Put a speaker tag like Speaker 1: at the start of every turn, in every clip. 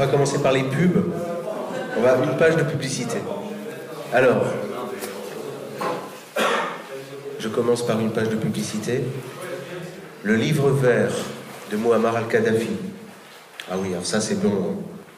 Speaker 1: commencer par les pubs. On va une page de publicité. Alors, je commence par une page de publicité. Le livre vert de Mouammar al-Kadhafi. Ah oui, alors ça c'est bon.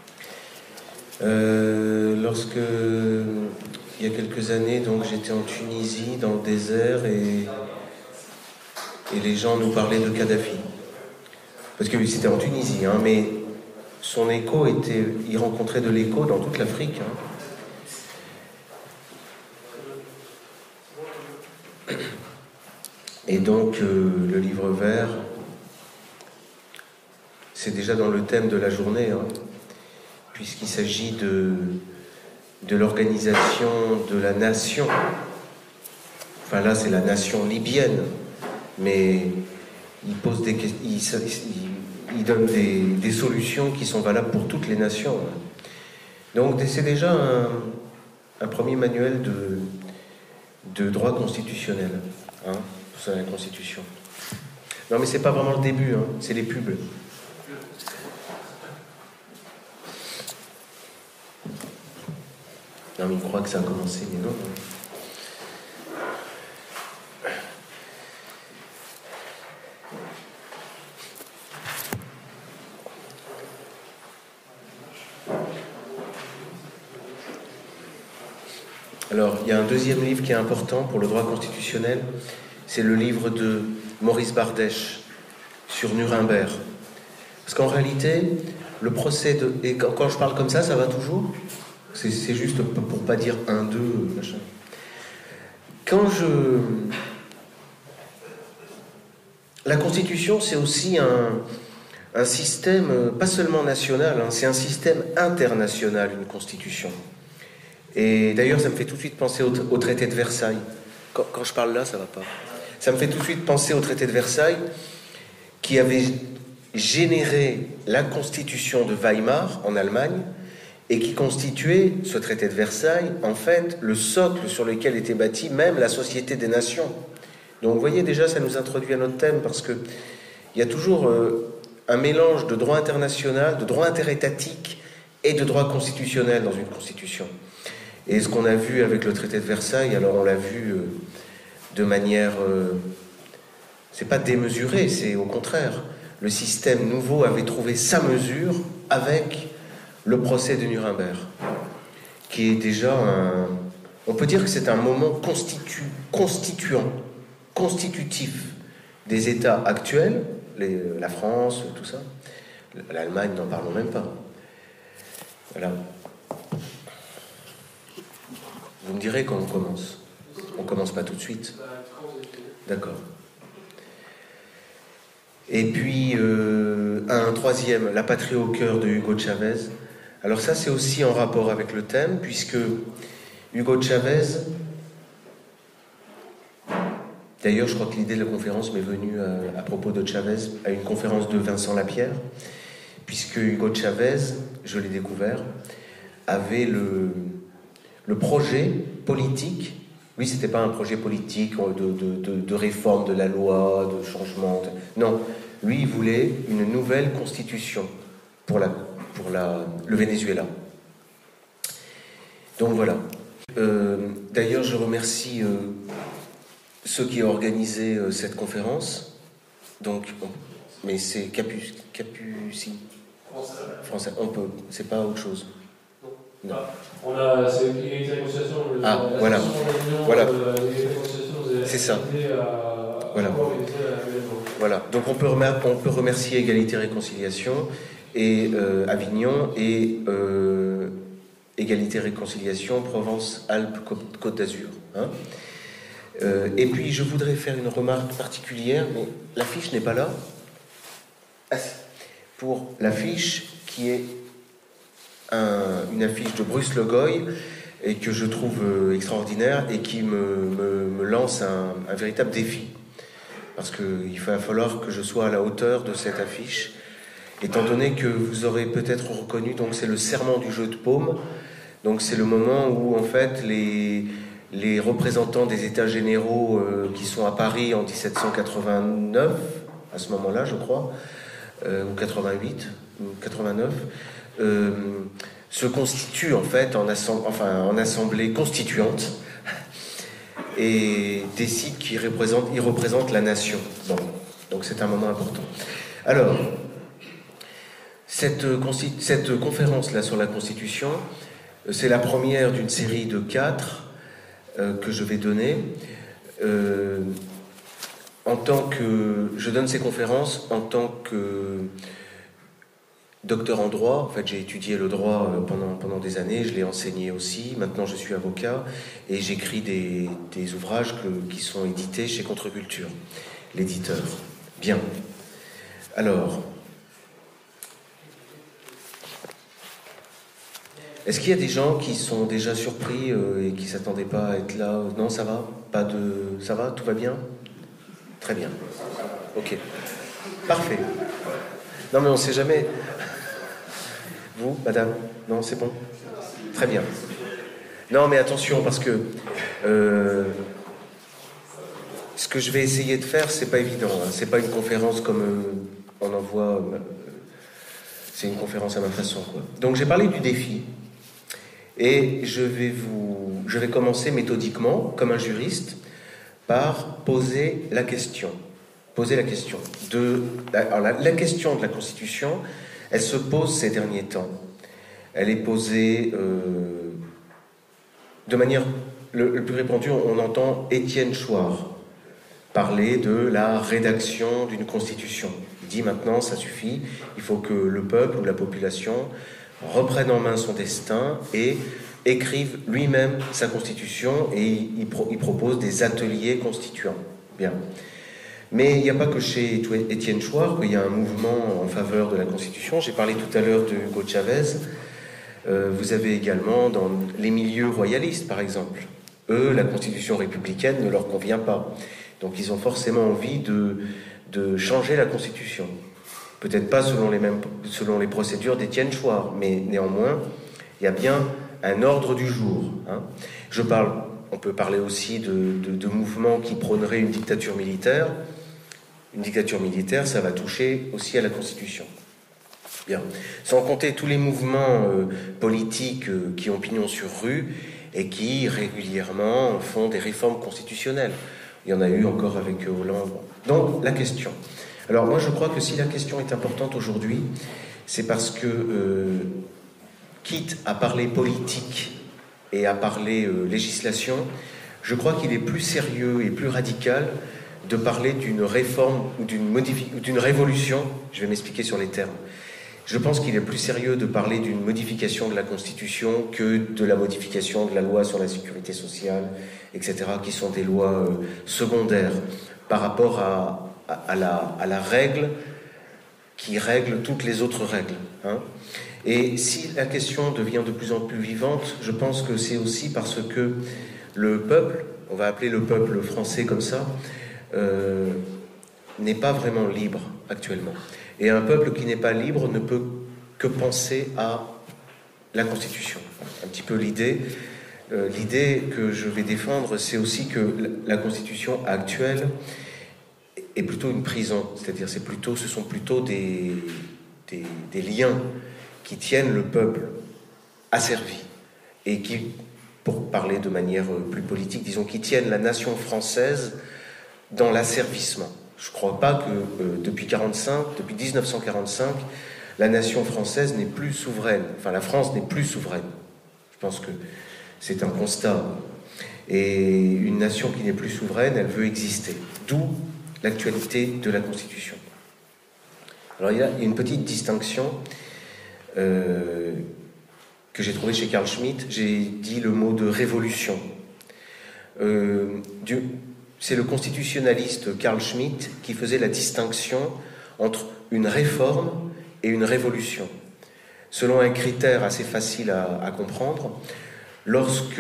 Speaker 1: Lorsque, il y a quelques années, donc j'étais en Tunisie, dans le désert, et les gens nous parlaient de Kadhafi. Parce que c'était en Tunisie, hein, mais son écho était... Il rencontrait de l'écho dans toute l'Afrique. Hein. Et donc, le livre vert, c'est déjà dans le thème de la journée, hein, puisqu'il s'agit de l'organisation de la nation. Enfin là, c'est la nation libyenne, mais il pose des questions, il donne des solutions qui sont valables pour toutes les nations. Donc c'est déjà un premier manuel de droit constitutionnel, hein, pour la Constitution. Non mais c'est pas vraiment le début, hein, c'est les pubs. Non mais il croit que ça a commencé, mais non. Alors, il y a un deuxième livre qui est important pour le droit constitutionnel, c'est le livre de Maurice Bardèche sur Nuremberg. Parce qu'en réalité, le procès de... Et quand je parle comme ça va toujours? C'est juste pour pas dire 1, 2, machin. La Constitution, c'est aussi un système, pas seulement national, hein, c'est un système international, une Constitution. Et d'ailleurs, ça me fait tout de suite penser au traité de Versailles. Quand je parle là, ça va pas. Ça me fait tout de suite penser au traité de Versailles, qui avait généré la Constitution de Weimar, en Allemagne, et qui constituait, ce traité de Versailles, en fait, le socle sur lequel était bâtie même la Société des Nations. Donc, vous voyez, déjà, ça nous introduit à notre thème, parce qu'il y a toujours un mélange de droit international, de droit interétatique et de droit constitutionnel dans une Constitution. Et ce qu'on a vu avec le traité de Versailles, alors on l'a vu de manière... c'est pas démesuré, c'est au contraire. Le système nouveau avait trouvé sa mesure avec le procès de Nuremberg, qui est déjà un... On peut dire que c'est un moment constitutif des États actuels, la France, tout ça. L'Allemagne, n'en parlons même pas. Voilà. Vous me direz quand on commence. On commence pas tout de suite. D'accord. Et puis, un troisième, La patrie au cœur de Hugo Chavez. Alors ça, c'est aussi en rapport avec le thème, puisque Hugo Chavez... D'ailleurs, je crois que l'idée de la conférence m'est venue à propos de Chavez, à une conférence de Vincent Lapierre, puisque Hugo Chavez, je l'ai découvert, avait le projet politique. Lui, c'était pas un projet politique de réforme de la loi, de changement. Non, lui, il voulait une nouvelle constitution pour le Venezuela. Donc voilà. D'ailleurs, je remercie ceux qui ont organisé cette conférence. Donc, mais c'est Capucine. Français. On peut. C'est pas autre chose. Non.
Speaker 2: On a, c'est Égalité et Réconciliation.
Speaker 1: Voilà. Voilà. C'est ça. Voilà. Voilà. Donc on peut remercier Égalité et Réconciliation et Avignon et Égalité et Réconciliation Provence-Alpes-Côte d'Azur. Hein. Et puis je voudrais faire une remarque particulière, mais l'affiche n'est pas là. Pour l'affiche qui est une affiche de Bruce Le Goy et que je trouve extraordinaire et qui me lance un véritable défi. Parce qu'il va falloir que je sois à la hauteur de cette affiche, étant donné que vous aurez peut-être reconnu, donc c'est le serment du jeu de paume. Donc c'est le moment où en fait les représentants des États généraux qui sont à Paris en 1789, à ce moment-là je crois, ou 88, ou 89, se constitue en fait en assemblée constituante et décide qu'il représente la nation. Bon, donc c'est un moment important. Alors, cette conférence-là sur la Constitution, c'est la première d'une série de 4 que je vais donner. Je donne ces conférences en tant que docteur en droit. En fait, j'ai étudié le droit pendant des années, je l'ai enseigné aussi. Maintenant, je suis avocat et j'écris des ouvrages qui sont édités chez Contre-Culture, l'éditeur. Bien. Alors, est-ce qu'il y a des gens qui sont déjà surpris et qui ne s'attendaient pas à être là? Non, ça va? Ça va? Tout va bien? Très bien. Ok. Parfait. Non, mais on ne sait jamais. Vous, madame? Non, c'est bon? Très bien. Non, mais attention, parce que ce que je vais essayer de faire, c'est pas évident. Hein. C'est pas une conférence comme on en voit. C'est une conférence à ma façon, quoi. Donc, j'ai parlé du défi. Et je vais commencer méthodiquement, comme un juriste, par poser la question. La question de la Constitution, elle se pose ces derniers temps. Elle est posée de manière le plus répandue. On entend Étienne Chouard parler de la rédaction d'une Constitution. Il dit maintenant, ça suffit, il faut que le peuple ou la population reprenne en main son destin et écrive lui-même sa Constitution, et il propose des ateliers constituants. Bien. Mais il n'y a pas que chez Étienne Chouard qu'il y a un mouvement en faveur de la Constitution. J'ai parlé tout à l'heure de Hugo Chavez. Vous avez également dans les milieux royalistes, par exemple. Eux, la Constitution républicaine ne leur convient pas. Donc ils ont forcément envie de changer la Constitution. Peut-être pas selon les procédures d'Étienne Chouard, mais néanmoins, il y a bien un ordre du jour. Hein. On peut parler aussi de mouvements qui prôneraient une dictature militaire. Une dictature militaire, ça va toucher aussi à la Constitution. Bien. Sans compter tous les mouvements politiques qui ont pignon sur rue et qui régulièrement font des réformes constitutionnelles. Il y en a eu encore avec Hollande. Donc, la question. Alors moi, je crois que si la question est importante aujourd'hui, c'est parce que, quitte à parler politique et à parler législation, je crois qu'il est plus sérieux et plus radical de parler d'une réforme ou d'une révolution. Je vais m'expliquer sur les termes. Je pense qu'il est plus sérieux de parler d'une modification de la Constitution que de la modification de la loi sur la sécurité sociale, etc., qui sont des lois secondaires par rapport à la règle qui règle toutes les autres règles. Hein. Et si la question devient de plus en plus vivante, je pense que c'est aussi parce que le peuple, on va appeler le peuple français comme ça, n'est pas vraiment libre actuellement. Et un peuple qui n'est pas libre ne peut que penser à la Constitution. Un petit peu l'idée que je vais défendre, c'est aussi que la Constitution actuelle est plutôt une prison. C'est-à-dire ce sont plutôt des liens qui tiennent le peuple asservi et qui, pour parler de manière plus politique, disons, qui tiennent la nation française dans l'asservissement. Je ne crois pas que depuis 1945, la nation française n'est plus souveraine. Enfin, la France n'est plus souveraine. Je pense que c'est un constat. Et une nation qui n'est plus souveraine, elle veut exister. D'où l'actualité de la Constitution. Alors, il y a une petite distinction que j'ai trouvée chez Carl Schmitt. J'ai dit le mot de révolution. C'est le constitutionnaliste Carl Schmitt qui faisait la distinction entre une réforme et une révolution. Selon un critère assez facile à comprendre, lorsque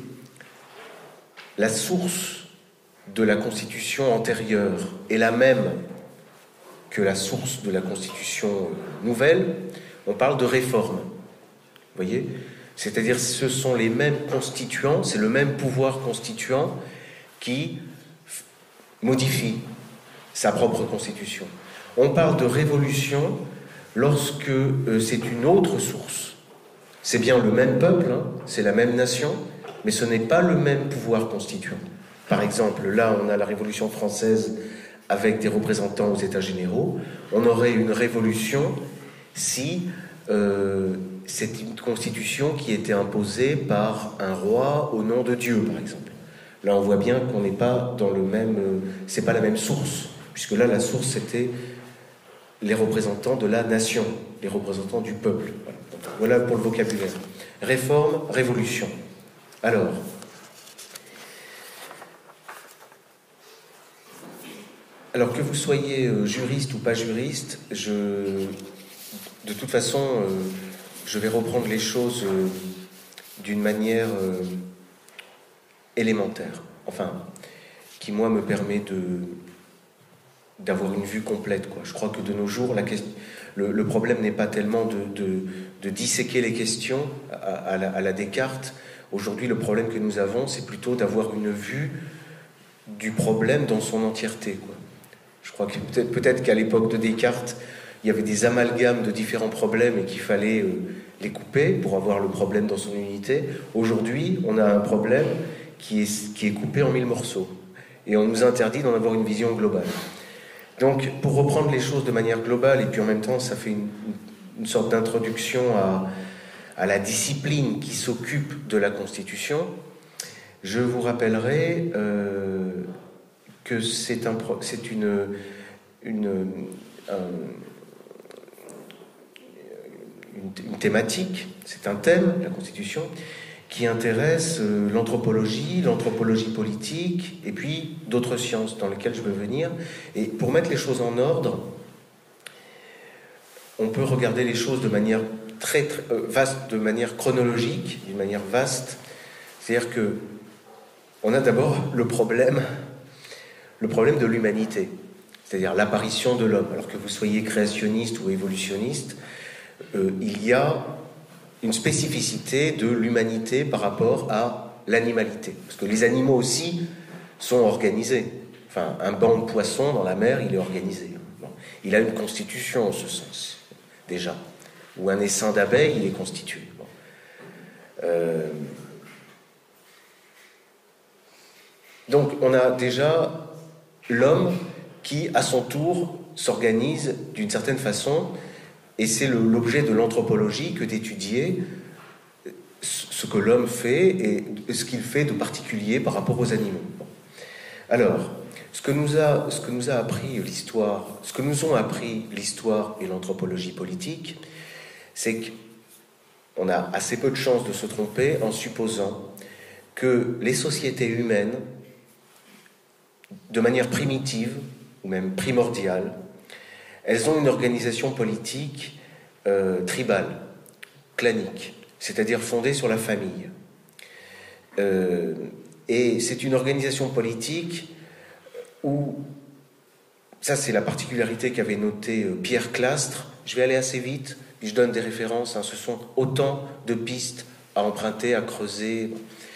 Speaker 1: la source de la Constitution antérieure est la même que la source de la Constitution nouvelle, on parle de réforme. Vous voyez ? C'est-à-dire ce sont les mêmes constituants, c'est le même pouvoir constituant qui modifie sa propre constitution. On parle de révolution lorsque c'est une autre source. C'est bien le même peuple, hein, c'est la même nation, mais ce n'est pas le même pouvoir constituant. Par exemple, là, on a la Révolution française avec des représentants aux États généraux. On aurait une révolution si c'est une constitution qui était imposée par un roi au nom de Dieu, par exemple. Là, on voit bien qu'on n'est pas dans le même... c'est pas la même source, puisque là, la source, c'était les représentants de la nation, les représentants du peuple. Voilà pour le vocabulaire. Réforme, révolution. Alors, que vous soyez juriste ou pas juriste, de toute façon, je vais reprendre les choses d'une manière élémentaire, enfin, qui moi me permet d'avoir une vue complète, quoi. Je crois que de nos jours, le problème n'est pas tellement de disséquer les questions à la Descartes. Aujourd'hui, le problème que nous avons, c'est plutôt d'avoir une vue du problème dans son entièreté, quoi. Je crois que peut-être qu'à l'époque de Descartes, il y avait des amalgames de différents problèmes et qu'il fallait les couper pour avoir le problème dans son unité. Aujourd'hui, on a un problème qui est coupé en 1000 morceaux. Et on nous interdit d'en avoir une vision globale. Donc, pour reprendre les choses de manière globale, et puis en même temps, ça fait une sorte d'introduction à la discipline qui s'occupe de la Constitution, je vous rappellerai que c'est une thématique, c'est un thème, la Constitution, qui intéresse l'anthropologie politique, et puis d'autres sciences dans lesquelles je veux venir. Et pour mettre les choses en ordre, on peut regarder les choses de manière très vaste, de manière chronologique, d'une manière vaste. C'est-à-dire que on a d'abord le problème de l'humanité, c'est-à-dire l'apparition de l'homme. Alors que vous soyez créationniste ou évolutionniste, il y a une spécificité de l'humanité par rapport à l'animalité. Parce que les animaux aussi sont organisés. Enfin, un banc de poissons dans la mer, il est organisé. Bon. Il a une constitution en ce sens, déjà. Ou un essaim d'abeilles, il est constitué. Bon. Donc, on a déjà l'homme qui, à son tour, s'organise d'une certaine façon. Et c'est l'objet de l'anthropologie que d'étudier ce que l'homme fait et ce qu'il fait de particulier par rapport aux animaux. Alors, ce que nous a appris l'histoire, ce que nous ont appris l'histoire et l'anthropologie politique, c'est qu'on a assez peu de chances de se tromper en supposant que les sociétés humaines, de manière primitive ou même primordiale, elles ont une organisation politique tribale, clanique, c'est-à-dire fondée sur la famille. Et c'est une organisation politique où, ça c'est la particularité qu'avait noté Pierre Clastre. Je vais aller assez vite, puis je donne des références, hein, ce sont autant de pistes à emprunter, à creuser.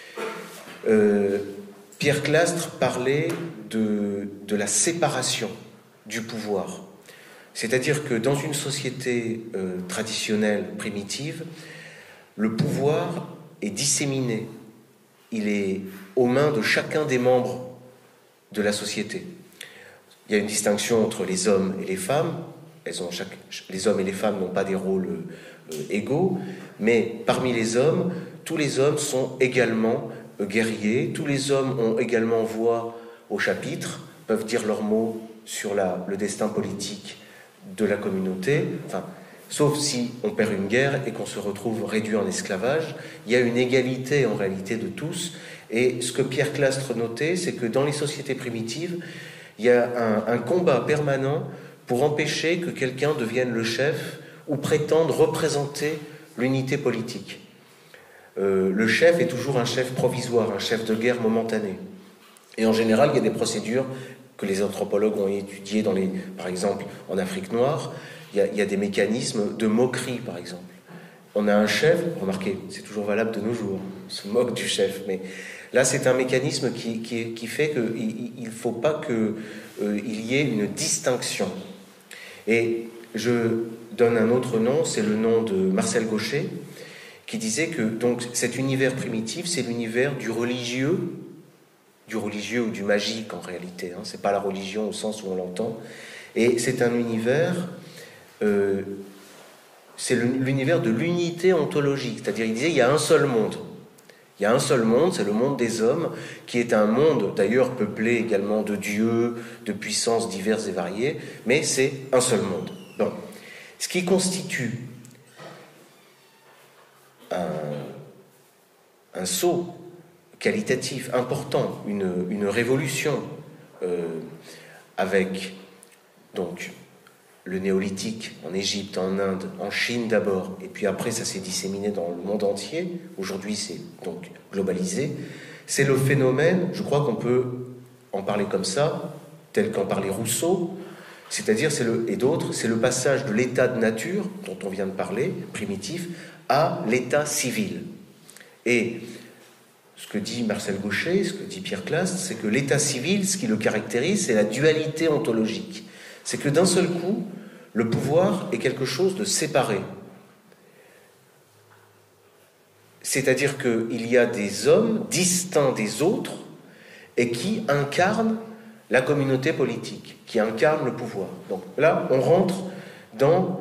Speaker 1: Pierre Clastre parlait de la séparation du pouvoir. C'est-à-dire que dans une société traditionnelle, primitive, le pouvoir est disséminé. Il est aux mains de chacun des membres de la société. Il y a une distinction entre les hommes et les femmes. Les hommes et les femmes n'ont pas des rôles égaux, mais parmi les hommes, tous les hommes sont également guerriers, tous les hommes ont également voix au chapitre, peuvent dire leurs mots sur le destin politique de la communauté, enfin, sauf si on perd une guerre et qu'on se retrouve réduit en esclavage. Il y a une égalité en réalité de tous, et ce que Pierre Clastre notait, c'est que dans les sociétés primitives, il y a un combat permanent pour empêcher que quelqu'un devienne le chef ou prétende représenter l'unité politique. Le chef est toujours un chef provisoire, un chef de guerre momentané. Et en général, il y a des procédures que les anthropologues ont étudiées par exemple, en Afrique noire. Il y a des mécanismes de moquerie, par exemple. On a un chef, remarquez, c'est toujours valable de nos jours, on se moque du chef, mais là, c'est un mécanisme qui fait qu'il ne faut pas qu'il y ait une distinction. Et je donne un autre nom, c'est le nom de Marcel Gauchet, qui disait que donc, cet univers primitif, c'est l'univers du religieux ou du magique en réalité. Hein. C'est pas la religion au sens où on l'entend. Et c'est un univers, c'est l'univers de l'unité ontologique. C'est-à-dire, il disait, il y a un seul monde. Il y a un seul monde, c'est le monde des hommes, qui est un monde d'ailleurs peuplé également de dieux, de puissances diverses et variées, mais c'est un seul monde. Bon. Ce qui constitue un saut qualitatif important, une révolution avec donc le néolithique en Égypte, en Inde, en Chine d'abord, et puis après ça s'est disséminé dans le monde entier. Aujourd'hui c'est donc globalisé. C'est le phénomène, je crois qu'on peut en parler comme ça, tel qu'en parlait Rousseau, c'est-à-dire et d'autres, c'est le passage de l'état de nature dont on vient de parler, primitif, à l'état civil. Et ce que dit Marcel Gauchet, ce que dit Pierre Clastres, c'est que l'état civil, ce qui le caractérise, c'est la dualité ontologique. C'est que d'un seul coup, le pouvoir est quelque chose de séparé. C'est-à-dire qu'il y a des hommes distincts des autres et qui incarnent la communauté politique, qui incarnent le pouvoir. Donc là, on rentre dans,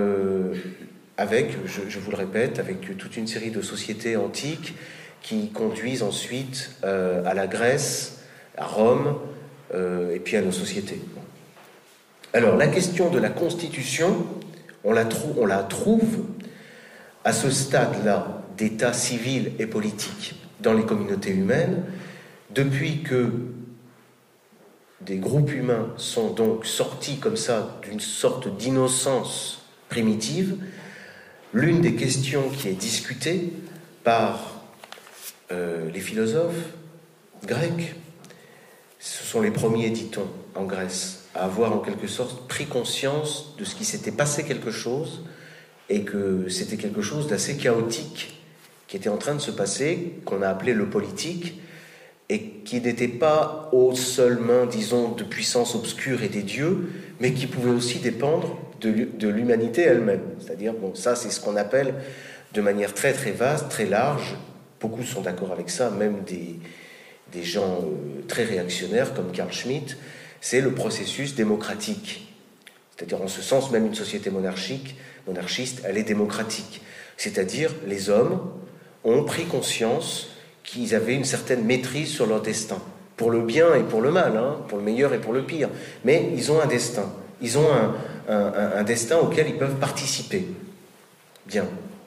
Speaker 1: je vous le répète, avec toute une série de sociétés antiques qui conduisent ensuite à la Grèce, à Rome, et puis à nos sociétés. Alors, la question de la Constitution, on la trouve à ce stade-là d'état civil et politique dans les communautés humaines, depuis que des groupes humains sont donc sortis comme ça d'une sorte d'innocence primitive. L'une des questions qui est discutée par les philosophes grecs, ce sont les premiers, dit-on, en Grèce, à avoir en quelque sorte pris conscience de ce qui s'était passé quelque chose et que c'était quelque chose d'assez chaotique qui était en train de se passer, qu'on a appelé le politique, et qui n'était pas aux seules mains, disons, de puissances obscures et des dieux, mais qui pouvait aussi dépendre de l'humanité elle-même. C'est-à-dire, bon, ça c'est ce qu'on appelle de manière très très vaste, très large, beaucoup sont d'accord avec ça, même des gens très réactionnaires comme Carl Schmitt, c'est le processus démocratique. C'est-à-dire, en ce sens, même une société monarchiste, elle est démocratique. C'est-à-dire, les hommes ont pris conscience qu'ils avaient une certaine maîtrise sur leur destin, pour le bien et pour le mal, hein, pour le meilleur et pour le pire. Mais ils ont un destin. Ils ont un destin auquel ils peuvent participer. Bien.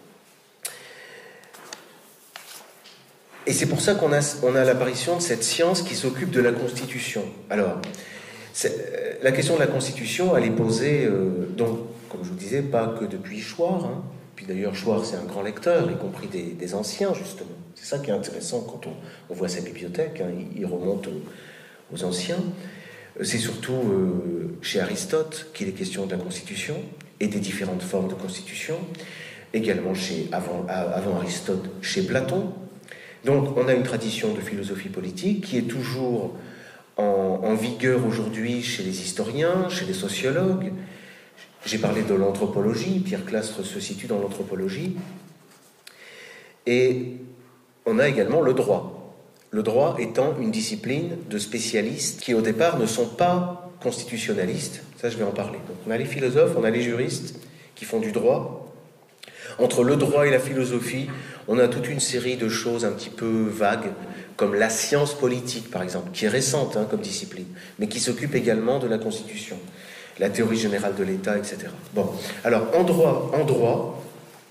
Speaker 1: Et c'est pour ça qu'on a l'apparition de cette science qui s'occupe de la Constitution. Alors, la question de la Constitution, elle est posée, donc, comme je vous disais, pas que depuis Chouard. Hein. Puis d'ailleurs, Chouard, c'est un grand lecteur, y compris des anciens, justement. C'est ça qui est intéressant quand on voit sa bibliothèque. Hein. Il remonte aux anciens. C'est surtout chez Aristote qu'il est question de la Constitution et des différentes formes de Constitution. Également, avant Aristote, chez Platon. Donc, on a une tradition de philosophie politique qui est toujours en vigueur aujourd'hui chez les historiens, chez les sociologues. J'ai parlé de l'anthropologie, Pierre Clastres se situe dans l'anthropologie. Et on a également le droit. Le droit étant une discipline de spécialistes qui, au départ, ne sont pas constitutionnalistes. Ça, je vais en parler. Donc, on a les philosophes, on a les juristes qui font du droit. Entre le droit et la philosophie, on a toute une série de choses un petit peu vagues, comme la science politique, par exemple, qui est récente comme discipline, mais qui s'occupe également de la Constitution, la théorie générale de l'État, etc. Bon, alors, en droit,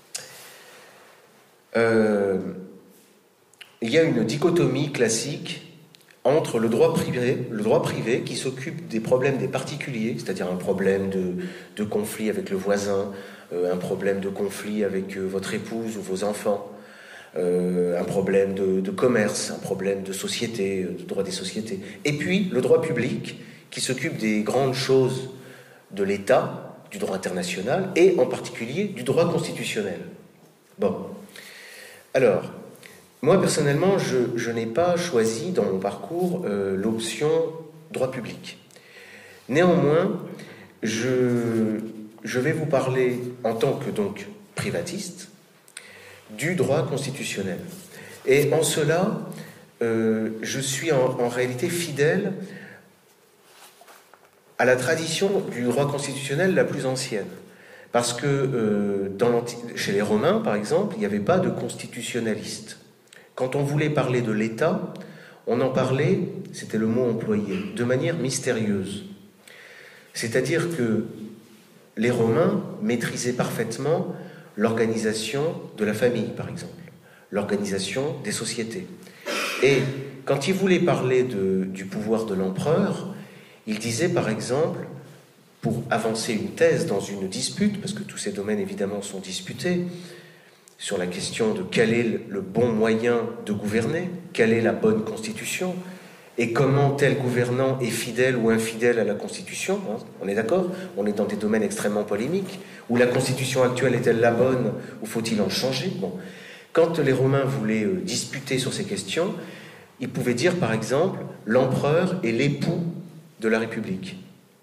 Speaker 1: il y a une dichotomie classique entre le droit privé qui s'occupe des problèmes des particuliers, c'est-à-dire un problème de conflit avec le voisin, un problème de conflit avec votre épouse ou vos enfants, un problème de commerce, un problème de société, de droit des sociétés. Et puis le droit public qui s'occupe des grandes choses de l'État, du droit international et en particulier du droit constitutionnel. Bon, alors, moi personnellement, je n'ai pas choisi dans mon parcours l'option droit public. Néanmoins, je vais vous parler, en tant que donc privatiste, du droit constitutionnel. Et en cela, je suis en réalité fidèle à la tradition du droit constitutionnel la plus ancienne. Parce que chez les Romains, par exemple, il n'y avait pas de constitutionnalistes. Quand on voulait parler de l'État, on en parlait, c'était le mot employé, de manière mystérieuse. C'est-à-dire que les Romains maîtrisaient parfaitement l'organisation de la famille, par exemple, l'organisation des sociétés. Et quand ils voulaient parler du pouvoir de l'empereur, ils disaient, par exemple, pour avancer une thèse dans une dispute, parce que tous ces domaines, évidemment, sont disputés, sur la question de quel est le bon moyen de gouverner, quelle est la bonne constitution, et comment tel gouvernant est fidèle ou infidèle à la Constitution. On est d'accord? On est dans des domaines extrêmement polémiques. Où la Constitution actuelle est-elle la bonne ou faut-il en changer? Bon. Quand les Romains voulaient disputer sur ces questions, ils pouvaient dire, par exemple, l'empereur est l'époux de la République.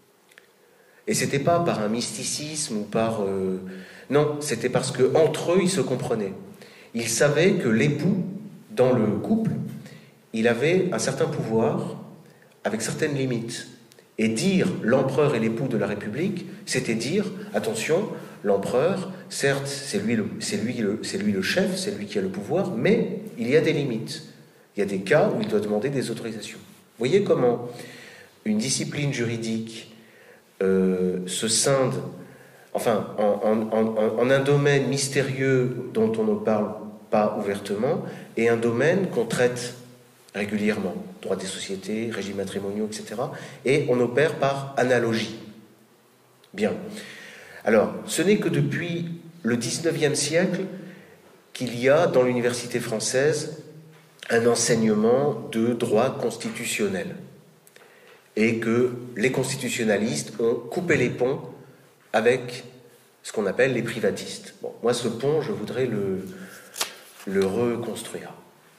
Speaker 1: Et c'était pas par un mysticisme ou par... Non, c'était parce qu'entre eux, ils se comprenaient. Ils savaient que l'époux, dans le couple, il avait un certain pouvoir avec certaines limites. Et dire l'empereur est l'époux de la République, c'était dire, attention, l'empereur, certes, c'est lui le chef, c'est lui qui a le pouvoir, mais il y a des limites. Il y a des cas où il doit demander des autorisations. Vous voyez comment une discipline juridique se scinde, enfin, en un domaine mystérieux dont on ne parle pas ouvertement, et un domaine qu'on traite régulièrement, droit des sociétés, régimes matrimoniaux, etc. Et on opère par analogie. Bien. Alors, ce n'est que depuis le XIXe siècle qu'il y a dans l'université française un enseignement de droit constitutionnel et que les constitutionnalistes ont coupé les ponts avec ce qu'on appelle les privatistes. Bon, moi, ce pont, je voudrais le reconstruire.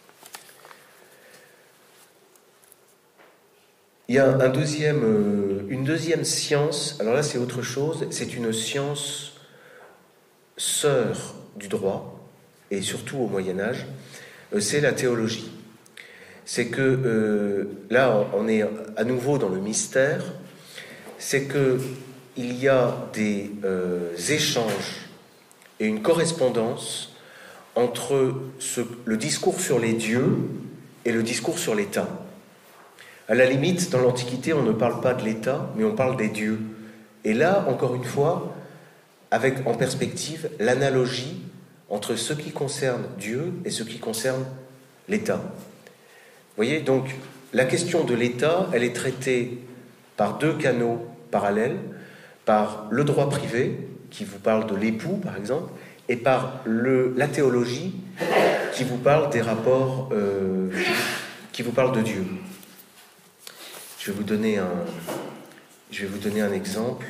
Speaker 1: Il y a une deuxième science, alors là c'est autre chose, c'est une science sœur du droit, et surtout au Moyen-Âge, c'est la théologie. C'est que, là on est à nouveau dans le mystère, c'est qu'il y a des échanges et une correspondance entre le discours sur les dieux et le discours sur l'État. À la limite, dans l'Antiquité, on ne parle pas de l'État, mais on parle des dieux. Et là, encore une fois, avec en perspective l'analogie entre ce qui concerne Dieu et ce qui concerne l'État. Vous voyez, donc, la question de l'État, elle est traitée par deux canaux parallèles, par le droit privé, qui vous parle de l'époux, par exemple, et par la théologie, qui vous parle des rapports, qui vous parle de Dieu. Je vais vous donner un exemple.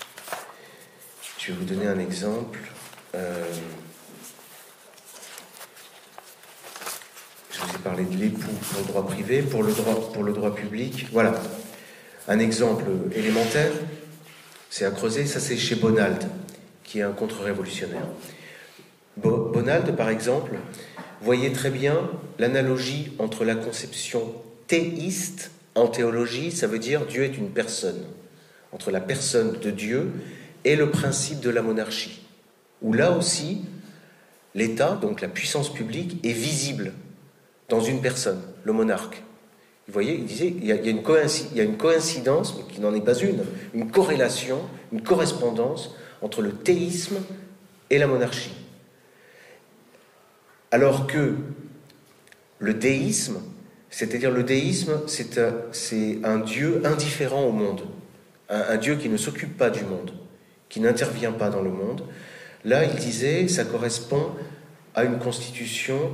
Speaker 1: Je vous ai parlé de l'époux pour le droit privé, pour le droit public. Voilà. Un exemple élémentaire, c'est à creuser, ça c'est chez Bonald, qui est un contre-révolutionnaire. Bonald, par exemple, voyait très bien l'analogie entre la conception théiste. En théologie, ça veut dire Dieu est une personne, entre la personne de Dieu et le principe de la monarchie, où là aussi, l'État, donc la puissance publique, est visible dans une personne, le monarque. Vous voyez, il disait, il y a une coïncidence, mais qui n'en est pas une corrélation, une correspondance entre le théisme et la monarchie. Alors que le déisme, c'est-à-dire le déisme, c'est un Dieu indifférent au monde, un Dieu qui ne s'occupe pas du monde, qui n'intervient pas dans le monde. Là, il disait, ça correspond à une constitution,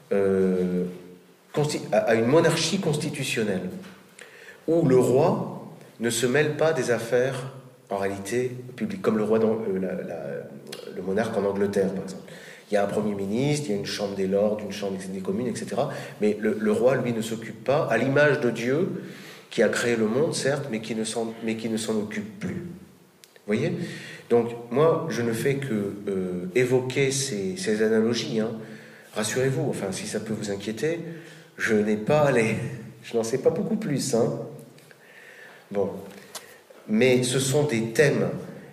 Speaker 1: à une monarchie constitutionnelle, où le roi ne se mêle pas des affaires, en réalité, publiques, comme le monarque en Angleterre, par exemple. Il y a un Premier ministre, il y a une chambre des lords, une chambre des communes, etc. Mais le roi, lui, ne s'occupe pas, à l'image de Dieu, qui a créé le monde, certes, mais qui ne s'en occupe plus. Vous voyez ? Donc, moi, je ne fais que évoquer ces analogies. Hein. Rassurez-vous, enfin, si ça peut vous inquiéter, je n'en sais pas beaucoup plus. Hein. Bon. Mais ce sont des thèmes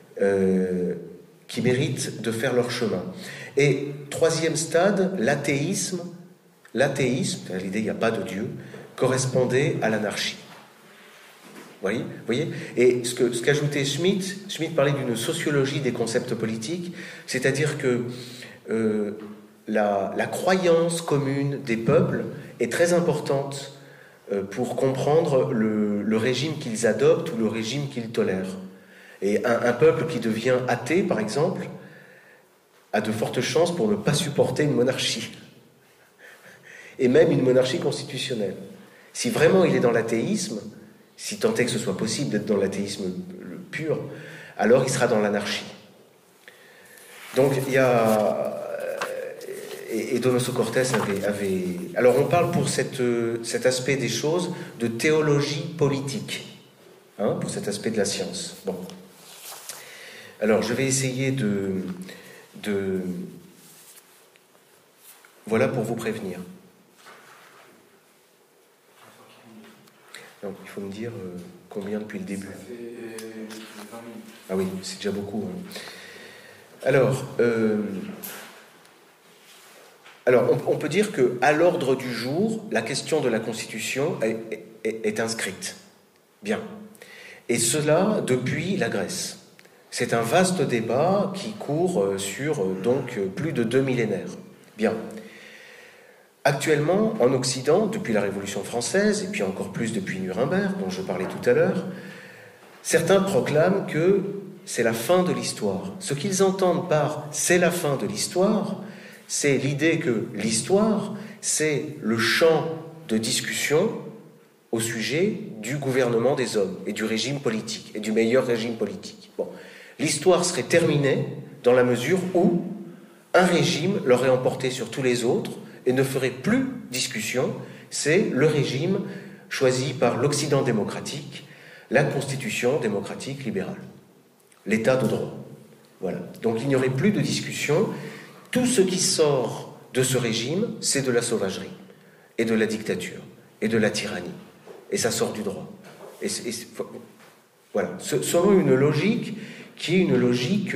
Speaker 1: qui méritent de faire leur chemin. Et troisième stade, l'athéisme, l'idée il n'y a pas de Dieu, correspondait à l'anarchie. Vous voyez. Et ce qu'ajoutait Schmitt parlait d'une sociologie des concepts politiques, c'est-à-dire que la croyance commune des peuples est très importante pour comprendre le régime qu'ils adoptent ou le régime qu'ils tolèrent. Et un peuple qui devient athée, par exemple, a de fortes chances pour ne pas supporter une monarchie. Et même une monarchie constitutionnelle. Si vraiment il est dans l'athéisme, si tant est que ce soit possible d'être dans l'athéisme pur, alors il sera dans l'anarchie. Donc il y a... Et Donoso Cortés avait... Alors on parle pour cet aspect des choses de théologie politique, hein, pour cet aspect de la science. Bon. Alors je vais essayer de... Voilà pour vous prévenir. Donc, il faut me dire combien depuis le début.
Speaker 3: Ça fait 20 minutes.
Speaker 1: Ah oui, c'est déjà beaucoup. Hein. Alors, on peut dire qu'à l'ordre du jour, la question de la Constitution est inscrite. Bien. Et cela depuis la Grèce. C'est un vaste débat qui court sur donc plus de 2 millénaires. Bien. Actuellement, en Occident, depuis la Révolution française, et puis encore plus depuis Nuremberg, dont je parlais tout à l'heure, certains proclament que c'est la fin de l'histoire. Ce qu'ils entendent par « c'est la fin de l'histoire », c'est l'idée que l'histoire, c'est le champ de discussion au sujet du gouvernement des hommes et du régime politique, et du meilleur régime politique. Bon. L'histoire serait terminée dans la mesure où un régime l'aurait emporté sur tous les autres et ne ferait plus discussion, c'est le régime choisi par l'Occident démocratique, la Constitution démocratique libérale, l'état de droit. Voilà. Donc il n'y aurait plus de discussion. Tout ce qui sort de ce régime, c'est de la sauvagerie, et de la dictature, et de la tyrannie. Et ça sort du droit. Voilà. Selon une logique qui est une logique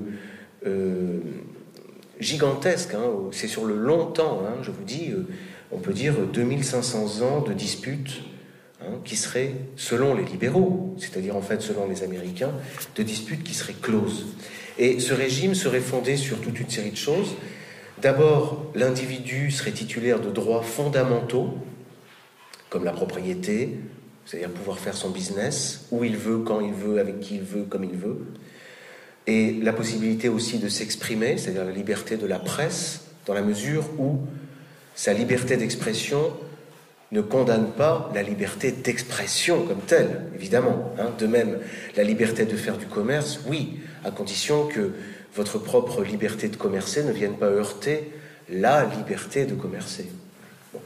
Speaker 1: gigantesque, hein, c'est sur le long temps, hein, je vous dis, on peut dire 2500 ans de disputes, hein, qui seraient, selon les libéraux, c'est-à-dire en fait selon les Américains, de disputes qui seraient closes. Et ce régime serait fondé sur toute une série de choses. D'abord, l'individu serait titulaire de droits fondamentaux, comme la propriété, c'est-à-dire pouvoir faire son business, où il veut, quand il veut, avec qui il veut, comme il veut. Et la possibilité aussi de s'exprimer, c'est-à-dire la liberté de la presse, dans la mesure où sa liberté d'expression ne condamne pas la liberté d'expression comme telle, évidemment. Hein. De même, la liberté de faire du commerce, oui, à condition que votre propre liberté de commercer ne vienne pas heurter la liberté de commercer. Bon.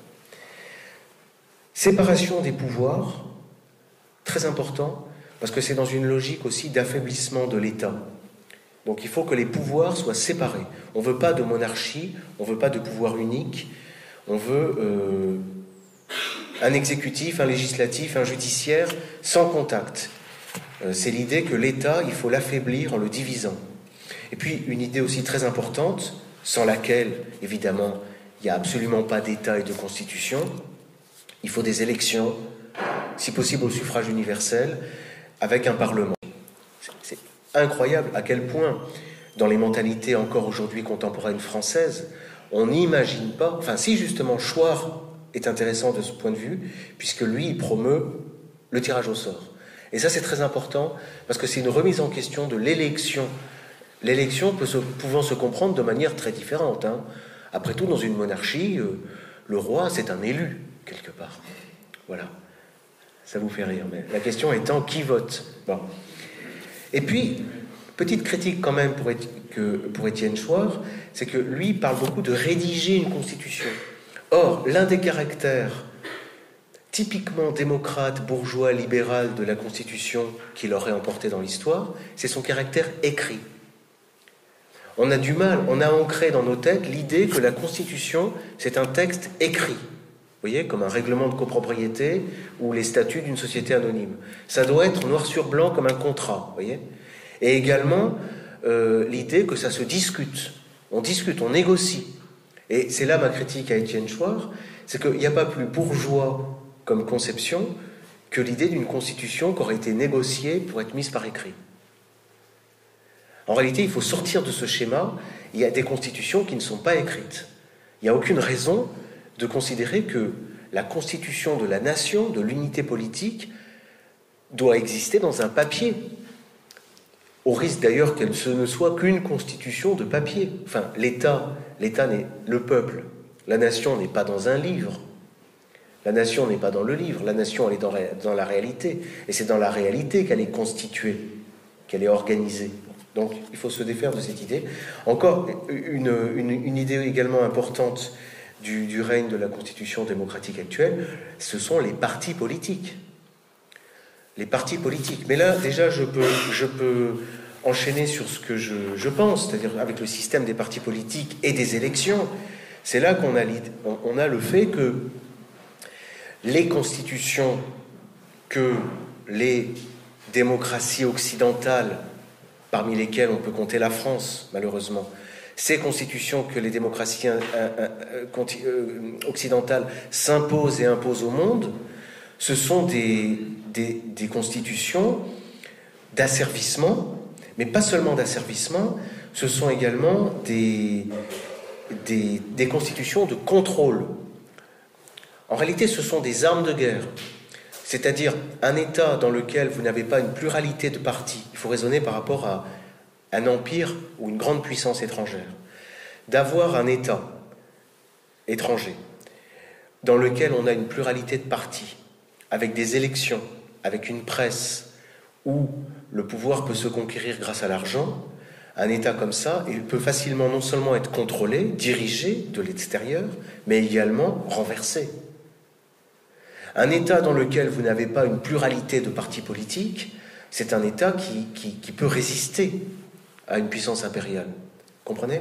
Speaker 1: Séparation des pouvoirs, très important, parce que c'est dans une logique aussi d'affaiblissement de l'État. Donc il faut que les pouvoirs soient séparés. On ne veut pas de monarchie, on ne veut pas de pouvoir unique, on veut un exécutif, un législatif, un judiciaire sans contact. C'est l'idée que l'État, il faut l'affaiblir en le divisant. Et puis une idée aussi très importante, sans laquelle, évidemment, il n'y a absolument pas d'État et de constitution, il faut des élections, si possible au suffrage universel, avec un Parlement. C'est incroyable à quel point, dans les mentalités encore aujourd'hui contemporaines françaises, on n'imagine pas... Enfin, si justement Chouard est intéressant de ce point de vue, puisque lui, il promeut le tirage au sort. Et ça, c'est très important, parce que c'est une remise en question de l'élection. L'élection pouvant se comprendre de manière très différente. Hein. Après tout, dans une monarchie, le roi, c'est un élu, quelque part. Voilà. Ça vous fait rire, mais la question étant, qui vote ? Bon. Et puis, petite critique quand même pour Étienne Chouard, c'est que lui parle beaucoup de rédiger une constitution. Or, l'un des caractères typiquement démocrate, bourgeois, libéral de la Constitution qui l'aurait emporté dans l'histoire, c'est son caractère écrit. On a du mal, on a ancré dans nos têtes l'idée que la Constitution, c'est un texte écrit. Vous voyez, comme un règlement de copropriété ou les statuts d'une société anonyme. Ça doit être noir sur blanc comme un contrat, vous voyez. Et également, l'idée que ça se discute. On discute, on négocie. Et c'est là ma critique à Étienne Chouard, c'est qu'il n'y a pas plus bourgeois comme conception que l'idée d'une constitution qui aurait été négociée pour être mise par écrit. En réalité, il faut sortir de ce schéma. Il y a des constitutions qui ne sont pas écrites. Il n'y a aucune raison de considérer que la constitution de la nation, de l'unité politique, doit exister dans un papier. Au risque d'ailleurs qu'elle ne soit qu'une constitution de papier. Enfin, l'État n'est le peuple. La nation n'est pas dans un livre. La nation n'est pas dans le livre. La nation, elle est dans la réalité. Et c'est dans la réalité qu'elle est constituée, qu'elle est organisée. Donc, il faut se défaire de cette idée. Encore une idée également importante du règne de la constitution démocratique actuelle, ce sont les partis politiques. Les partis politiques. Mais là, déjà, je peux enchaîner sur ce que je pense, c'est-à-dire avec le système des partis politiques et des élections. C'est là qu'on a le fait que les constitutions que les démocraties occidentales, parmi lesquelles on peut compter la France, malheureusement, ces constitutions que les démocraties occidentales s'imposent et imposent au monde, ce sont des constitutions d'asservissement, mais pas seulement d'asservissement, ce sont également des constitutions de contrôle. En réalité, ce sont des armes de guerre, c'est-à-dire un État dans lequel vous n'avez pas une pluralité de partis. Il faut raisonner par rapport à un empire ou une grande puissance étrangère. D'avoir un État étranger dans lequel on a une pluralité de partis, avec des élections, avec une presse, où le pouvoir peut se conquérir grâce à l'argent, un État comme ça, il peut facilement non seulement être contrôlé, dirigé de l'extérieur, mais également renversé. Un État dans lequel vous n'avez pas une pluralité de partis politiques, c'est un État qui peut résister à une puissance impériale. Comprenez ?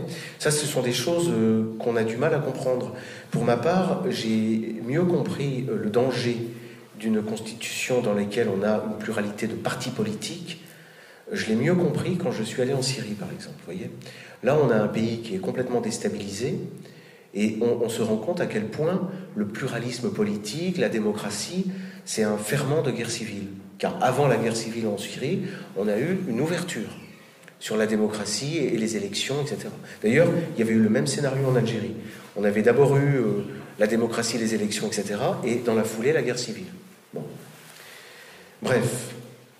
Speaker 1: Ça, ce sont des choses qu'on a du mal à comprendre. Pour ma part, j'ai mieux compris le danger d'une constitution dans laquelle on a une pluralité de partis politiques. Je l'ai mieux compris quand je suis allé en Syrie, par exemple. Vous voyez ? Là, on a un pays qui est complètement déstabilisé et on se rend compte à quel point le pluralisme politique, la démocratie, c'est un ferment de guerre civile. Car avant la guerre civile en Syrie, on a eu une ouverture sur la démocratie et les élections, etc. D'ailleurs, il y avait eu le même scénario en Algérie. On avait d'abord eu la démocratie, les élections, etc. Et dans la foulée, la guerre civile. Bon. Bref.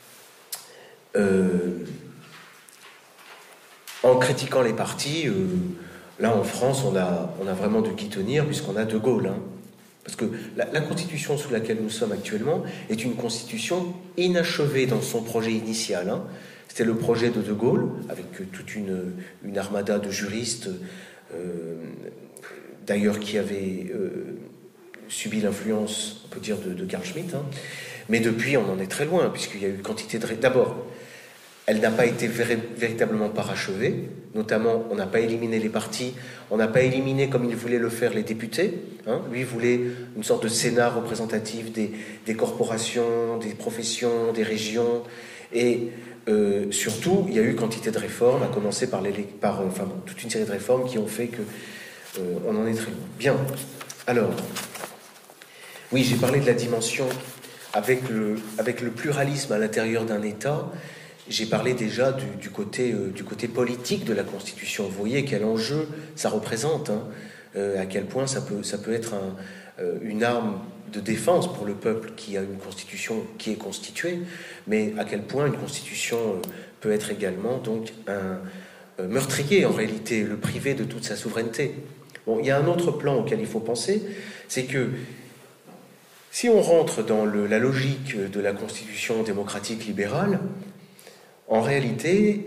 Speaker 1: En critiquant les partis, là en France, on a vraiment de qui tenir, puisqu'on a De Gaulle. Hein. Parce que la constitution sous laquelle nous sommes actuellement est une constitution inachevée dans son projet initial. Hein. C'était le projet de Gaulle, avec toute une armada de juristes, d'ailleurs qui avaient subi l'influence, on peut dire, de Carl Schmitt. Hein. Mais depuis, on en est très loin, puisqu'il y a eu quantité de... D'abord, elle n'a pas été véritablement parachevée, notamment, on n'a pas éliminé les partis, on n'a pas éliminé, comme il voulait le faire, les députés. Hein. Lui voulait une sorte de Sénat représentatif des corporations, des professions, des régions, et... surtout, il y a eu quantité de réformes, à commencer par toute une série de réformes qui ont fait que on en est très loin. Bien. Alors, oui, j'ai parlé de la dimension avec le pluralisme à l'intérieur d'un État. J'ai parlé déjà du côté politique de la Constitution. Vous voyez quel enjeu ça représente, hein, à quel point ça peut être une arme de défense pour le peuple qui a une constitution qui est constituée, mais à quel point une constitution peut être également donc un meurtrier en réalité, le priver de toute sa souveraineté. Bon, il y a un autre plan auquel il faut penser, c'est que si on rentre dans la logique de la constitution démocratique libérale, en réalité,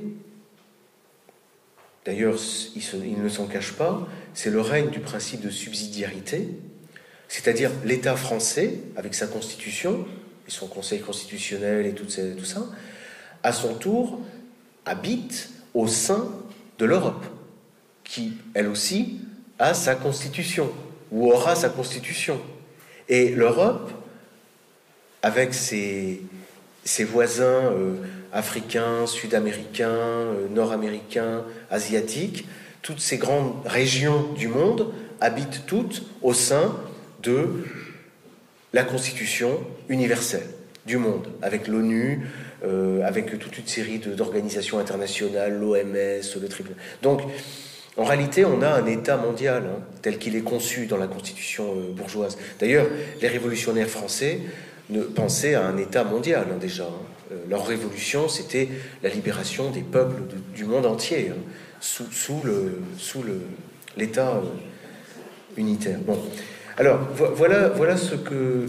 Speaker 1: d'ailleurs il ne s'en cache pas, c'est le règne du principe de subsidiarité. c'est-à-dire l'État français, avec sa constitution, et son conseil constitutionnel et tout ça, à son tour, habite au sein de l'Europe, qui, elle aussi, a sa constitution, ou aura sa constitution. Et l'Europe, avec ses voisins africains, sud-américains, nord-américains, asiatiques, toutes ces grandes régions du monde habitent toutes au sein de la Constitution universelle du monde, avec l'ONU, avec toute une série d'organisations internationales, l'OMS, le tribunal. Donc, en réalité, on a un État mondial, tel qu'il est conçu dans la Constitution bourgeoise. D'ailleurs, les révolutionnaires français pensaient à un État mondial, déjà. Leur révolution, c'était la libération des peuples du monde entier, sous l'État unitaire. Bon. Alors, voilà ce que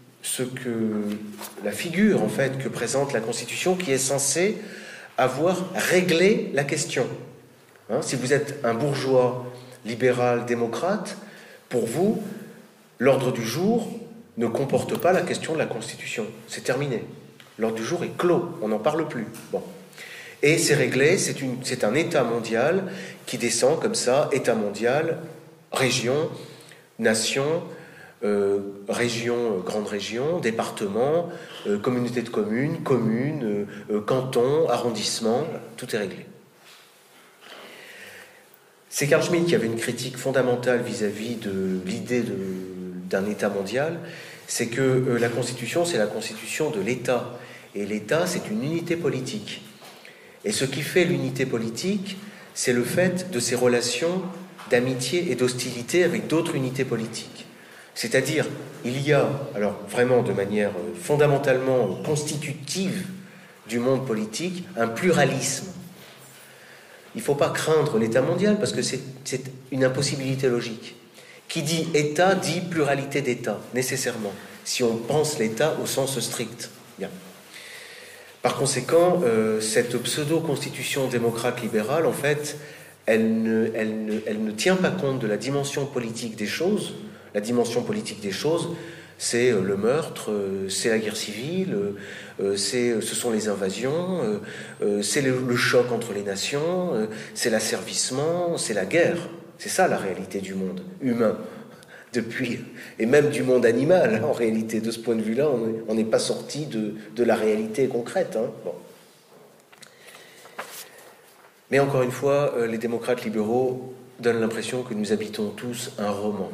Speaker 1: la figure, en fait, que présente la Constitution, qui est censée avoir réglé la question. Si vous êtes un bourgeois libéral démocrate, pour vous, l'ordre du jour ne comporte pas la question de la Constitution. C'est terminé. L'ordre du jour est clos, on n'en parle plus. Bon. Et c'est réglé, c'est un État mondial qui descend comme ça, État mondial, région, nation, région, grande région, département, communauté de communes, commune, canton, arrondissement, tout est réglé. C'est Carl Schmitt qui avait une critique fondamentale vis-à-vis de l'idée d'un État mondial, c'est que la Constitution, c'est la constitution de l'État. Et l'État, c'est une unité politique. Et ce qui fait l'unité politique, c'est le fait de ses relations d'amitié et d'hostilité avec d'autres unités politiques. C'est-à-dire, il y a, alors vraiment de manière fondamentalement constitutive du monde politique, un pluralisme. Il ne faut pas craindre l'État mondial parce que c'est une impossibilité logique. Qui dit État dit pluralité d'États, nécessairement, si on pense l'État au sens strict. Bien. Par conséquent, cette pseudo-constitution démocrate-libérale, en fait, elle ne tient pas compte de la dimension politique des choses. La dimension politique des choses, c'est le meurtre, c'est la guerre civile, ce sont les invasions, c'est le choc entre les nations, c'est l'asservissement, c'est la guerre. C'est ça la réalité du monde humain, depuis, et même du monde animal, en réalité. De ce point de vue-là, on n'est pas sorti de la réalité concrète. Bon. Mais encore une fois, les démocrates libéraux donnent l'impression que nous habitons tous un roman.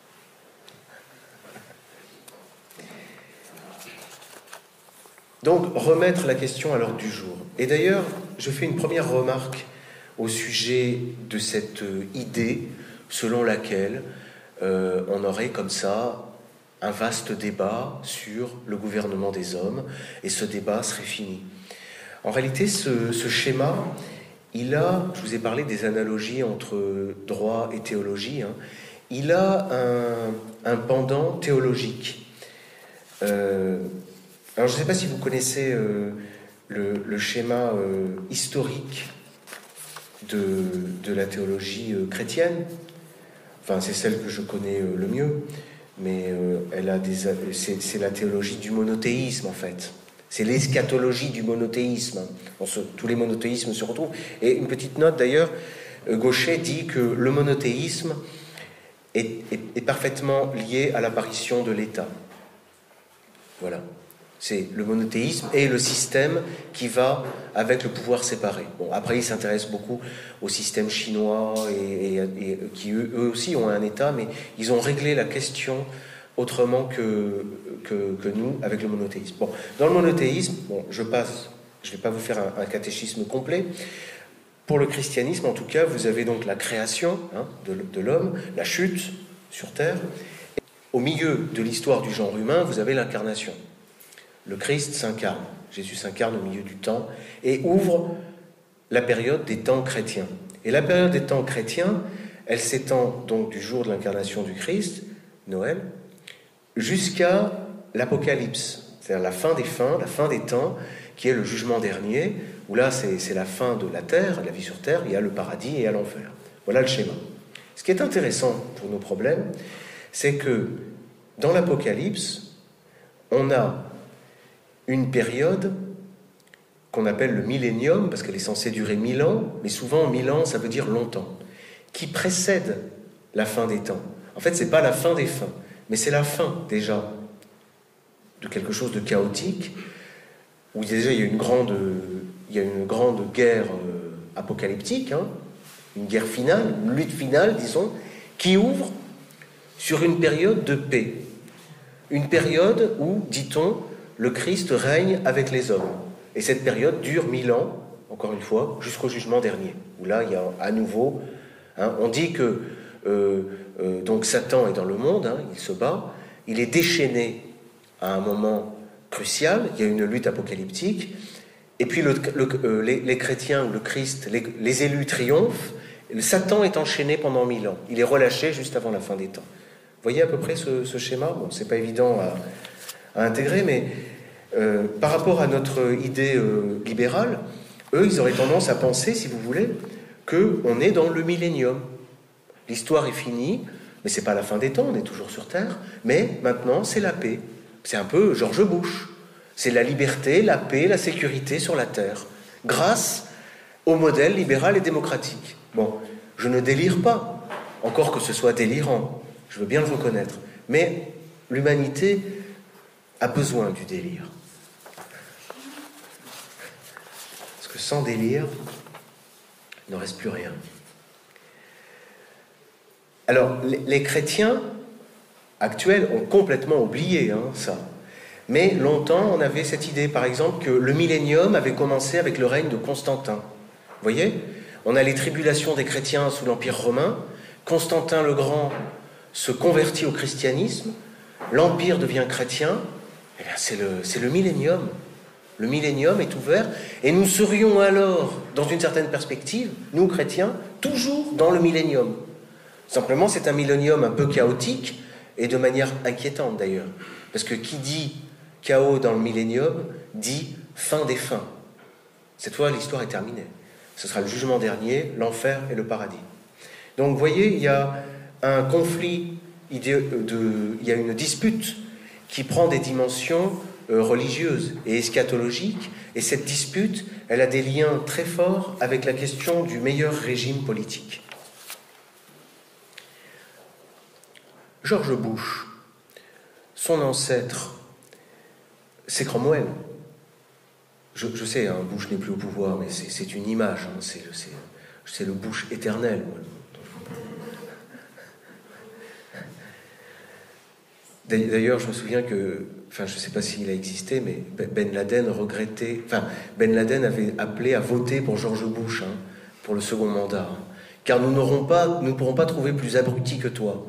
Speaker 1: Donc, remettre la question à l'ordre du jour. Et d'ailleurs, je fais une première remarque au sujet de cette idée selon laquelle on aurait comme ça un vaste débat sur le gouvernement des hommes, et ce débat serait fini. En réalité, ce schéma, il a, je vous ai parlé des analogies entre droit et théologie, il a un pendant théologique. Alors, je ne sais pas si vous connaissez le schéma historique de la théologie chrétienne. Enfin, c'est celle que je connais le mieux, mais c'est la théologie du monothéisme, en fait. C'est l'eschatologie du monothéisme. Tous les monothéismes se retrouvent. Et une petite note, d'ailleurs, Gauchet dit que le monothéisme est parfaitement lié à l'apparition de l'État. Voilà. C'est le monothéisme et le système qui va avec le pouvoir séparé. Bon, après, il s'intéresse beaucoup au système chinois et qui eux aussi ont un État, mais ils ont réglé la question autrement que nous avec le monothéisme. Bon, dans le monothéisme, je ne vais pas vous faire un catéchisme complet. Pour le christianisme, en tout cas, vous avez donc la création de l'homme, la chute sur terre. Et au milieu de l'histoire du genre humain, vous avez l'incarnation. Le Christ s'incarne, Jésus s'incarne au milieu du temps et ouvre la période des temps chrétiens. Et la période des temps chrétiens, elle s'étend donc du jour de l'incarnation du Christ, Noël, jusqu'à l'Apocalypse, c'est-à-dire la fin des fins, la fin des temps, qui est le jugement dernier, où là c'est la fin de la terre, la vie sur terre, il y a le paradis et il y a l'enfer. Voilà le schéma. Ce qui est intéressant pour nos problèmes, c'est que dans l'Apocalypse, on a une période qu'on appelle le millénium, parce qu'elle est censée durer 1000 ans, mais souvent 1000 ans, ça veut dire longtemps, qui précède la fin des temps. En fait, c'est pas la fin des fins, mais c'est la fin, déjà, de quelque chose de chaotique, où déjà il y a une grande guerre apocalyptique, hein, une guerre finale, une lutte finale, disons, qui ouvre sur une période de paix. Une période où, dit-on, le Christ règne avec les hommes. Et cette période dure 1000 ans, encore une fois, jusqu'au jugement dernier, où là, il y a à nouveau... Hein, on dit que donc Satan est dans le monde, hein, il se bat, il est déchaîné à un moment crucial, il y a une lutte apocalyptique, et puis les chrétiens ou le Christ, les élus triomphent, et Satan est enchaîné pendant 1000 ans, il est relâché juste avant la fin des temps. Vous voyez à peu près ce schéma? Bon, c'est pas évident à intégrer, mais par rapport à notre idée libérale, eux, ils auraient tendance à penser, si vous voulez, qu'on est dans le millénium. L'histoire est finie, mais c'est pas la fin des temps, on est toujours sur Terre, mais maintenant, c'est la paix. C'est un peu George Bush. C'est la liberté, la paix, la sécurité sur la Terre, grâce au modèle libéral et démocratique. Bon, je ne délire pas, encore que ce soit délirant, je veux bien le reconnaître, mais l'humanité a besoin du délire. Parce que sans délire, il ne reste plus rien. Alors, les chrétiens actuels ont complètement oublié ça. Mais longtemps, on avait cette idée, par exemple, que le millénium avait commencé avec le règne de Constantin. Vous voyez? On a les tribulations des chrétiens sous l'Empire romain. Constantin le Grand se convertit au christianisme. L'Empire devient chrétien. Eh bien, c'est le millénium. Le millénium est ouvert. Et nous serions alors, dans une certaine perspective, nous chrétiens, toujours dans le millénium. Simplement, c'est un millénium un peu chaotique et de manière inquiétante d'ailleurs. Parce que qui dit chaos dans le millénium dit fin des fins. Cette fois, l'histoire est terminée. Ce sera le jugement dernier, l'enfer et le paradis. Donc, vous voyez, il y a un conflit, il y a une dispute qui prend des dimensions religieuses et eschatologiques. Et cette dispute, elle a des liens très forts avec la question du meilleur régime politique. George Bush, son ancêtre, c'est Cromwell. Je sais, Bush n'est plus au pouvoir, mais c'est une image, c'est le Bush éternel. D'ailleurs, je me souviens que, je ne sais pas s'il a existé, mais Ben Laden regrettait, Ben Laden avait appelé à voter pour George Bush, pour le second mandat, car nous ne pourrons pas trouver plus abruti que toi.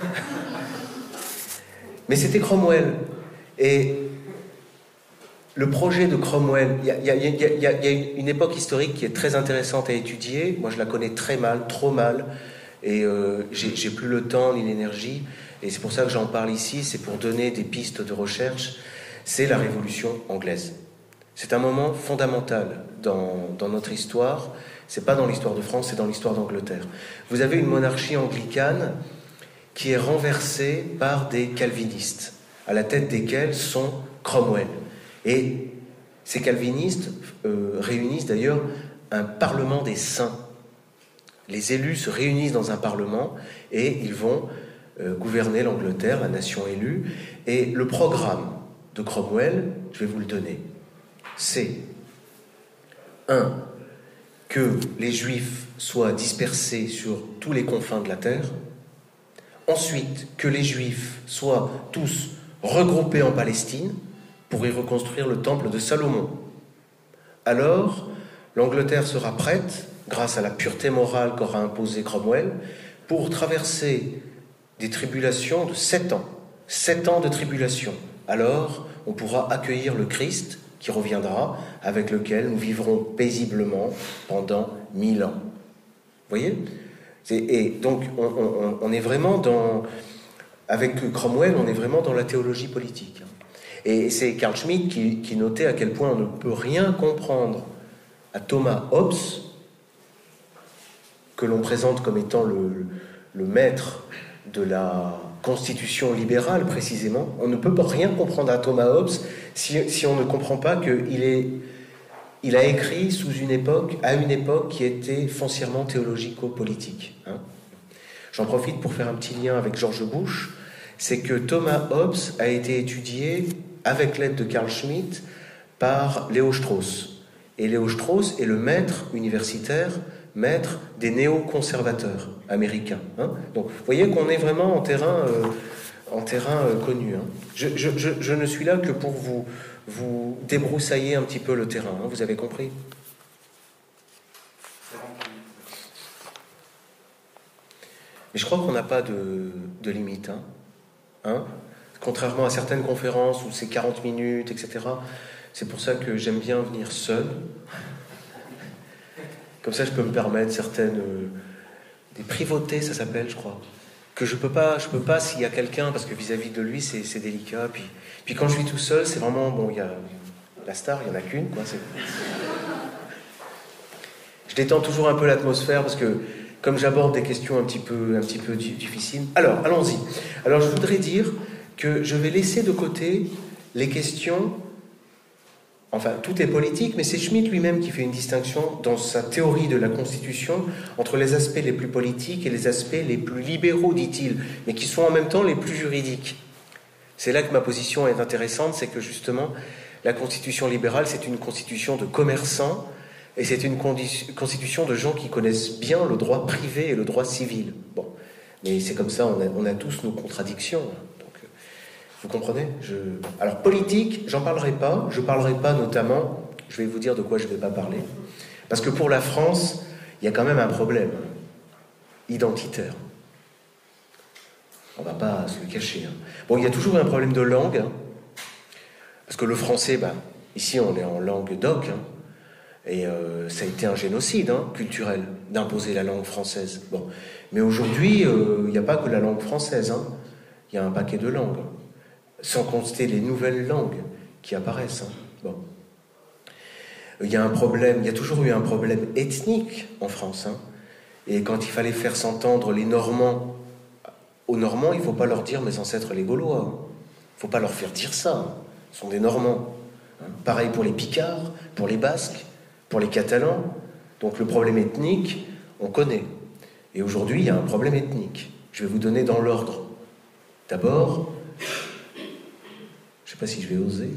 Speaker 1: Mais c'était Cromwell. Et le projet de Cromwell, il y a une époque historique qui est très intéressante à étudier. Moi, je la connais très mal, trop mal, et j'ai plus le temps ni l'énergie. Et c'est pour ça que j'en parle ici, c'est pour donner des pistes de recherche. C'est la Révolution anglaise. C'est un moment fondamental dans notre histoire. C'est pas dans l'histoire de France, c'est dans l'histoire d'Angleterre. Vous avez une monarchie anglicane qui est renversée par des calvinistes, à la tête desquels sont Cromwell. Et ces calvinistes réunissent d'ailleurs un parlement des saints. Les élus se réunissent dans un parlement et ils vont gouverner l'Angleterre, la nation élue. Et le programme de Cromwell, je vais vous le donner, c'est 1. Que les Juifs soient dispersés sur tous les confins de la terre. Ensuite, que les Juifs soient tous regroupés en Palestine pour y reconstruire le temple de Salomon. Alors, l'Angleterre sera prête, grâce à la pureté morale qu'aura imposée Cromwell, pour traverser des tribulations de 7 ans. 7 ans de tribulation. Alors, on pourra accueillir le Christ qui reviendra, avec lequel nous vivrons paisiblement pendant 1000 ans. Vous voyez ? Et donc, on est vraiment avec Cromwell, on est vraiment dans la théologie politique. Et c'est Carl Schmitt qui notait à quel point on ne peut rien comprendre à Thomas Hobbes, que l'on présente comme étant le maître de la constitution libérale, précisément. On ne peut pas rien comprendre à Thomas Hobbes si on ne comprend pas qu'il a écrit à une époque qui était foncièrement théologico-politique. Hein. J'en profite pour faire un petit lien avec George Bush. C'est que Thomas Hobbes a été étudié, avec l'aide de Carl Schmitt, par Léo Strauss. Et Léo Strauss est le maître universitaire, maître des néoconservateurs américains. Hein. Donc, vous voyez qu'on est vraiment en terrain connu. Hein. Je ne suis là que pour vous débroussailler un petit peu le terrain. Hein. Vous avez compris ? Mais je crois qu'on n'a pas de limite. Hein. Contrairement à certaines conférences où c'est 40 minutes, etc. C'est pour ça que j'aime bien venir seul. Comme ça, je peux me permettre certaines... des privautés, ça s'appelle, je crois. Que je peux pas s'il y a quelqu'un, parce que vis-à-vis de lui, c'est délicat. Puis quand je suis tout seul, c'est vraiment... Bon, il y a la star, il n'y en a qu'une, quoi. Je détends toujours un peu l'atmosphère, parce que comme j'aborde des questions un petit peu difficiles... Alors, allons-y. Alors, je voudrais dire que je vais laisser de côté les questions... Enfin, tout est politique, mais c'est Schmitt lui-même qui fait une distinction dans sa théorie de la Constitution entre les aspects les plus politiques et les aspects les plus libéraux, dit-il, mais qui sont en même temps les plus juridiques. C'est là que ma position est intéressante, c'est que justement, la Constitution libérale, c'est une constitution de commerçants et c'est une constitution de gens qui connaissent bien le droit privé et le droit civil. Bon, mais c'est comme ça, on a tous nos contradictions. Vous comprenez ? Alors, politique, j'en parlerai pas. Je parlerai pas notamment, je vais vous dire de quoi je ne vais pas parler. Parce que pour la France, il y a quand même un problème identitaire. On ne va pas se le cacher. Bon, il y a toujours un problème de langue. Parce que le français, ici, on est en langue doc. Et ça a été un génocide culturel d'imposer la langue française. Bon. Mais aujourd'hui, il n'y a pas que la langue française. Il y a un paquet de langues. Sans compter les nouvelles langues qui apparaissent. Bon. Il y a toujours eu un problème ethnique en France. Et quand il fallait faire s'entendre les Normands, aux Normands, il ne faut pas leur dire mes ancêtres les Gaulois. Il ne faut pas leur faire dire ça. Ce sont des Normands. Pareil pour les Picards, pour les Basques, pour les Catalans. Donc le problème ethnique, on connaît. Et aujourd'hui, il y a un problème ethnique. Je vais vous donner dans l'ordre. D'abord... Je ne sais pas si je vais oser.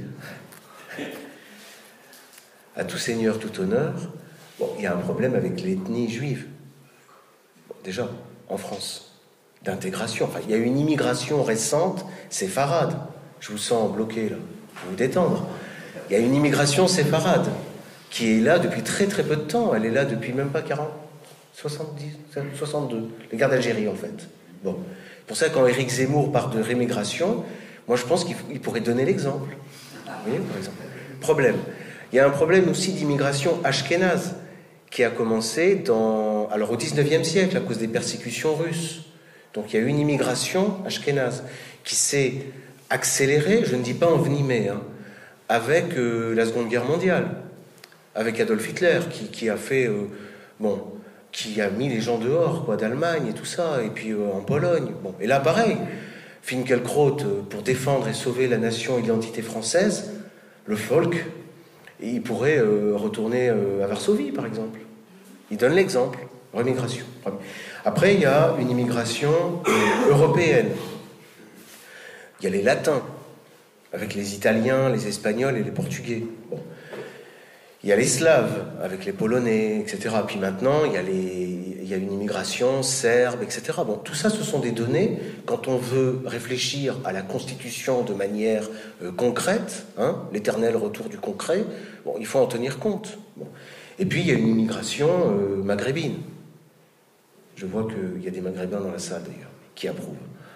Speaker 1: À tout seigneur, tout honneur, il y a un problème avec l'ethnie juive. Bon, déjà, en France, d'intégration. Enfin, il y a une immigration récente séfarade. Je vous sens bloqué, là. Faut vous détendre. Il y a une immigration séfarade qui est là depuis très très peu de temps. Elle est là depuis même pas 40, 70, 62. Les guerres d'Algérie, en fait. Bon. Pour ça, quand Éric Zemmour parle de rémigration... Moi, je pense qu'il pourrait donner l'exemple. Vous voyez, par exemple. Problème. Il y a un problème aussi d'immigration ashkénaze qui a commencé au XIXe siècle à cause des persécutions russes. Donc, il y a eu une immigration ashkénaze qui s'est accélérée, je ne dis pas envenimée, avec la Seconde Guerre mondiale, avec Adolf Hitler qui a fait... qui a mis les gens dehors, d'Allemagne et tout ça, et puis en Pologne. Bon. Et là, pareil... Finkielkraut, pour défendre et sauver la nation et l'identité française, le folk, il pourrait retourner à Varsovie, par exemple. Il donne l'exemple, remigration. Après, il y a une immigration européenne. Il y a les latins, avec les Italiens, les Espagnols et les Portugais. Bon. Il y a les Slaves, avec les Polonais, etc. Puis maintenant, il y a une immigration serbe, etc. Bon, tout ça, ce sont des données. Quand on veut réfléchir à la Constitution de manière concrète, l'éternel retour du concret, il faut en tenir compte. Bon. Et puis, il y a une immigration maghrébine. Je vois qu'il y a des Maghrébins dans la salle, d'ailleurs, qui approuvent.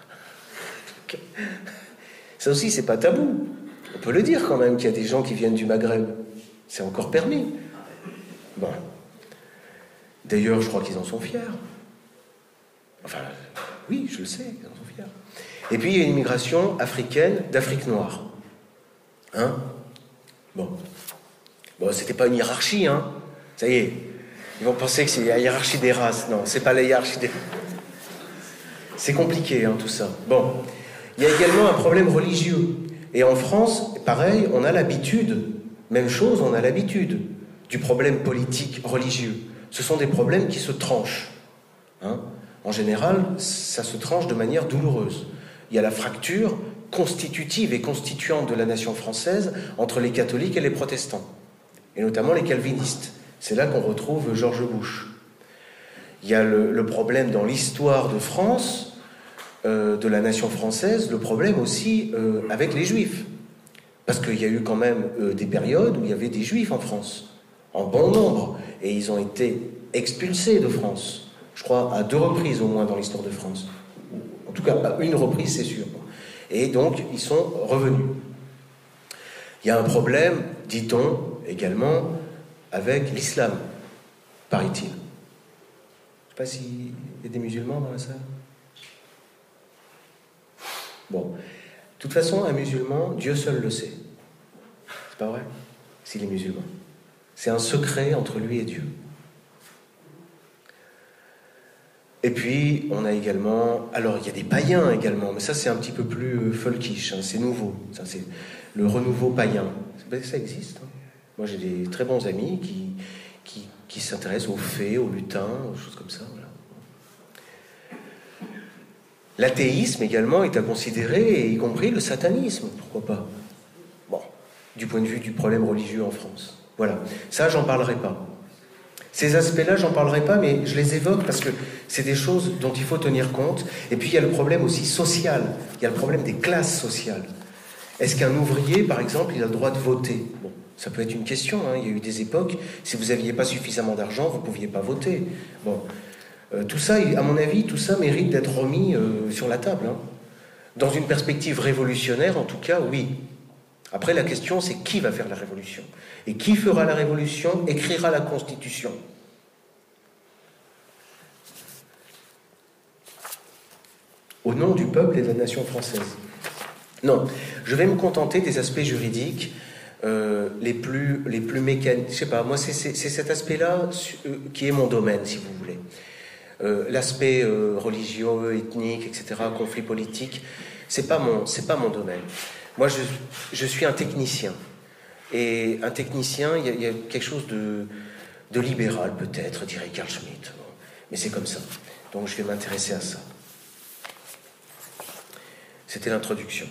Speaker 1: Ça aussi, c'est pas tabou. On peut le dire quand même qu'il y a des gens qui viennent du Maghreb. C'est encore permis. Bon. D'ailleurs, je crois qu'ils en sont fiers. Enfin, oui, je le sais, ils en sont fiers. Et puis, il y a une immigration africaine d'Afrique noire. Bon, c'était pas une hiérarchie, Ça y est. Ils vont penser que c'est la hiérarchie des races. Non, c'est pas la hiérarchie des... C'est compliqué, hein, tout ça. Bon, il y a également un problème religieux. Et en France, pareil, on a l'habitude, même chose, on a l'habitude du problème politique religieux. Ce sont des problèmes qui se tranchent. Hein. En général, ça se tranche de manière douloureuse. Il y a la fracture constitutive et constituante de la nation française entre les catholiques et les protestants, et notamment les calvinistes. C'est là qu'on retrouve George Bush. Il y a le problème dans l'histoire de France, de la nation française, le problème aussi avec les juifs. Parce qu'il y a eu quand même des périodes où il y avait des juifs en France, en bon nombre, et ils ont été expulsés de France, je crois à 2 reprises au moins dans l'histoire de France. En tout cas, à 1 reprise, c'est sûr. Et donc, ils sont revenus. Il y a un problème, dit-on, également, avec l'islam, paraît-il. Je ne sais pas s'il y a des musulmans dans la salle. Bon. De toute façon, un musulman, Dieu seul le sait. C'est pas vrai? S'il est musulman. C'est un secret entre lui et Dieu. Et puis, on a également... Alors, il y a des païens également, mais ça, c'est un petit peu plus folkish, hein, c'est nouveau. Ça, c'est le renouveau païen. Ça existe. Hein. Moi, j'ai des très bons amis qui s'intéressent aux fées, aux lutins, aux choses comme ça. Voilà. L'athéisme également est à considérer, y compris le satanisme, pourquoi pas. Bon, du point de vue du problème religieux en France. Voilà. Ça, j'en parlerai pas. Ces aspects-là, j'en parlerai pas, mais je les évoque parce que c'est des choses dont il faut tenir compte. Et puis, il y a le problème aussi social. Il y a le problème des classes sociales. Est-ce qu'un ouvrier, par exemple, il a le droit de voter? Bon, ça peut être une question. Hein. Il y a eu des époques, si vous n'aviez pas suffisamment d'argent, vous ne pouviez pas voter. Bon, tout ça, à mon avis, tout ça mérite d'être remis sur la table. Hein. Dans une perspective révolutionnaire, en tout cas, oui. Après, la question, c'est qui va faire la révolution? Et qui fera la révolution, écrira la Constitution? Au nom du peuple et de la nation française. Non, je vais me contenter des aspects juridiques les plus mécaniques. Je sais pas, moi, c'est cet aspect-là qui est mon domaine, si vous voulez. L'aspect religieux, ethnique, etc., conflit politique, c'est pas mon domaine. Moi, je suis un technicien. Et un technicien, il y a quelque chose de libéral, peut-être, dirait Carl Schmitt. Bon, mais c'est comme ça. Donc, je vais m'intéresser à ça. C'était l'introduction.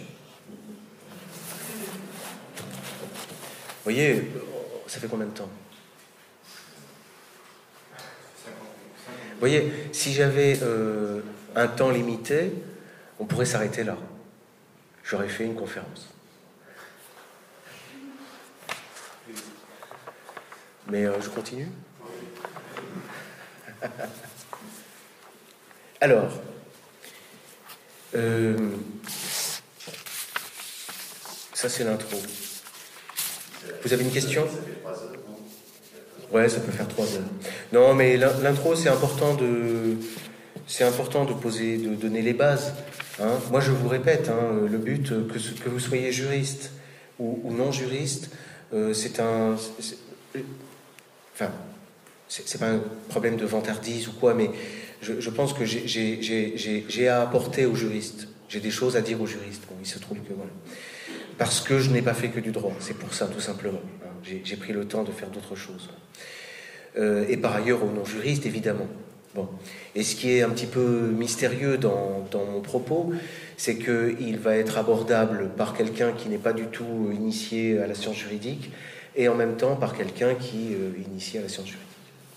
Speaker 1: Vous voyez, ça fait combien de temps? Vous voyez, si j'avais un temps limité, on pourrait s'arrêter là. J'aurais fait une conférence. Mais je continue. Alors, ça c'est l'intro. Vous avez une question? Ouais, ça peut faire 3 heures. Non, mais l'intro, c'est important de poser, de donner les bases. Hein. Moi, je vous répète, hein, le but, que vous soyez juriste ou non juriste, c'est pas un problème de vantardise ou quoi, mais je pense que j'ai à apporter aux juristes. J'ai des choses à dire aux juristes. Bon, il se trouve que voilà. Parce que je n'ai pas fait que du droit, c'est pour ça tout simplement. J'ai pris le temps de faire d'autres choses. Et par ailleurs aux non-juristes, évidemment. Bon. Et ce qui est un petit peu mystérieux dans mon propos, c'est qu'il va être abordable par quelqu'un qui n'est pas du tout initié à la science juridique, et en même temps par quelqu'un qui est initié à la science juridique.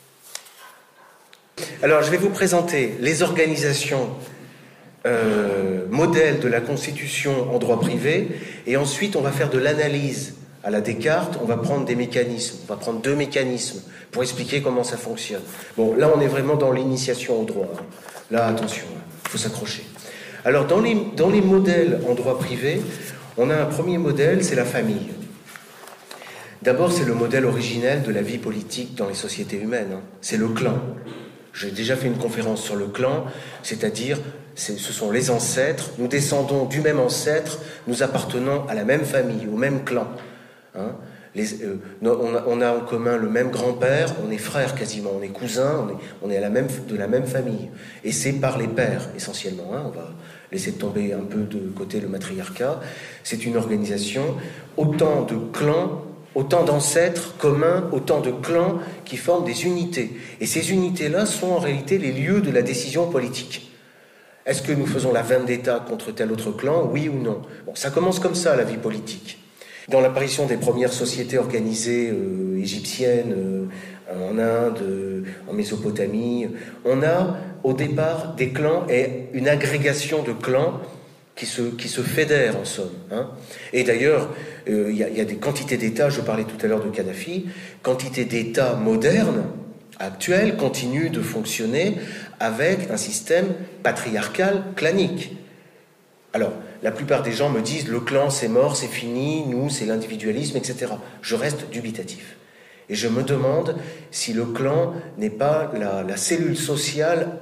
Speaker 1: Alors, je vais vous présenter les organisations modèles de la Constitution en droit privé, et ensuite on va faire de l'analyse à la Descartes. On va prendre des mécanismes, on va prendre 2 mécanismes pour expliquer comment ça fonctionne. Bon, là on est vraiment dans l'initiation au droit. Hein. Là, attention, il faut s'accrocher. Alors, dans les modèles en droit privé, on a un premier modèle, c'est la famille. D'abord, c'est le modèle originel de la vie politique dans les sociétés humaines. Hein. C'est le clan. J'ai déjà fait une conférence sur le clan, c'est-à-dire, ce sont les ancêtres, nous descendons du même ancêtre, nous appartenons à la même famille, au même clan. Hein. On a en commun le même grand-père, on est frères quasiment, on est cousins, on est de la même famille. Et c'est par les pères, essentiellement. On va laisser tomber un peu de côté le matriarcat. C'est une organisation, autant de clans, autant d'ancêtres communs, autant de clans qui forment des unités. Et ces unités-là sont en réalité les lieux de la décision politique. Est-ce que nous faisons la vendetta contre tel autre clan, oui ou non? Bon, ça commence comme ça, la vie politique. Dans l'apparition des premières sociétés organisées égyptiennes, en Inde, en Mésopotamie, on a au départ des clans et une agrégation de clans qui se fédèrent en somme. Et d'ailleurs, il y a des quantités d'États, je parlais tout à l'heure de Kadhafi, quantité d'États modernes, actuels, continuent de fonctionner avec un système patriarcal clanique. Alors, la plupart des gens me disent le clan c'est mort, c'est fini, nous c'est l'individualisme, etc. Je reste dubitatif. Et je me demande si le clan n'est pas la cellule sociale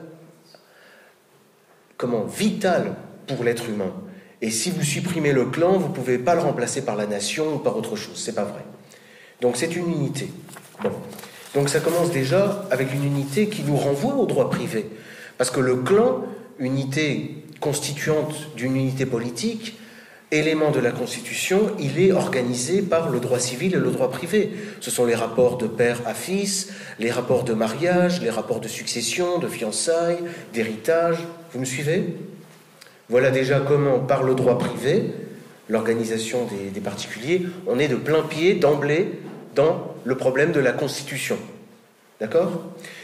Speaker 1: vitale pour l'être humain. Et si vous supprimez le clan, vous ne pouvez pas le remplacer par la nation ou par autre chose. C'est pas vrai. Donc c'est une unité. Bon. Donc ça commence déjà avec une unité qui nous renvoie au droit privé. Parce que le clan, unité constituante d'une unité politique, élément de la Constitution, il est organisé par le droit civil et le droit privé. Ce sont les rapports de père à fils, les rapports de mariage, les rapports de succession, de fiançailles, d'héritage. Vous me suivez? Voilà déjà comment, par le droit privé, l'organisation des particuliers, on est de plein pied, d'emblée, dans le problème de la Constitution. D'accord?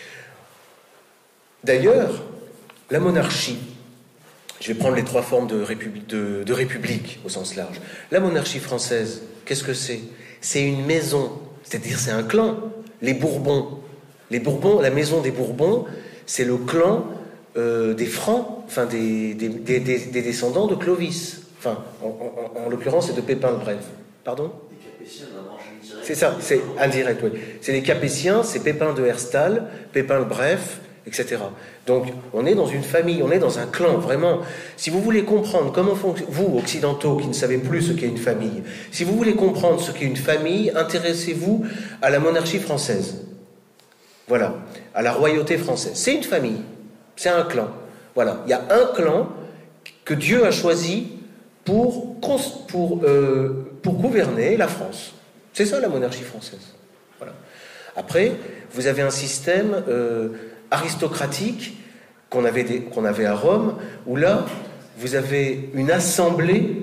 Speaker 1: D'ailleurs, la monarchie, je vais prendre les trois formes de république au sens large. La monarchie française, qu'est-ce que c'est? C'est une maison, c'est-à-dire c'est un clan. Les Bourbons, la maison des Bourbons, c'est le clan des Francs, enfin des descendants de Clovis. Enfin, en l'occurrence, c'est de Pépin le Bref. Pardon?
Speaker 3: Les Capétiens, la branche indirecte.
Speaker 1: C'est ça, c'est indirect, oui. C'est les Capétiens, c'est Pépin de Herstal, Pépin le Bref, etc. Donc, on est dans une famille, on est dans un clan, vraiment. Si vous voulez comprendre comment vous, occidentaux, qui ne savez plus ce qu'est une famille, si vous voulez comprendre ce qu'est une famille, intéressez-vous à la monarchie française. Voilà, à la royauté française. C'est une famille, c'est un clan. Voilà, il y a un clan que Dieu a choisi pour gouverner la France. C'est ça la monarchie française. Voilà. Après, vous avez un système aristocratique qu'on avait à Rome, où là, vous avez une assemblée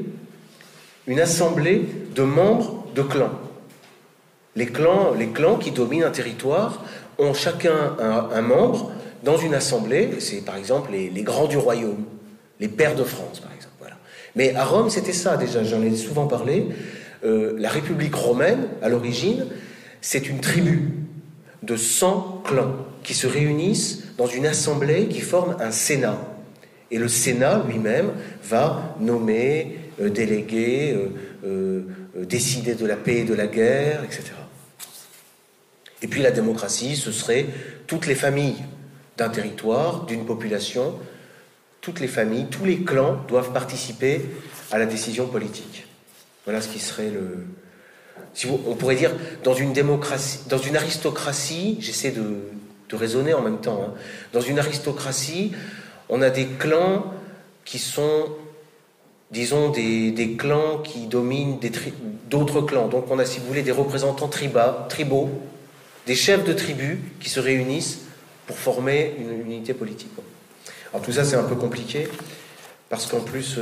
Speaker 1: de membres de clans. Les clans qui dominent un territoire ont chacun un membre dans une assemblée. C'est par exemple les grands du royaume, les pairs de France, par exemple. Voilà. Mais à Rome, c'était ça déjà, j'en ai souvent parlé. La République romaine, à l'origine, c'est une tribu de 100 clans qui se réunissent dans une assemblée qui forme un Sénat. Et le Sénat lui-même va nommer, déléguer, décider de la paix et de la guerre, etc. Et puis la démocratie, ce serait toutes les familles d'un territoire, d'une population, toutes les familles, tous les clans doivent participer à la décision politique. Voilà ce qui serait on pourrait dire, dans une démocratie, dans une aristocratie, j'essaie de raisonner en même temps, dans une aristocratie, on a des clans qui sont, disons, des clans qui dominent d'autres clans. Donc on a, si vous voulez, des représentants tribaux, des chefs de tribus qui se réunissent pour former une unité politique. Alors tout ça, c'est un peu compliqué, parce qu'en plus,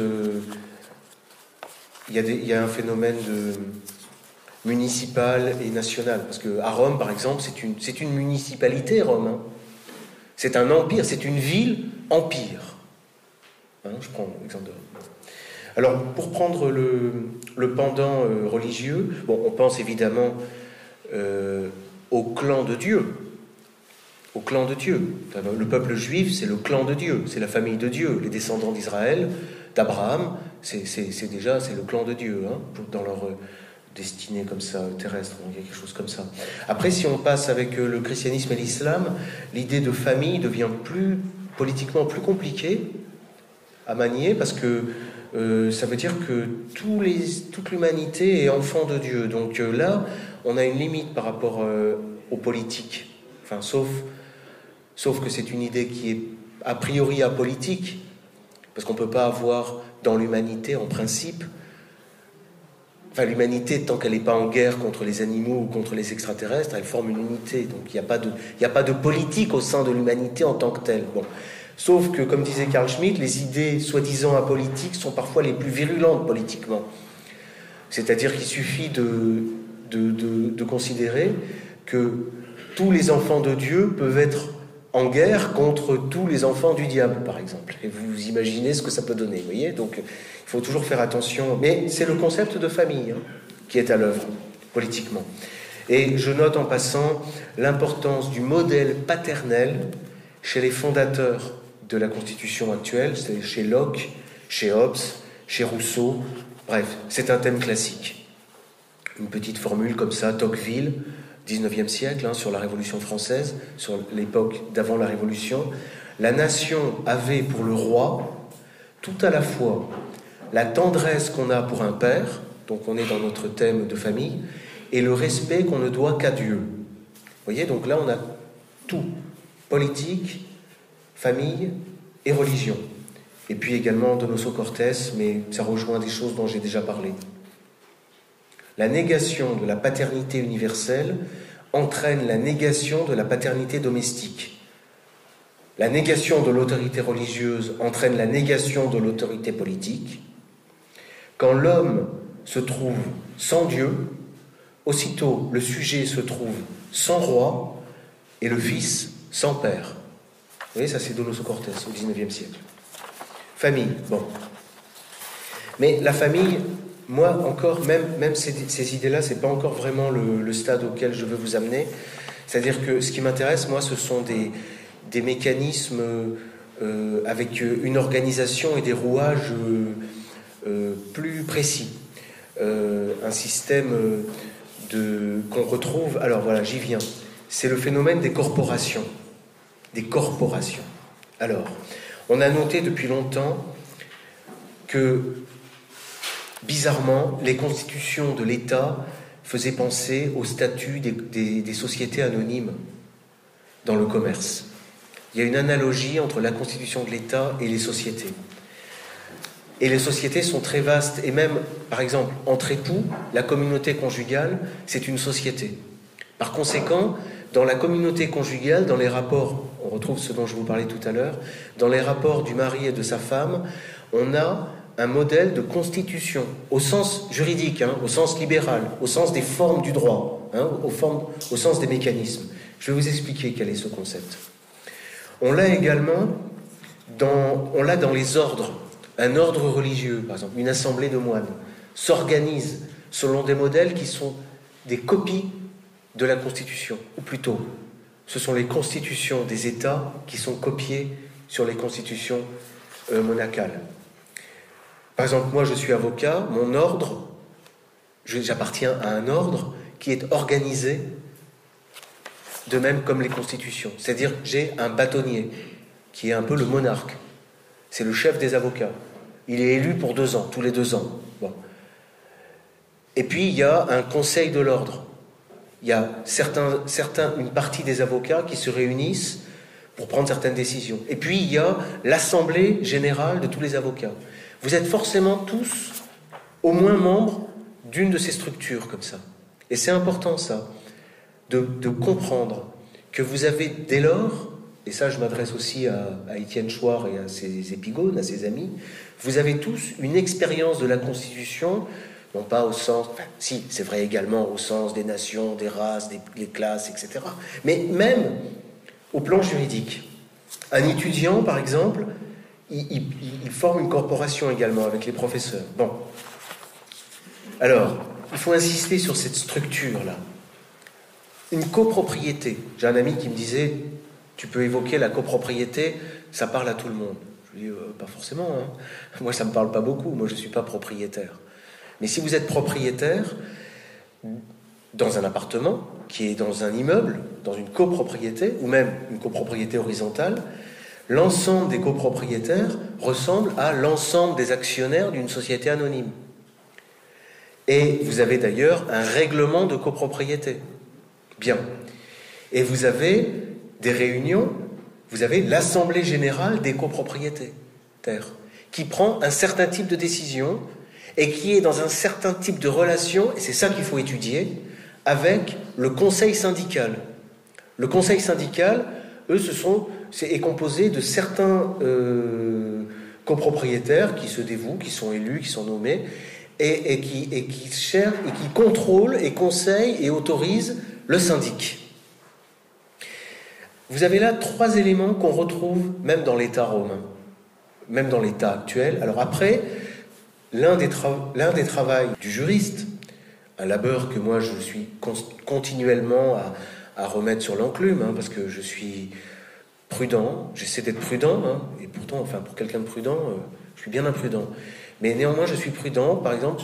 Speaker 1: il y a un phénomène municipal et national. Parce qu'à Rome, par exemple, c'est une municipalité, Rome. C'est un empire, c'est une ville-empire. Je prends l'exemple de Rome. Alors, pour prendre le pendant religieux, on pense évidemment au clan de Dieu. Au clan de Dieu. Le peuple juif, c'est le clan de Dieu, c'est la famille de Dieu. Les descendants d'Israël, d'Abraham, c'est le clan de Dieu, dans leur destinée comme ça, terrestre, il y a quelque chose comme ça. Après, si on passe avec le christianisme et l'islam, l'idée de famille devient politiquement plus compliquée à manier, parce que ça veut dire que toute l'humanité est enfant de Dieu. Donc là, on a une limite par rapport aux politiques. Enfin, sauf que c'est une idée qui est a priori apolitique, parce qu'on ne peut pas avoir dans l'humanité, en principe, enfin l'humanité, tant qu'elle n'est pas en guerre contre les animaux ou contre les extraterrestres, elle forme une unité. Donc il n'y a pas de politique au sein de l'humanité en tant que telle. Bon. Sauf que, comme disait Carl Schmitt, les idées soi-disant apolitiques sont parfois les plus virulentes politiquement. C'est-à-dire qu'il suffit de considérer que tous les enfants de Dieu peuvent être en guerre contre tous les enfants du diable, par exemple. Et vous imaginez ce que ça peut donner, vous voyez ? Donc, il faut toujours faire attention. Mais c'est le concept de famille qui est à l'œuvre, politiquement. Et je note en passant l'importance du modèle paternel chez les fondateurs de la Constitution actuelle, c'est chez Locke, chez Hobbes, chez Rousseau. Bref, c'est un thème classique. Une petite formule comme ça, Tocqueville, 19e siècle, sur la Révolution française, sur l'époque d'avant la Révolution. La nation avait pour le roi tout à la fois la tendresse qu'on a pour un père, donc on est dans notre thème de famille, et le respect qu'on ne doit qu'à Dieu. Vous voyez, donc là on a tout, politique, famille et religion. Et puis également Donoso Cortés, mais ça rejoint des choses dont j'ai déjà parlé. La négation de la paternité universelle entraîne la négation de la paternité domestique. La négation de l'autorité religieuse entraîne la négation de l'autorité politique. Quand l'homme se trouve sans Dieu, aussitôt le sujet se trouve sans roi et le fils sans père. Vous voyez, ça c'est Donoso Cortés au XIXe siècle. Famille, bon. Mais la famille, moi encore, même ces idées-là, c'est pas encore vraiment le stade auquel je veux vous amener. C'est-à-dire que ce qui m'intéresse, moi, ce sont des mécanismes avec une organisation et des rouages plus précis. Un système qu'on retrouve... Alors voilà, j'y viens. C'est le phénomène des corporations. Des corporations. Alors, on a noté depuis longtemps que, bizarrement, les constitutions de l'État faisaient penser au statut des sociétés anonymes dans le commerce. Il y a une analogie entre la constitution de l'État et les sociétés. Et les sociétés sont très vastes, et même, par exemple, entre époux, la communauté conjugale, c'est une société. Par conséquent, dans la communauté conjugale, dans les rapports, on retrouve ce dont je vous parlais tout à l'heure, dans les rapports du mari et de sa femme, on a un modèle de constitution, au sens juridique, au sens libéral, au sens des formes du droit, au sens des mécanismes. Je vais vous expliquer quel est ce concept. On l'a également dans les ordres. Un ordre religieux, par exemple, une assemblée de moines, s'organise selon des modèles qui sont des copies de la Constitution, ou plutôt, ce sont les constitutions des États qui sont copiées sur les constitutions monacales. Par exemple, moi je suis avocat, mon ordre, j'appartiens à un ordre qui est organisé de même comme les constitutions. C'est-à-dire que j'ai un bâtonnier qui est un peu le monarque. C'est le chef des avocats. Il est élu pour 2 ans, tous les 2 ans. Bon. Et puis il y a un conseil de l'ordre. Il y a une partie des avocats qui se réunissent pour prendre certaines décisions. Et puis il y a l'assemblée générale de tous les avocats. Vous êtes forcément tous au moins membres d'une de ces structures comme ça. Et c'est important ça, de comprendre que vous avez dès lors, et ça je m'adresse aussi à Étienne Chouard et à ses épigones, à ses amis, vous avez tous une expérience de la Constitution, non pas au sens, enfin si, c'est vrai également au sens des nations, des races, des classes, etc. Mais même au plan juridique. Un étudiant, par exemple, il forme une corporation également avec les professeurs. Bon. Alors, il faut insister sur cette structure-là. Une copropriété. J'ai un ami qui me disait, tu peux évoquer la copropriété, ça parle à tout le monde. Je lui dis, pas forcément. Moi, ça ne me parle pas beaucoup. Moi, je ne suis pas propriétaire. Mais si vous êtes propriétaire dans un appartement, qui est dans un immeuble, dans une copropriété, ou même une copropriété horizontale, L'ensemble des copropriétaires ressemble à l'ensemble des actionnaires d'une société anonyme. Et vous avez d'ailleurs un règlement de copropriété. Bien. Et vous avez des réunions, vous avez l'Assemblée générale des copropriétaires, qui prend un certain type de décision et qui est dans un certain type de relation, et c'est ça qu'il faut étudier, avec le conseil syndical. Le conseil syndical, eux, est composé de certains copropriétaires qui se dévouent, qui sont élus, qui sont nommés, et qui contrôlent et conseillent et autorisent le syndic. Vous avez là 3 éléments qu'on retrouve même dans l'État romain, même dans l'État actuel. Alors après, l'un des travaux du juriste, un labeur que moi je suis continuellement à remettre sur l'enclume, parce que je suis prudent, j'essaie d'être prudent, et pourtant, enfin pour quelqu'un de prudent, je suis bien imprudent. Mais néanmoins, je suis prudent. Par exemple,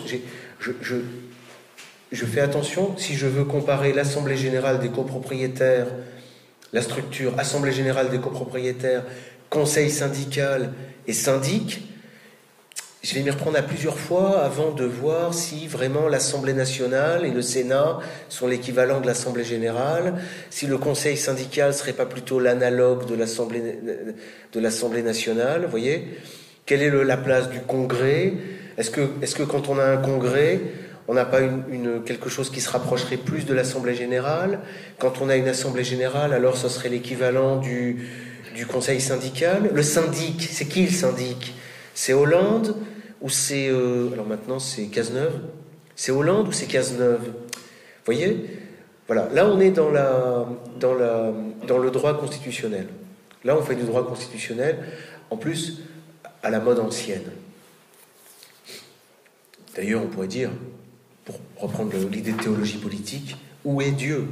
Speaker 1: je fais attention, si je veux comparer l'Assemblée générale des copropriétaires, la structure Assemblée générale des copropriétaires, conseil syndical et syndic, je vais m'y reprendre à plusieurs fois avant de voir si vraiment l'Assemblée nationale et le Sénat sont l'équivalent de l'Assemblée générale, si le conseil syndical serait pas plutôt l'analogue de l'Assemblée nationale, vous voyez ? Quelle est la place du congrès ? Est-ce que quand on a un congrès, on n'a pas quelque chose qui se rapprocherait plus de l'Assemblée générale ? Quand on a une Assemblée générale, alors ce serait l'équivalent du conseil syndical. Le syndic, c'est qui le syndic ? C'est Hollande ou c'est... alors maintenant c'est Cazeneuve. C'est Hollande ou c'est Cazeneuve ? Vous voyez ? Voilà, là on est dans le droit constitutionnel. Là on fait du droit constitutionnel, en plus à la mode ancienne. D'ailleurs on pourrait dire, pour reprendre l'idée de théologie politique, où est Dieu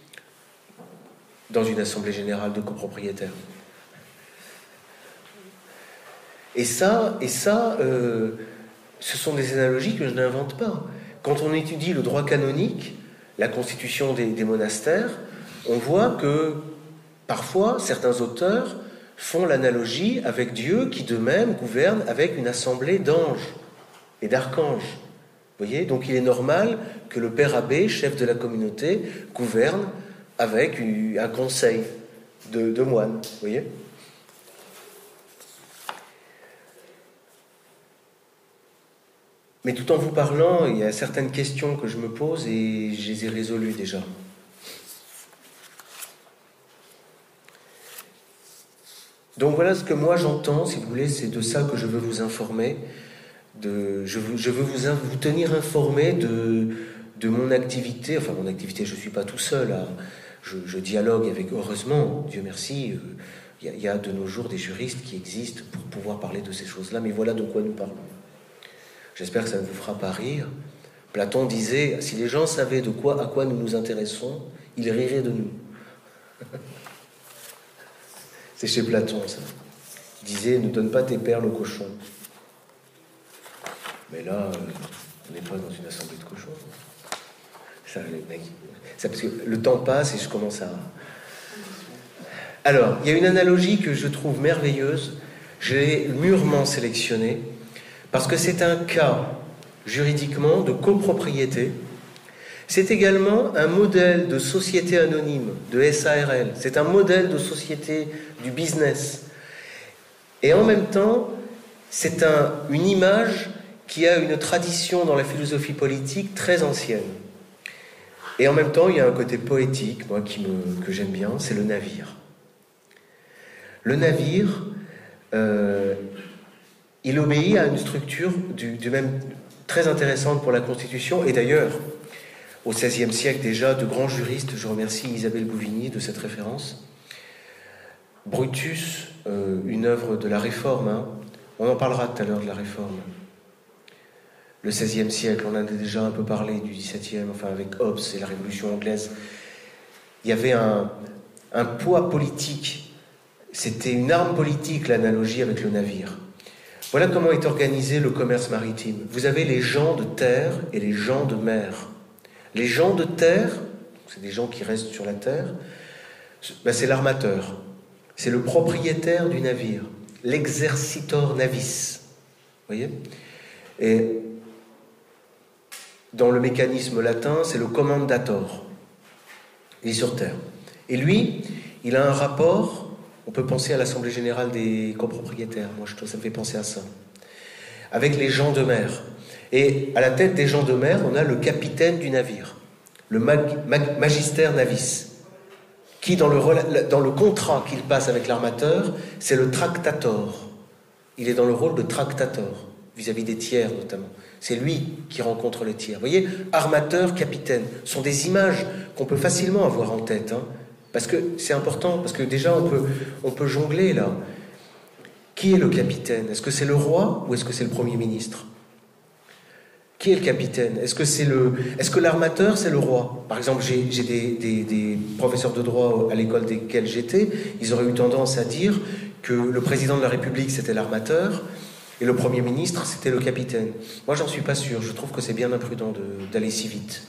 Speaker 1: dans une assemblée générale de copropriétaires ? Et ça, ce sont des analogies que je n'invente pas. Quand on étudie le droit canonique, la constitution des monastères, on voit que parfois certains auteurs font l'analogie avec Dieu qui de même gouverne avec une assemblée d'anges et d'archanges. Vous voyez ? Donc il est normal que le père abbé, chef de la communauté, gouverne avec un conseil de moines. Vous voyez ? Mais tout en vous parlant, il y a certaines questions que je me pose et je les ai résolues déjà. Donc voilà ce que moi j'entends, si vous voulez, c'est de ça que je veux vous informer. Je veux vous tenir informé de mon activité. Enfin, mon activité, je ne suis pas tout seul. Je dialogue avec, heureusement, Dieu merci, il y a de nos jours des juristes qui existent pour pouvoir parler de ces choses-là. Mais voilà de quoi nous parlons. J'espère que ça ne vous fera pas rire. Platon disait, si les gens savaient à quoi nous nous intéressons, ils riraient de nous. C'est chez Platon, ça. Il disait, ne donne pas tes perles aux cochons. Mais là, on n'est pas dans une assemblée de cochons. Ça, les mecs, ça, parce que le temps passe et je commence à... Alors, il y a une analogie que je trouve merveilleuse. Je l'ai mûrement sélectionnée. Parce que c'est un cas, juridiquement, de copropriété. C'est également un modèle de société anonyme, de SARL. C'est un modèle de société du business. Et en même temps, c'est une image qui a une tradition dans la philosophie politique très ancienne. Et en même temps, il y a un côté poétique, moi, que j'aime bien, c'est le navire. Le navire... il obéit à une structure du même très intéressante pour la Constitution. Et d'ailleurs, au XVIe siècle déjà, de grands juristes, je remercie Isabelle Bouvigny de cette référence. Brutus, une œuvre de la Réforme, on en parlera tout à l'heure de la Réforme. Le XVIe siècle, on en a déjà un peu parlé du XVIIe, enfin avec Hobbes et la Révolution anglaise. Il y avait un poids politique, c'était une arme politique, l'analogie avec le navire. Voilà comment est organisé le commerce maritime. Vous avez les gens de terre et les gens de mer. Les gens de terre, c'est des gens qui restent sur la terre, c'est l'armateur. c'est le propriétaire du navire, l'exercitor navis. Vous voyez? Et dans le mécanisme latin, c'est le commandator. Il est sur terre. Et lui, il a un rapport, on peut penser à l'Assemblée Générale des copropriétaires, moi ça me fait penser à ça, avec les gens de mer. Et à la tête des gens de mer, on a le capitaine du navire, le magister navis, qui dans le contrat qu'il passe avec l'armateur, c'est le tractator. Il est dans le rôle de tractator, vis-à-vis des tiers notamment. C'est lui qui rencontre les tiers. Vous voyez, armateur, capitaine, sont des images qu'on peut facilement avoir en tête, hein, parce que c'est important, parce que déjà on peut jongler là. Qui est le capitaine? Est-ce que c'est le roi ou est-ce que c'est le Premier ministre? Qui est le capitaine? Est-ce que l'armateur, c'est le roi? Par exemple, j'ai des professeurs de droit à l'école desquels j'étais, ils auraient eu tendance à dire que le président de la République, c'était l'armateur, et le Premier ministre, c'était le capitaine. Moi, j'en suis pas sûr. Je trouve que c'est bien imprudent d'aller si vite.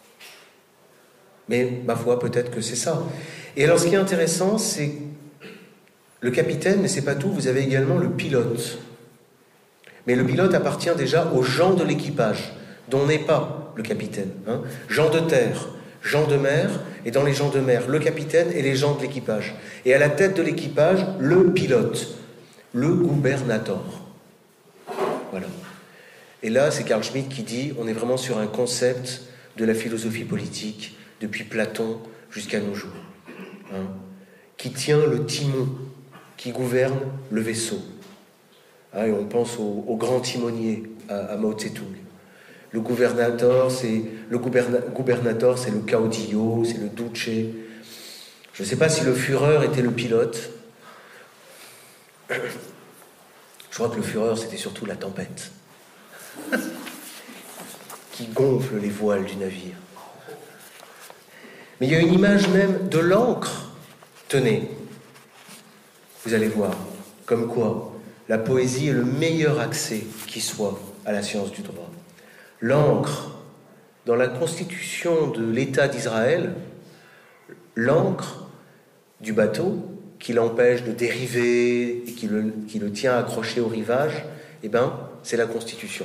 Speaker 1: Mais, ma foi, peut-être que c'est ça. Et alors, ce qui est intéressant, c'est le capitaine, mais c'est pas tout, vous avez également le pilote. Mais le pilote appartient déjà aux gens de l'équipage, dont n'est pas le capitaine. Hein. Gens de terre, gens de mer, et dans les gens de mer, le capitaine et les gens de l'équipage. Et à la tête de l'équipage, le pilote, le gouvernator. Voilà. Et là, c'est Carl Schmitt qui dit, on est vraiment sur un concept de la philosophie politique, depuis Platon jusqu'à nos jours, hein, qui tient le timon, qui gouverne le vaisseau. Ah, et on pense au grand timonier, à Mao Tse-tung. Le gouvernator, c'est le caudillo, c'est le duce. Je ne sais pas si le Führer était le pilote. Je crois que le Führer, c'était surtout la tempête qui gonfle les voiles du navire. Mais il y a une image même de l'encre. Tenez, vous allez voir, comme quoi la poésie est le meilleur accès qui soit à la science du droit. L'encre, dans la constitution de l'État d'Israël, l'encre du bateau qui l'empêche de dériver et qui le tient accroché au rivage, eh ben, c'est la Constitution.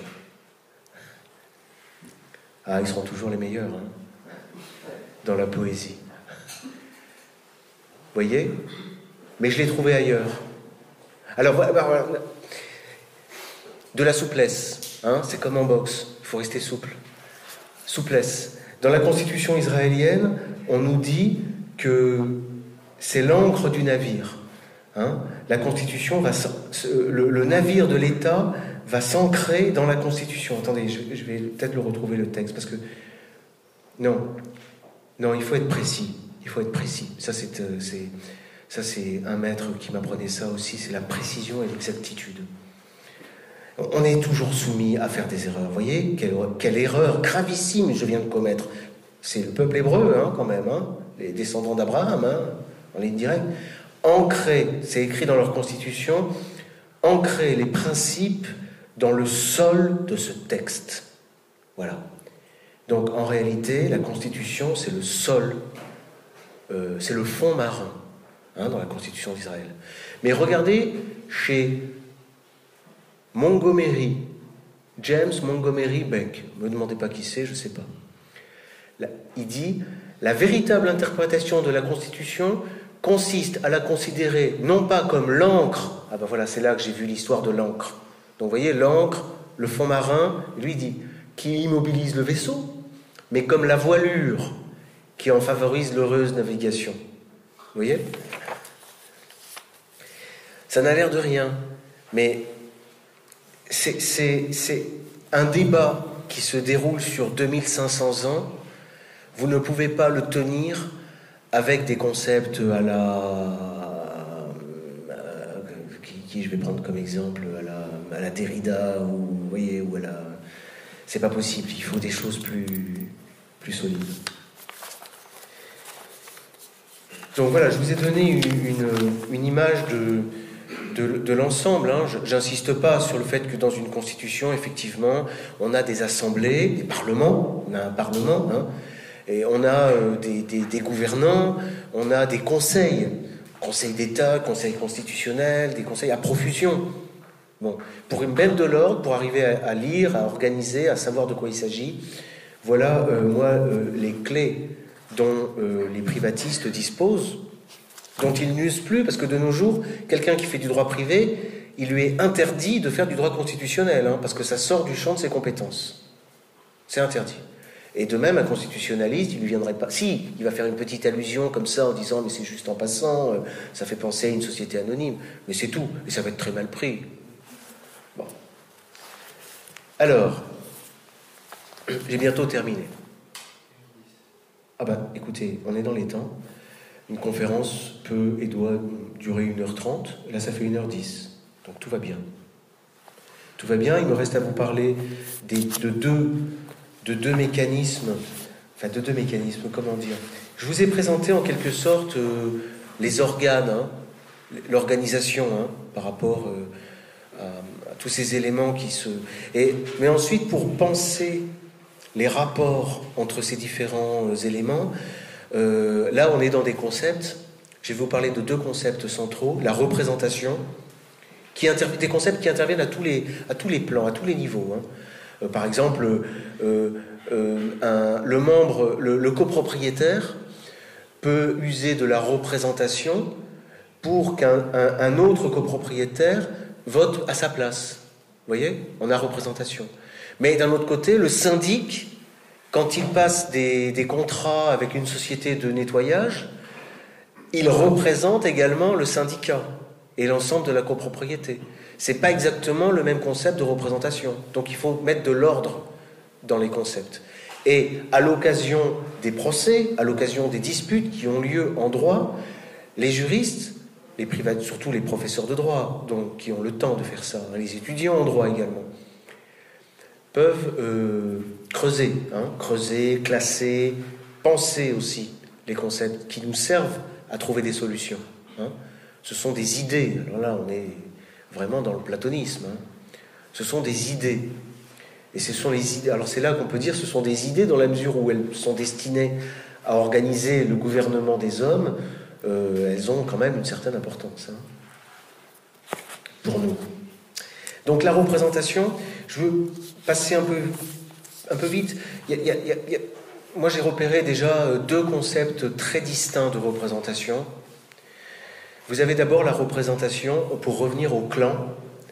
Speaker 1: Ah, ils seront toujours les meilleurs, hein, dans la poésie. Vous voyez? Mais je l'ai trouvé ailleurs. Alors, voilà, de la souplesse, hein, c'est comme en boxe, il faut rester souple. Souplesse. Dans la Constitution israélienne, on nous dit que c'est l'encre du navire. Hein. La Constitution le navire de l'État va s'ancrer dans la Constitution. Attendez, je vais peut-être le retrouver le texte, parce que non, il faut être précis. Il faut être précis. Ça, c'est un maître qui m'apprenait ça aussi. C'est la précision et l'exactitude. On est toujours soumis à faire des erreurs. Vous voyez, quelle erreur gravissime je viens de commettre. C'est le peuple hébreu, hein, quand même, hein, les descendants d'Abraham, hein, en ligne directe. Ancrer, c'est écrit dans leur constitution, ancrer les principes dans le sol de ce texte. Voilà. Donc, en réalité, la Constitution, c'est le sol, c'est le fond marin, hein, dans la Constitution d'Israël. Mais regardez chez Montgomery, James Montgomery Beck, ne me demandez pas qui c'est, je ne sais pas. Là, il dit « La véritable interprétation de la Constitution consiste à la considérer non pas comme l'encre », ah ben voilà, c'est là que j'ai vu l'histoire de l'encre. Donc vous voyez, l'encre, le fond marin, lui dit, qui immobilise le vaisseau, mais comme la voilure qui en favorise l'heureuse navigation. Vous voyez? Ça n'a l'air de rien, mais c'est un débat qui se déroule sur 2500 ans. Vous ne pouvez pas le tenir avec des concepts à la... qui je vais prendre comme exemple, à la Derrida, ou, vous voyez, ou à la... C'est pas possible, il faut des choses plus solides. Donc voilà, je vous ai donné une image de l'ensemble. Hein. J'insiste pas sur le fait que dans une constitution, effectivement, on a des assemblées, des parlements, on a un parlement, hein, et on a des gouvernants, on a des conseils Conseil d'État, Conseil constitutionnel, des conseils à profusion. Bon, pour mettre de l'ordre, pour arriver à lire, à organiser, à savoir de quoi il s'agit, voilà, les clés dont les privatistes disposent, dont ils n'usent plus, parce que de nos jours, quelqu'un qui fait du droit privé, il lui est interdit de faire du droit constitutionnel, parce que ça sort du champ de ses compétences. C'est interdit. Et de même, un constitutionnaliste, il ne lui viendrait pas... Si, il va faire une petite allusion comme ça en disant « mais c'est juste en passant, ça fait penser à une société anonyme », mais c'est tout, et ça va être très mal pris. Bon. Alors, j'ai bientôt terminé. Ah ben, écoutez, on est dans les temps. Une conférence peut et doit durer 1h30, là ça fait 1h10, donc tout va bien. Tout va bien, il me reste à vous parler de deux mécanismes, comment dire. Je vous ai présenté en quelque sorte les organes, l'organisation par rapport à tous ces éléments qui se... Mais ensuite, pour penser les rapports entre ces différents éléments, là on est dans des concepts, je vais vous parler de 2 concepts centraux, la représentation, des concepts qui interviennent à tous les plans, à tous les niveaux. Par exemple, le copropriétaire peut user de la représentation pour qu'un autre copropriétaire vote à sa place. Vous voyez ? On a représentation. Mais d'un autre côté, le syndic, quand il passe des contrats avec une société de nettoyage, il représente également le syndicat et l'ensemble de la copropriété. C'est pas exactement le même concept de représentation. Donc il faut mettre de l'ordre dans les concepts. Et à l'occasion des procès, à l'occasion des disputes qui ont lieu en droit, les juristes, surtout les professeurs de droit, donc qui ont le temps de faire ça, les étudiants en droit également, peuvent creuser, classer, penser aussi les concepts qui nous servent à trouver des solutions. Ce sont des idées. Alors là, on est vraiment dans le platonisme. Ce sont des idées. Et ce sont les idées. Alors c'est là qu'on peut dire que ce sont des idées dans la mesure où elles sont destinées à organiser le gouvernement des hommes. Elles ont quand même une certaine importance pour nous. Donc la représentation, je veux passer un peu vite. Moi j'ai repéré déjà 2 concepts très distincts de représentation. Vous avez d'abord la représentation, pour revenir au clan.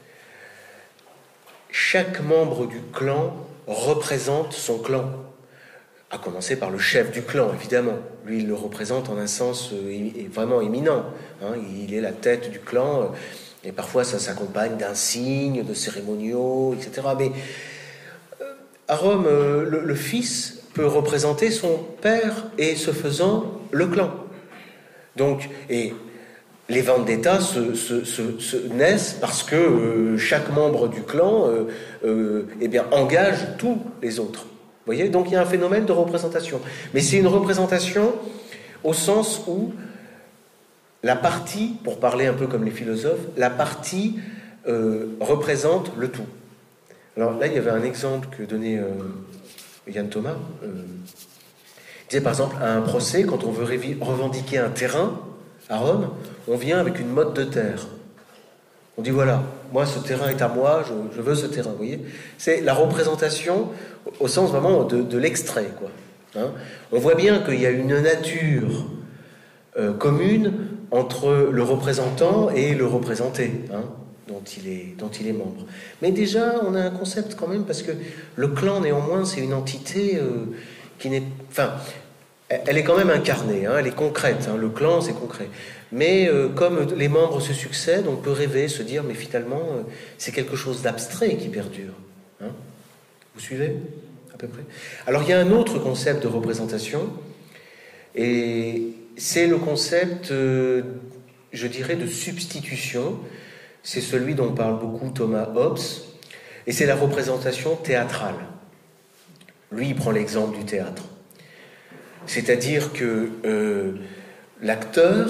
Speaker 1: Chaque membre du clan représente son clan, à commencer par le chef du clan, évidemment. Lui, il le représente en un sens vraiment éminent. Il est la tête du clan, et parfois ça s'accompagne d'un signe, de cérémoniaux, etc. Mais à Rome, le fils peut représenter son père, et ce faisant, le clan. Donc, les vendettas naissent parce que chaque membre du clan engage tous les autres. Vous voyez ? Donc il y a un phénomène de représentation. Mais c'est une représentation au sens où la partie, pour parler un peu comme les philosophes, la partie représente le tout. Alors là, il y avait un exemple que donnait Yann Thomas. Il disait par exemple, à un procès, quand on veut revendiquer un terrain à Rome, on vient avec une motte de terre. On dit voilà, moi ce terrain est à moi, je veux ce terrain, vous voyez ? C'est la représentation au sens vraiment de l'extrait, quoi. On voit bien qu'il y a une nature commune entre le représentant et le représenté, dont il est membre. Mais déjà, on a un concept quand même, parce que le clan, néanmoins, c'est une entité qui n'est... Enfin, elle est quand même incarnée, elle est concrète. Le clan, c'est concret. Mais comme les membres se succèdent, on peut rêver, se dire, mais finalement, c'est quelque chose d'abstrait qui perdure. Vous suivez, à peu près ? Alors, il y a un autre concept de représentation, et c'est le concept, je dirais, de substitution. C'est celui dont parle beaucoup Thomas Hobbes, et c'est la représentation théâtrale. Lui, il prend l'exemple du théâtre. C'est-à-dire que l'acteur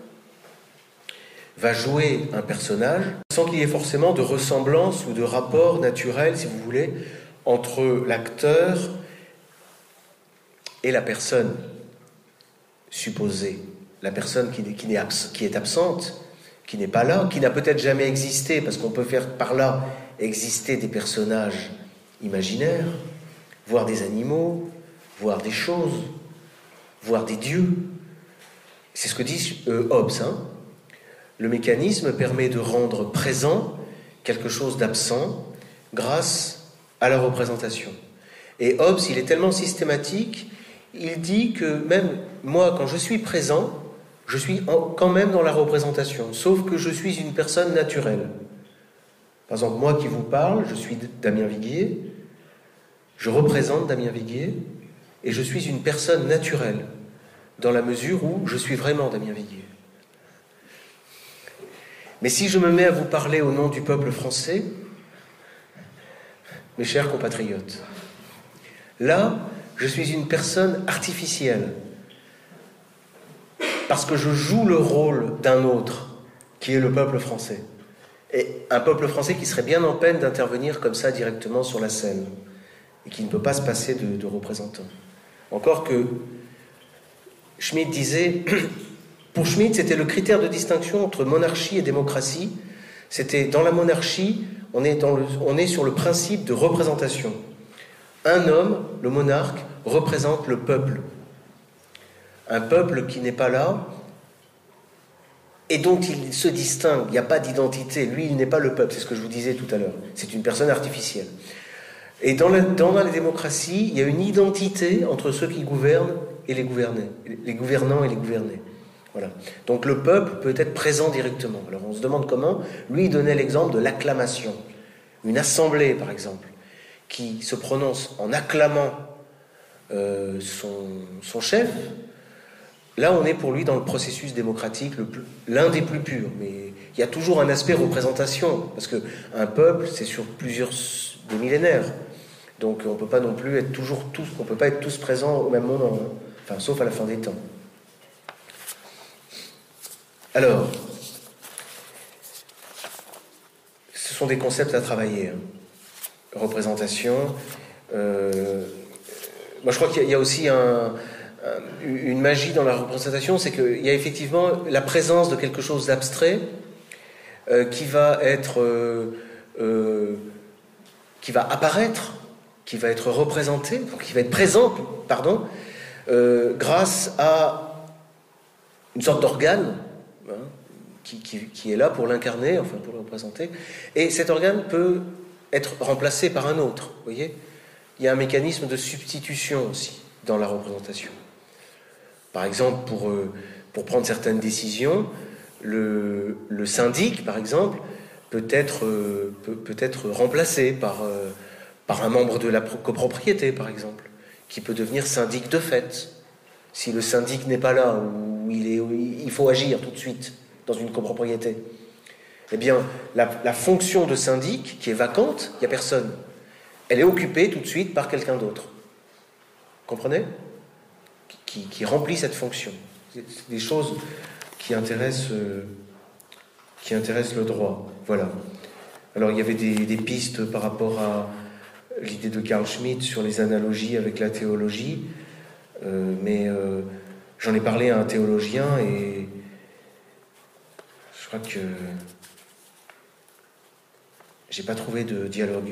Speaker 1: va jouer un personnage sans qu'il y ait forcément de ressemblance ou de rapport naturel, si vous voulez, entre l'acteur et la personne supposée. la personne qui est absente, qui n'est pas là, qui n'a peut-être jamais existé, parce qu'on peut faire par là exister des personnages imaginaires, voir des animaux, voir des choses, voir des dieux. C'est ce que dit Hobbes. Le mécanisme permet de rendre présent quelque chose d'absent grâce à la représentation. Et Hobbes, il est tellement systématique, il dit que même moi, quand je suis présent, je suis quand même dans la représentation, sauf que je suis une personne naturelle. Par exemple, moi qui vous parle, je suis Damien Viguier, je représente Damien Viguier, et je suis une personne naturelle, dans la mesure où je suis vraiment Damien Viguier. Mais si je me mets à vous parler au nom du peuple français, mes chers compatriotes, là, je suis une personne artificielle, parce que je joue le rôle d'un autre, qui est le peuple français. Et un peuple français qui serait bien en peine d'intervenir comme ça directement sur la scène, et qui ne peut pas se passer de représentants. Encore que Schmitt disait, pour Schmitt, c'était le critère de distinction entre monarchie et démocratie. C'était dans la monarchie, on est sur le principe de représentation. Un homme, le monarque, représente le peuple. Un peuple qui n'est pas là et dont il se distingue, il n'y a pas d'identité. Lui, il n'est pas le peuple, c'est ce que je vous disais tout à l'heure. C'est une personne artificielle. Et dans la démocratie, il y a une identité entre ceux qui gouvernent et les gouvernés, les gouvernants et les gouvernés. Voilà. Donc le peuple peut être présent directement. Alors on se demande comment. Lui, il donnait l'exemple de l'acclamation. Une assemblée, par exemple, qui se prononce en acclamant son chef. Là, on est pour lui dans le processus démocratique l'un des plus purs. Mais il y a toujours un aspect représentation, parce qu'un peuple, c'est sur des millénaires. Donc on ne peut pas non plus être on peut pas être tous présents au même moment, enfin, sauf à la fin des temps. Alors, ce sont des concepts à travailler. Représentation. Moi, je crois qu'il y a aussi une magie dans la représentation, c'est qu'il y a effectivement la présence de quelque chose d'abstrait qui va apparaître, qui va être représenté, donc qui va être présent, grâce à une sorte d'organe qui est là pour l'incarner, enfin pour le représenter, et cet organe peut être remplacé par un autre. Vous voyez, il y a un mécanisme de substitution aussi dans la représentation. Par exemple, pour prendre certaines décisions, le syndic, par exemple, peut être remplacé par un membre de la copropriété, par exemple, qui peut devenir syndic de fait. Si le syndic n'est pas là, ou il faut agir tout de suite dans une copropriété, eh bien, la fonction de syndic, qui est vacante, il n'y a personne, elle est occupée tout de suite par quelqu'un d'autre. Comprenez ? Qui remplit cette fonction. C'est des choses qui intéressent le droit. Voilà. Alors, il y avait des pistes par rapport à l'idée de Carl Schmitt sur les analogies avec la théologie, mais j'en ai parlé à un théologien et je crois que j'ai pas trouvé de dialogue.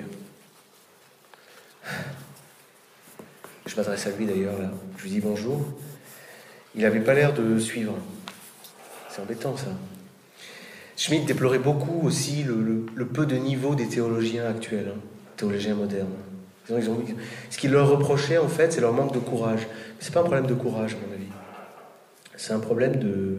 Speaker 1: Je m'adresse à lui d'ailleurs là. Je lui dis bonjour. Il n'avait pas l'air de suivre. C'est embêtant ça. Schmitt déplorait beaucoup aussi le peu de niveau des théologiens actuels, théologiens modernes. Ce qu'il leur reprochait en fait, c'est leur manque de courage. Mais c'est pas un problème de courage à mon avis. C'est un problème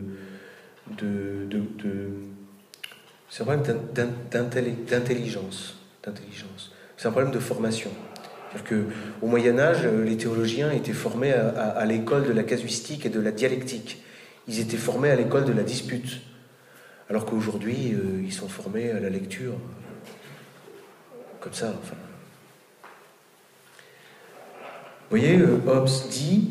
Speaker 1: c'est un problème d'intelligence. C'est un problème de formation. C'est-à-dire qu'au Moyen-Âge, les théologiens étaient formés à l'école de la casuistique et de la dialectique. Ils étaient formés à l'école de la dispute. Alors qu'aujourd'hui, ils sont formés à la lecture. Comme ça, enfin. Vous voyez, Hobbes dit...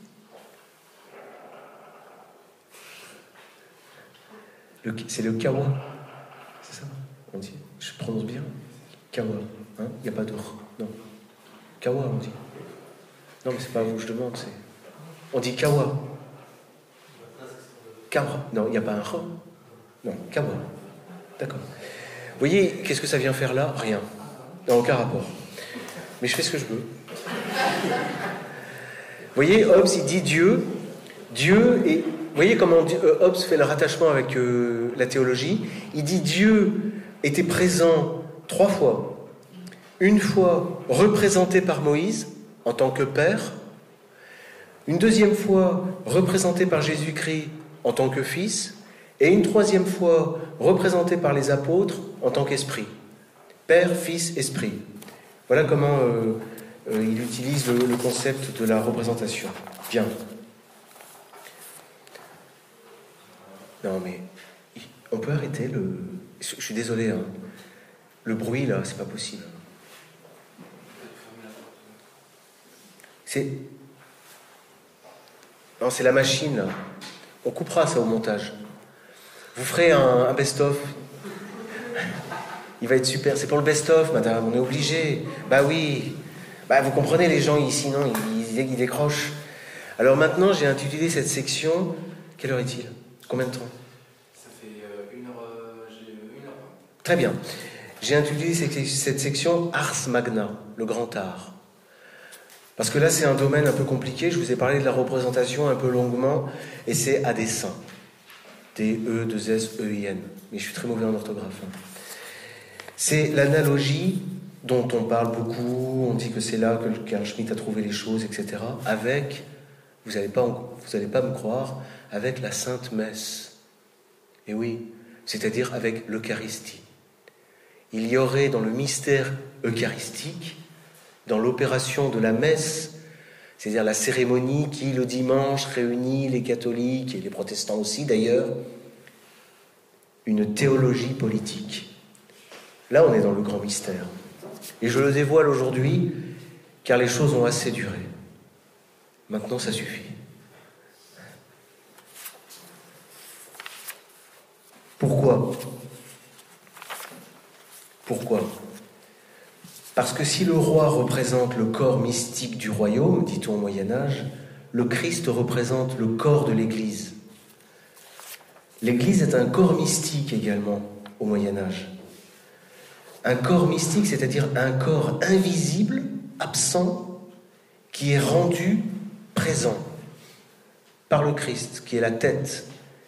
Speaker 1: c'est le kawa. C'est ça, on dit. Je prononce bien. Kawa. Il n'y a pas de... Non. Kawa, on dit. Non, mais c'est pas à vous que je demande, c'est... On dit kawa. Cabra. Non, il n'y a pas un re. Non, cabra. D'accord. Vous voyez, qu'est-ce que ça vient faire là? Rien. Non, aucun rapport. Mais je fais ce que je veux. Vous voyez, Hobbes, il dit Dieu. Dieu est... Vous voyez comment Hobbes fait le rattachement avec la théologie. Il dit Dieu était présent 3 fois. Une fois représenté par Moïse en tant que Père. Une deuxième fois représenté par Jésus-Christ en tant que Fils. Et une troisième fois représenté par les apôtres en tant qu'Esprit. Père, Fils, Esprit. Voilà comment il utilise le concept de la représentation. Bien. Non mais, on peut arrêter le... Je suis désolé, hein. Le bruit là, c'est pas possible. Non, c'est la machine là. On coupera ça au montage. Vous ferez un best-of. Il va être super. C'est pour le best-of, madame, on est obligé. Bah oui. Bah vous comprenez, les gens ici, non, ils décrochent. Alors maintenant, j'ai intitulé cette section... Quelle heure est-il? Combien de temps?
Speaker 2: Ça fait 1 heure, j'ai 1 heure.
Speaker 1: Très bien. J'ai intitulé cette section Ars Magna, le grand art. Parce que là, c'est un domaine un peu compliqué. Je vous ai parlé de la représentation un peu longuement, et c'est à dessein. D-E-2-S-E-I-N. Mais je suis très mauvais en orthographe. C'est l'analogie dont on parle beaucoup. On dit que c'est là que Carl Schmitt a trouvé les choses, etc. Avec, vous n'allez pas me croire, avec la Sainte Messe. Et oui, c'est-à-dire avec l'Eucharistie. Il y aurait dans le mystère eucharistique, dans l'opération de la messe, c'est-à-dire la cérémonie qui, le dimanche, réunit les catholiques et les protestants aussi d'ailleurs, une théologie politique. Là, on est dans le grand mystère. Et je le dévoile aujourd'hui, car les choses ont assez duré. Maintenant, ça suffit. Pourquoi ? Pourquoi ? Parce que si le roi représente le corps mystique du royaume, dit-on au Moyen-Âge, le Christ représente le corps de l'Église. L'Église est un corps mystique également au Moyen-Âge. Un corps mystique, c'est-à-dire un corps invisible, absent, qui est rendu présent par le Christ, qui est la tête,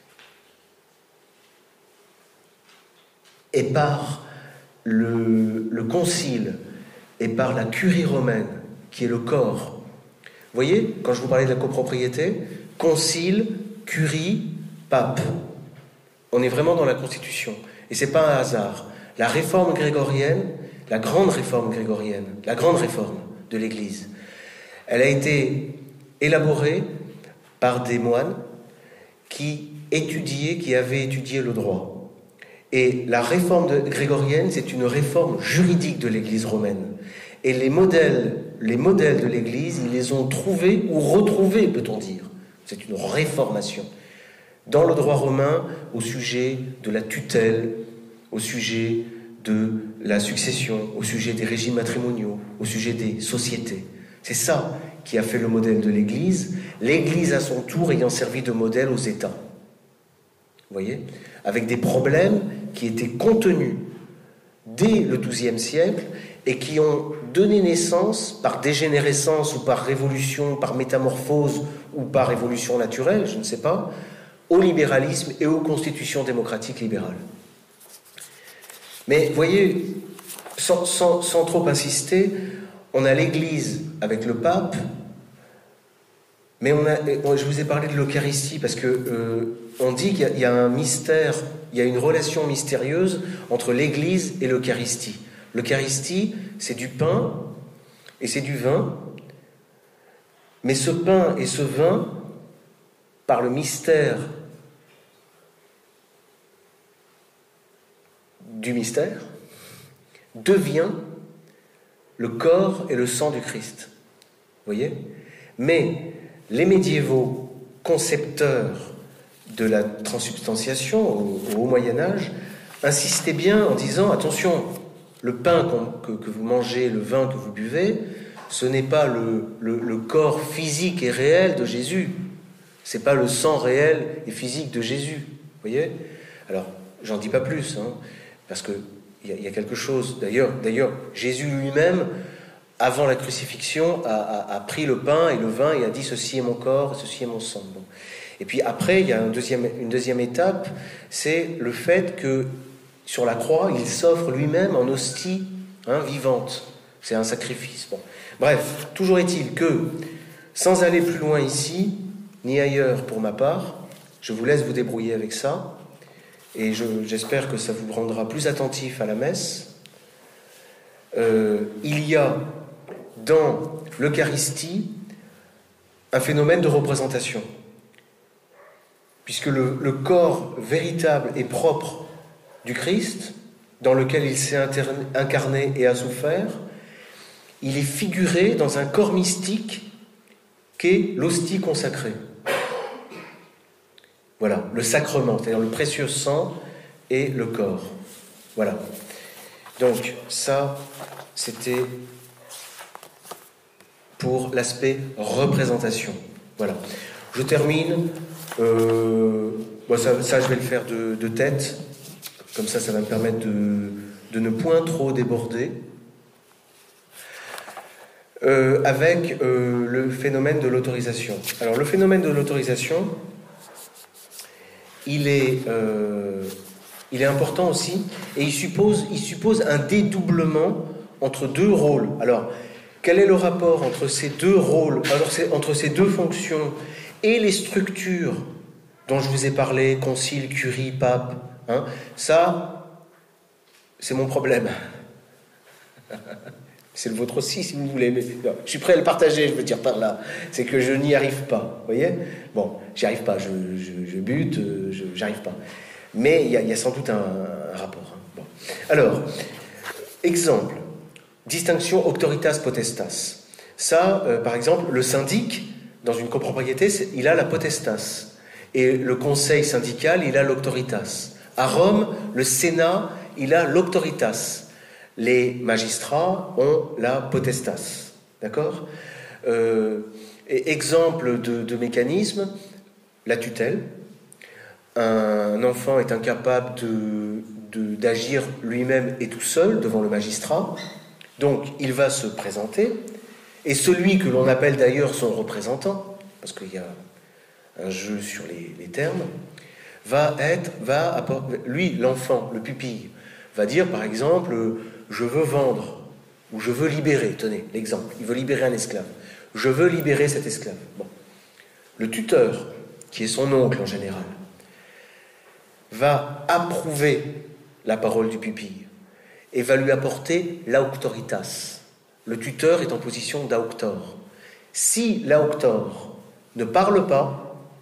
Speaker 1: et par le concile, et par la curie romaine, qui est le corps. Vous voyez, quand je vous parlais de la copropriété, concile, curie, pape. On est vraiment dans la Constitution. Et ce n'est pas un hasard. La réforme grégorienne, la grande réforme grégorienne, la grande réforme de l'Église, elle a été élaborée par des moines qui avaient étudié le droit. Et la réforme grégorienne, c'est une réforme juridique de l'Église romaine. Et les modèles de l'Église, ils les ont trouvés ou retrouvés, peut-on dire. C'est une réformation. Dans le droit romain, au sujet de la tutelle, au sujet de la succession, au sujet des régimes matrimoniaux, au sujet des sociétés. C'est ça qui a fait le modèle de l'Église, l'Église à son tour ayant servi de modèle aux États. Vous voyez ? Avec des problèmes qui étaient contenus dès le XIIe siècle et qui ont donné naissance, par dégénérescence ou par révolution, par métamorphose ou par évolution naturelle, je ne sais pas, au libéralisme et aux constitutions démocratiques libérales. Mais vous voyez, sans trop insister, on a l'Église avec le pape, mais je vous ai parlé de l'Eucharistie parce que on dit qu'il y a un mystère, il y a une relation mystérieuse entre l'Église et l'Eucharistie. L'Eucharistie, c'est du pain et c'est du vin, mais ce pain et ce vin, par le mystère du mystère, devient le corps et le sang du Christ. Vous voyez ? Mais les médiévaux concepteurs de la transsubstantiation au Haut Moyen-Âge insistaient bien en disant, attention, le pain que vous mangez, le vin que vous buvez, ce n'est pas le corps physique et réel de Jésus. C'est pas le sang réel et physique de Jésus. Vous voyez? Alors, j'en dis pas plus, hein, parce que il y a quelque chose. D'ailleurs, Jésus lui-même, avant la crucifixion, a pris le pain et le vin et a dit « Ceci est mon corps et ceci est mon sang ». Bon. Et puis après, il y a une deuxième étape, c'est le fait que sur la croix, il s'offre lui-même en hostie vivante. C'est un sacrifice. Bon. Bref, toujours est-il que, sans aller plus loin ici, ni ailleurs pour ma part, je vous laisse vous débrouiller avec ça, et j'espère que ça vous rendra plus attentif à la messe. Il y a dans l'Eucharistie un phénomène de représentation, puisque le corps véritable et propre du Christ, dans lequel il s'est incarné et a souffert, il est figuré dans un corps mystique qu'est l'hostie consacrée. Voilà, le sacrement, c'est-à-dire le précieux sang et le corps. Voilà. Donc, ça, c'était pour l'aspect représentation. Voilà. Je termine. Ça, je vais le faire de tête. Comme ça va me permettre de ne point trop déborder. Avec le phénomène de l'autorisation. Alors, le phénomène de l'autorisation, il est important aussi, et il suppose un dédoublement entre deux rôles. Alors, quel est le rapport entre ces deux rôles, entre ces deux fonctions et les structures dont je vous ai parlé, concile, curie, pape, ça, c'est mon problème. C'est le vôtre aussi, si vous voulez. Mais non, je suis prêt à le partager, je veux dire par là. C'est que je n'y arrive pas, vous voyez? Bon, j'y arrive pas, je bute, j'arrive pas. Mais il y a sans doute un rapport. Bon. Alors, exemple, distinction auctoritas potestas. Ça, par exemple, le syndic, dans une copropriété, il a la potestas. Et le conseil syndical, il a l'auctoritas. À Rome, le Sénat, il a l'auctoritas. Les magistrats ont la potestas. D'accord? Exemple de mécanisme, la tutelle. Un enfant est incapable d'agir lui-même et tout seul devant le magistrat. Donc, il va se présenter. Et celui que l'on appelle d'ailleurs son représentant, parce qu'il y a un jeu sur les termes, lui, l'enfant, le pupille, va dire par exemple « je veux vendre » ou « je veux libérer ». Tenez, l'exemple, il veut libérer un esclave. « Je veux libérer cet esclave ». Bon. Le tuteur, qui est son oncle en général, va approuver la parole du pupille et va lui apporter l'auctoritas. Le tuteur est en position d'auctor. Si l'auctor ne parle pas,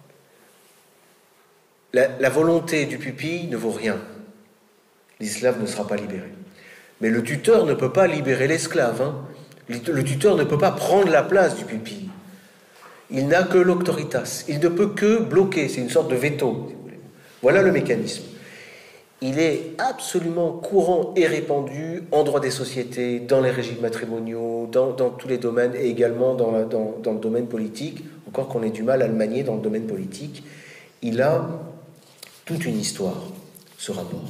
Speaker 1: la volonté du pupille ne vaut rien. L'esclave ne sera pas libéré. Mais le tuteur ne peut pas libérer l'esclave. Le tuteur ne peut pas prendre la place du pupille. Il n'a que l'auctoritas. Il ne peut que bloquer. C'est une sorte de veto, si vous voulez. Voilà le mécanisme. Il est absolument courant et répandu en droit des sociétés, dans les régimes matrimoniaux, dans tous les domaines, et également dans le domaine politique, encore qu'on ait du mal à le manier dans le domaine politique. Il a toute une histoire, ce rapport.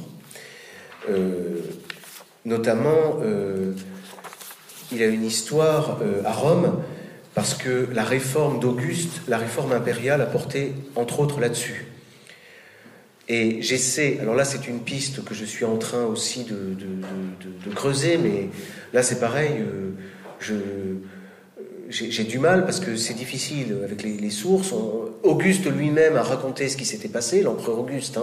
Speaker 1: Notamment, il a une histoire à Rome, parce que la réforme d'Auguste, la réforme impériale, a porté, entre autres, là-dessus. Et j'essaie, alors là c'est une piste que je suis en train aussi de creuser, mais là c'est pareil, j'ai du mal parce que c'est difficile avec les sources. Auguste lui-même a raconté ce qui s'était passé, l'empereur Auguste.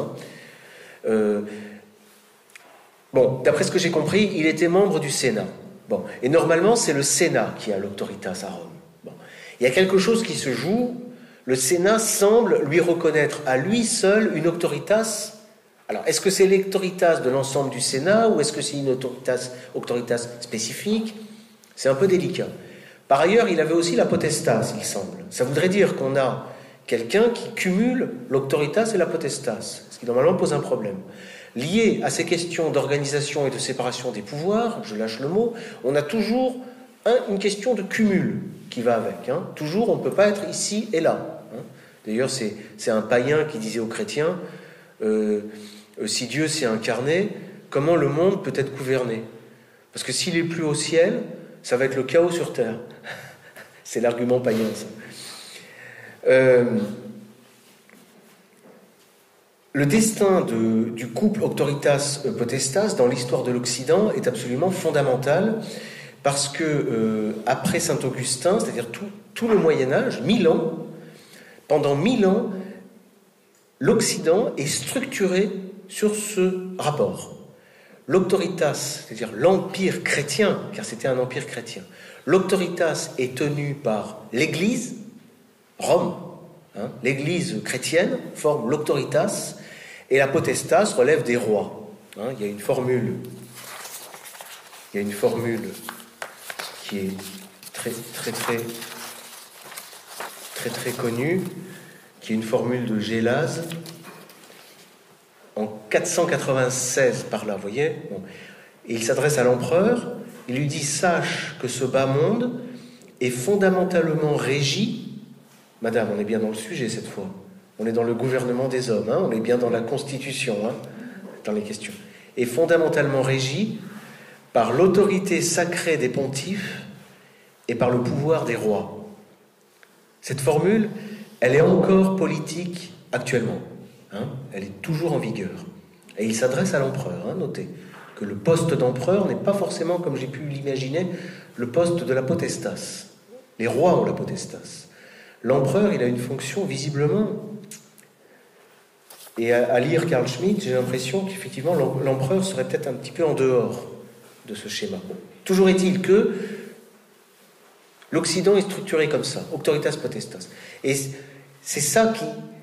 Speaker 1: Bon, d'après ce que j'ai compris, il était membre du Sénat. Bon, et normalement c'est le Sénat qui a l'auctoritas à Rome. Bon, il y a quelque chose qui se joue. Le Sénat semble lui reconnaître à lui seul une auctoritas. Alors, est-ce que c'est l'auctoritas de l'ensemble du Sénat ou est-ce que c'est une auctoritas spécifique? C'est un peu délicat. Par ailleurs, il avait aussi la potestas, il semble. Ça voudrait dire qu'on a quelqu'un qui cumule l'auctoritas et la potestas, ce qui normalement pose un problème. Lié à ces questions d'organisation et de séparation des pouvoirs, je lâche le mot, on a toujours une question de cumul qui va avec. Toujours, on ne peut pas être ici et là. D'ailleurs, c'est un païen qui disait aux chrétiens, si Dieu s'est incarné, comment le monde peut être gouverné? Parce que s'il est plus au ciel, ça va être le chaos sur terre. C'est l'argument païen, ça. Le destin du couple auctoritas-potestas dans l'histoire de l'Occident est absolument fondamental parce que après Saint-Augustin, c'est-à-dire tout le Moyen-Âge, 1000 ans, pendant 1000 ans, l'Occident est structuré sur ce rapport. L'auctoritas, c'est-à-dire l'empire chrétien, car c'était un empire chrétien, l'auctoritas est tenu par l'Église, Rome, l'Église chrétienne forme l'auctoritas, et la potestas relève des rois. Il y a une formule qui est très connue, qui est une formule de Gélase, en 496 par là, vous voyez. Et il s'adresse à l'empereur, il lui dit: sache que ce bas monde est fondamentalement régi. Madame, on est bien dans le sujet cette fois. On est dans le gouvernement des hommes, on est bien dans la Constitution, dans les questions. Est fondamentalement régi par l'autorité sacrée des pontifes et par le pouvoir des rois. Cette formule, elle est encore politique actuellement. Elle est toujours en vigueur. Et il s'adresse à l'empereur. Notez que le poste d'empereur n'est pas forcément, comme j'ai pu l'imaginer, le poste de la potestas. Les rois ont la potestas. L'empereur, il a une fonction visiblement. Et à lire Carl Schmitt, j'ai l'impression qu'effectivement l'empereur serait peut-être un petit peu en dehors de ce schéma. Toujours est-il que l'Occident est structuré comme ça, auctoritas potestas. Et c'est ça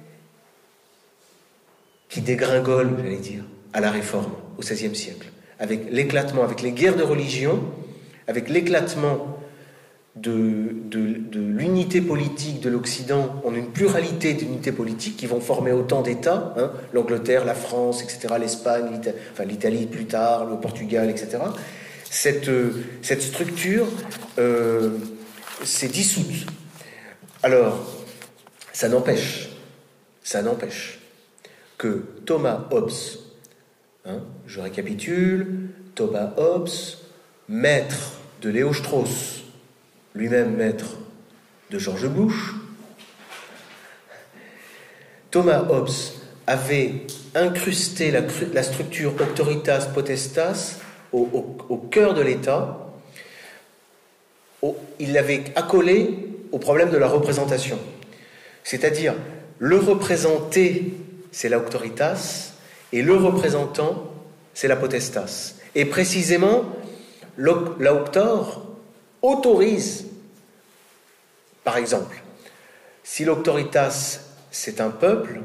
Speaker 1: qui dégringole, j'allais dire, à la Réforme, au XVIe siècle. Avec l'éclatement, avec les guerres de religion, avec l'éclatement de l'unité politique de l'Occident en une pluralité d'unités politiques qui vont former autant d'États, l'Angleterre, la France, etc., l'Espagne, l'Italie plus tard, le Portugal, etc. Cette structure s'est dissoute. Alors, ça n'empêche que Thomas Hobbes, je récapitule, Thomas Hobbes, maître de Léo Strauss, lui-même maître de George Bush, Thomas Hobbes avait incrusté la structure auctoritas potestas au cœur de l'État. Il l'avait accolé au problème de la représentation. C'est-à-dire, le représenté, c'est l'auctoritas, et le représentant, c'est la potestas. Et précisément, l'auctor autorise, par exemple, si l'auctoritas, c'est un peuple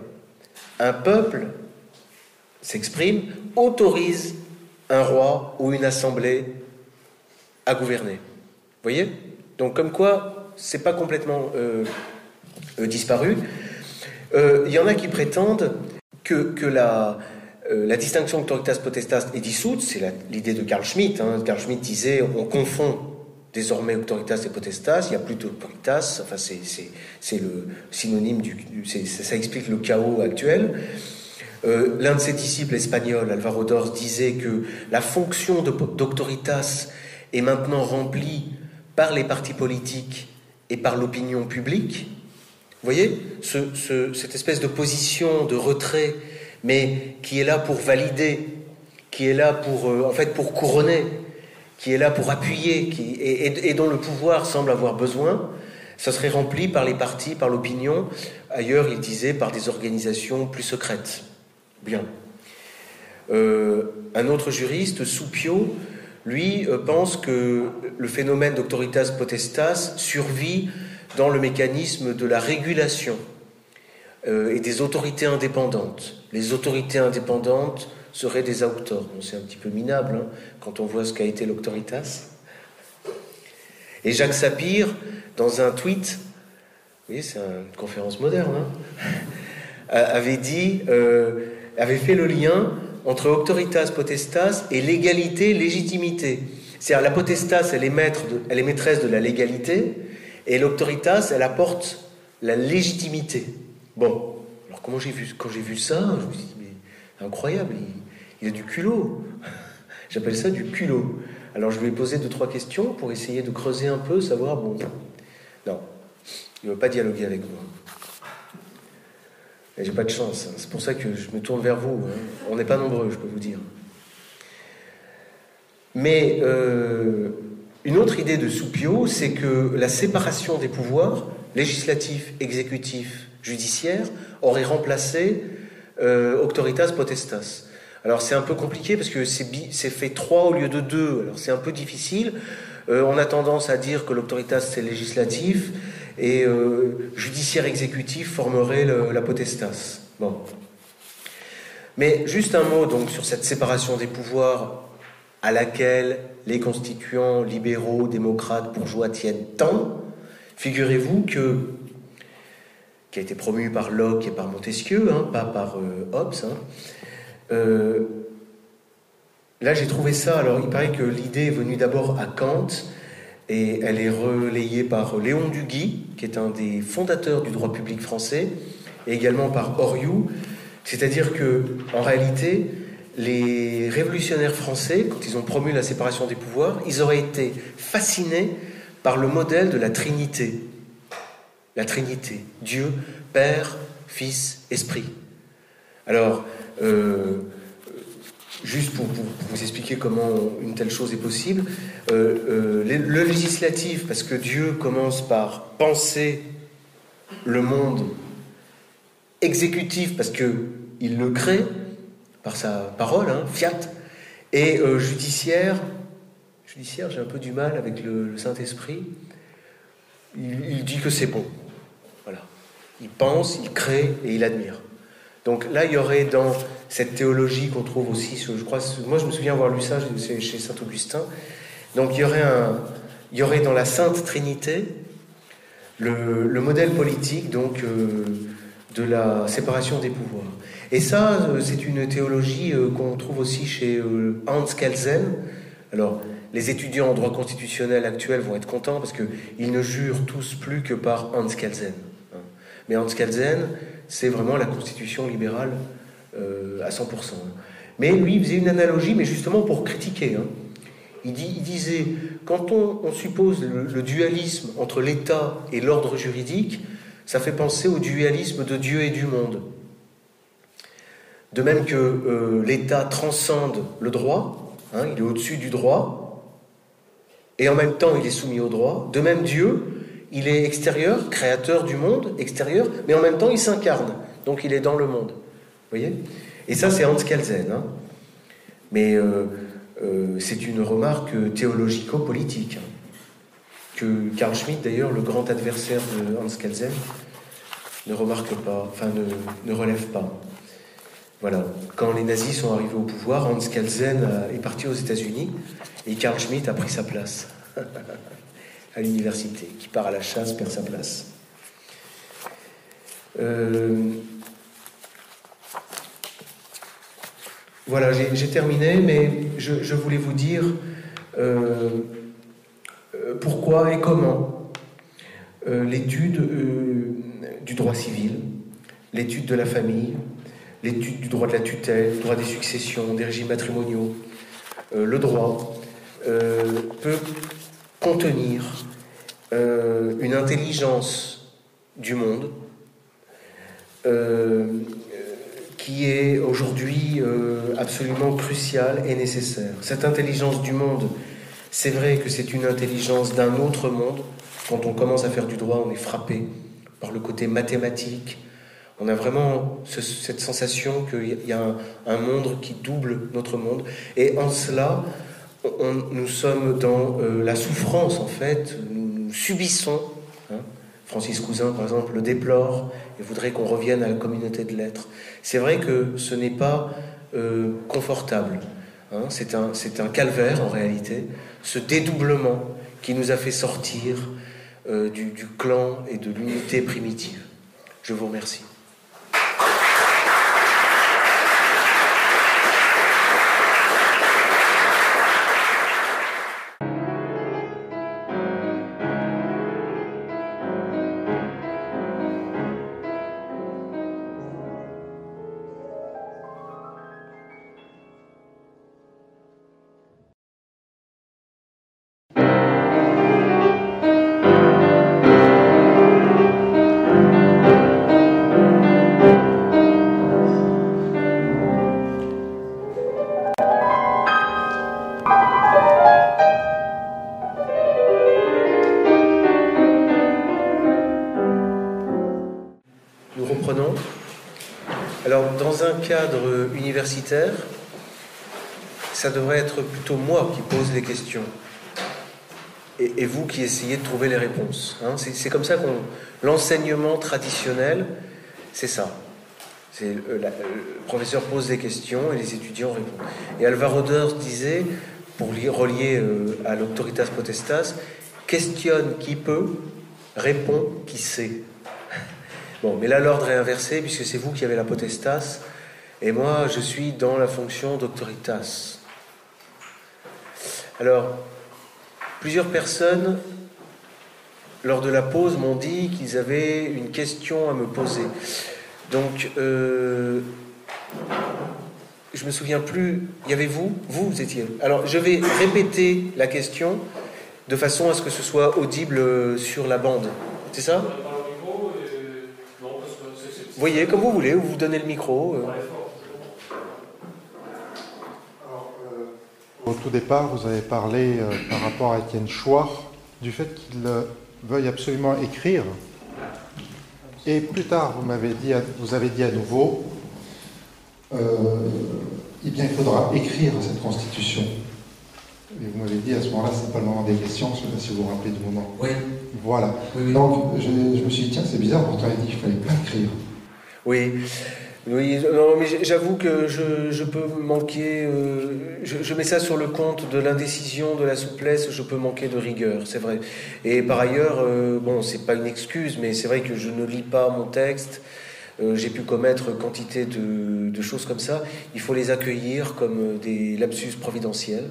Speaker 1: s'exprime, autorise un roi ou une assemblée à gouverner. Vous voyez? Donc, comme quoi, c'est pas complètement disparu. Il y en a qui prétendent que la distinction auctoritas potestas est dissoute. C'est l'idée de Carl Schmitt. Carl Schmitt disait on confond désormais auctoritas et potestas. Il n'y a plus d'autoritas. Enfin, c'est le synonyme ça explique le chaos actuel. L'un de ses disciples espagnols, Alvaro Dors, disait que la fonction d'autoritas est maintenant remplie par les partis politiques et par l'opinion publique. Vous voyez, cette espèce de position de retrait, mais qui est là pour valider, qui est là pour couronner, qui est là pour appuyer, et dont le pouvoir semble avoir besoin, ça serait rempli par les partis, par l'opinion. Ailleurs, il disait par des organisations plus secrètes. Bien. Un autre juriste, Supio, lui, pense que le phénomène d'auctoritas potestas survit dans le mécanisme de la régulation et des autorités indépendantes. Les autorités indépendantes seraient des auctors. Bon, c'est un petit peu minable quand on voit ce qu'a été l'auctoritas. Et Jacques Sapir, dans un tweet, vous voyez, c'est une conférence moderne, avait fait le lien entre auctoritas potestas et légalité, légitimité. C'est-à-dire la potestas, elle est maîtresse de la légalité, et l'auctoritas, elle apporte la légitimité. Bon, alors quand j'ai vu ça, je me suis dit, mais incroyable, il a du culot. J'appelle ça du culot. Alors je lui ai posé 2-3 questions pour essayer de creuser un peu, savoir, bon, non, il ne veut pas dialoguer avec moi. Et j'ai pas de chance, hein. C'est pour ça que je me tourne vers vous, hein. On n'est pas nombreux, je peux vous dire. Mais une autre idée de Soupio, c'est que la séparation des pouvoirs, législatif, exécutif, judiciaire, aurait remplacé auctoritas potestas. Alors c'est un peu compliqué parce que c'est fait 3 au lieu de 2, alors c'est un peu difficile. On a tendance à dire que l'auctoritas c'est législatif et judiciaire exécutif formerait la potestas. Bon. Mais juste un mot donc sur cette séparation des pouvoirs à laquelle les constituants libéraux, démocrates, bourgeois tiennent tant. Figurez-vous qui a été promu par Locke et par Montesquieu, hein, pas par Hobbes. Hein. Là, j'ai trouvé ça. Alors, il paraît que l'idée est venue d'abord à Kant et elle est relayée par Léon Duguy, qui est un des fondateurs du droit public français, et également par Oriou. C'est-à-dire que, en réalité, les révolutionnaires français, quand ils ont promu la séparation des pouvoirs, ils auraient été fascinés par le modèle de la Trinité. La Trinité, Dieu, Père, Fils, Esprit. Alors, juste pour vous expliquer comment une telle chose est possible, le législatif, parce que Dieu commence par penser le monde, exécutif, parce qu'il le crée, par sa parole, hein, fiat, et judiciaire, j'ai un peu du mal avec le Saint-Esprit, il dit que c'est bon. Voilà. Il pense, il crée et il admire. Donc là, il y aurait dans cette théologie qu'on trouve aussi, je crois, moi je me souviens avoir lu ça chez Saint-Augustin, donc il y aurait dans la Sainte Trinité le modèle politique donc de la séparation des pouvoirs. Et ça, c'est une théologie qu'on trouve aussi chez Hans Kelsen. Alors, les étudiants en droit constitutionnel actuels vont être contents parce qu'ils ne jurent tous plus que par Hans Kelsen. Mais Hans Kelsen, c'est vraiment la constitution libérale à 100%. Mais lui, il faisait une analogie, mais justement pour critiquer. Hein. Il disait, quand on suppose le dualisme entre l'État et l'ordre juridique, ça fait penser au dualisme de Dieu et du monde. De même que l'État transcende le droit, hein, il est au-dessus du droit, et en même temps il est soumis au droit. De même Dieu, il est extérieur, créateur du monde, extérieur, mais en même temps il s'incarne, donc il est dans le monde. Vous voyez ? Et ça c'est Hans Kelsen. Hein. Mais c'est une remarque théologico-politique, hein, que Carl Schmitt d'ailleurs, le grand adversaire de Hans Kelsen, ne remarque pas, enfin ne relève pas. Voilà. Quand les nazis sont arrivés au pouvoir, Hans Kelsen est parti aux États-Unis et Carl Schmitt a pris sa place à l'université. Qui part à la chasse perd sa place. Voilà, j'ai terminé, mais je voulais vous dire pourquoi et comment l'étude du droit civil, l'étude de la famille, l'étude du droit de la tutelle, du droit des successions, des régimes matrimoniaux, le droit peut contenir une intelligence du monde qui est aujourd'hui absolument cruciale et nécessaire. Cette intelligence du monde, c'est vrai que c'est une intelligence d'un autre monde. Quand on commence à faire du droit, on est frappé par le côté mathématique. On a vraiment cette sensation qu'il y a un monde qui double notre monde. Et en cela, nous sommes dans la souffrance, en fait. Nous subissons. Hein. Francis Cousin, par exemple, le déplore et voudrait qu'on revienne à la communauté de l'être. C'est vrai que ce n'est pas confortable. Hein. C'est un calvaire, en réalité. Ce dédoublement qui nous a fait sortir du clan et de l'unité primitive. Je vous remercie. dans un cadre universitaire, ça devrait être plutôt moi qui pose les questions. Et vous qui essayez de trouver les réponses. Hein. C'est comme ça qu'on... L'enseignement traditionnel, c'est ça. Le professeur pose des questions et les étudiants répondent. Et Alvaro Deurs disait, pour relier à l'auctoritas potestas, questionne qui peut, répond qui sait. Bon, mais là l'ordre est inversé puisque c'est vous qui avez la potestas et moi je suis dans la fonction d'autoritas. Alors, plusieurs personnes lors de la pause m'ont dit qu'ils avaient une question à me poser. Donc, je me souviens plus. Y avait vous étiez. Alors, je vais répéter la question de façon à ce que ce soit audible sur la bande. C'est ça ? Vous voyez, comme vous voulez, ou vous donnez le micro.
Speaker 4: Alors, au tout départ, vous avez parlé par rapport à Étienne Chouard du fait qu'il veuille absolument écrire. Et plus tard, vous avez dit à nouveau, eh bien, il faudra écrire cette Constitution. Et vous m'avez dit à ce moment-là, c'est pas le moment des questions, je ne sais pas si vous vous rappelez du moment.
Speaker 3: Oui.
Speaker 4: Voilà.
Speaker 3: Oui.
Speaker 4: Donc, je me suis dit, tiens, c'est bizarre, pourtant il dit qu'il ne fallait pas écrire.
Speaker 1: Oui, non, mais j'avoue que je peux manquer, je mets ça sur le compte de l'indécision, de la souplesse, je peux manquer de rigueur, c'est vrai. Et par ailleurs, bon, c'est pas une excuse, mais c'est vrai que je ne lis pas mon texte, j'ai pu commettre quantité de choses comme ça, il faut les accueillir comme des lapsus providentiels.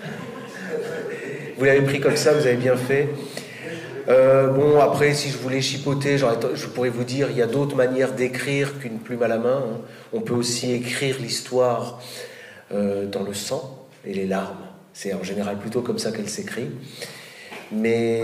Speaker 1: Vous l'avez pris comme ça, vous avez bien fait. Bon, après, si je voulais chipoter, je pourrais vous dire, il y a d'autres manières d'écrire qu'une plume à la main. Hein. On peut aussi écrire l'histoire dans le sang et les larmes. C'est en général plutôt comme ça qu'elle s'écrit. Mais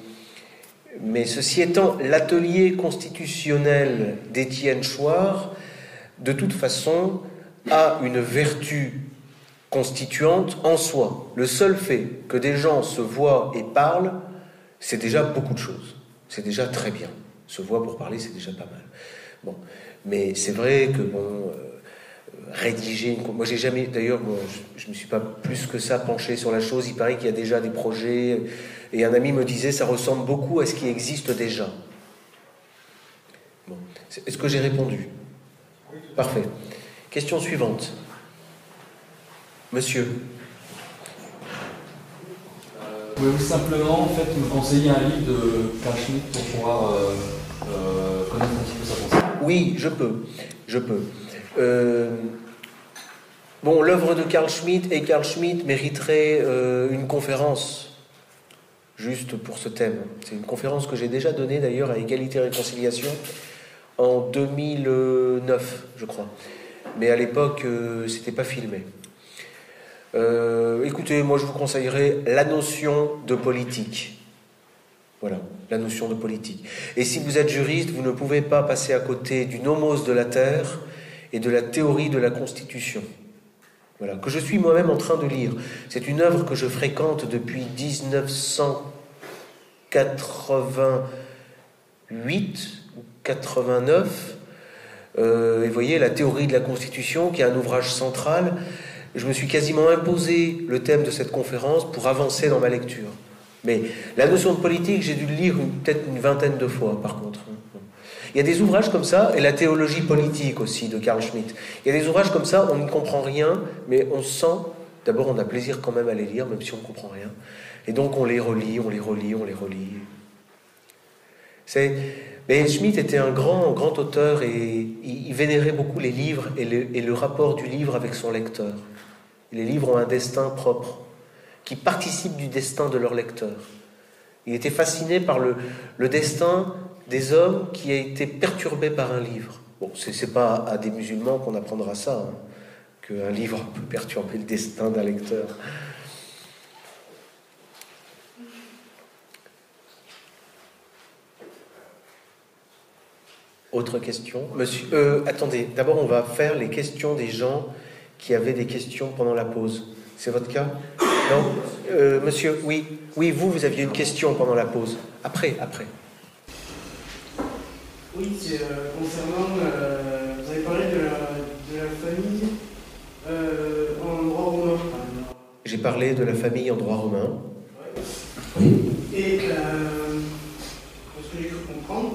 Speaker 1: ceci étant, l'atelier constitutionnel d'Étienne Chouard, de toute façon, a une vertu constituante en soi. Le seul fait que des gens se voient et parlent, c'est déjà beaucoup de choses. C'est déjà très bien. Se voir pour parler, c'est déjà pas mal. Bon, mais c'est vrai que rédiger moi j'ai jamais, d'ailleurs, je me suis pas plus que ça penché sur la chose. Il paraît qu'il y a déjà des projets. Et un ami me disait, ça ressemble beaucoup à ce qui existe déjà. Bon, est-ce que j'ai répondu ? Parfait. Question suivante. Monsieur.
Speaker 5: Pouvez-vous simplement en fait me conseiller un livre de Carl Schmitt pour pouvoir connaître un petit peu sa pensée ?
Speaker 1: Oui, je peux. Bon, l'œuvre de Carl Schmitt mériterait une conférence juste pour ce thème. C'est une conférence que j'ai déjà donnée d'ailleurs à Égalité et Réconciliation en 2009, je crois. Mais à l'époque, c'était pas filmé. Écoutez, moi je vous conseillerais la notion de politique. Voilà, la notion de politique. Et si vous êtes juriste, vous ne pouvez pas passer à côté du nomos de la terre et de la théorie de la Constitution. Voilà, que je suis moi-même en train de lire. C'est une œuvre que je fréquente depuis 1988 ou 89. Et vous voyez, la théorie de la Constitution, qui est un ouvrage central. Je me suis quasiment imposé le thème de cette conférence pour avancer dans ma lecture. Mais la notion de politique, j'ai dû le lire peut-être une vingtaine de fois, par contre. Il y a des ouvrages comme ça, et la théologie politique aussi, de Carl Schmitt. Il y a des ouvrages comme ça, on ne comprend rien, mais on sent... D'abord, on a plaisir quand même à les lire, même si on ne comprend rien. Et donc, on les relit. Mais Schmitt était un grand auteur, et il vénérait beaucoup les livres et le rapport du livre avec son lecteur. Les livres ont un destin propre, qui participe du destin de leur lecteur. Il était fasciné par le destin des hommes qui a été perturbé par un livre. Bon, c'est pas à des musulmans qu'on apprendra ça, hein, qu'un livre peut perturber le destin d'un lecteur. Autre question ? Monsieur, attendez, d'abord on va faire les questions des gens qui avaient des questions pendant la pause. C'est votre cas ? Non ? Monsieur, oui, vous aviez une question pendant la pause. Après.
Speaker 2: Oui, c'est concernant, vous avez parlé de famille en droit romain.
Speaker 1: J'ai parlé de la famille en droit romain.
Speaker 2: Oui. Et ce que j'ai cru comprendre,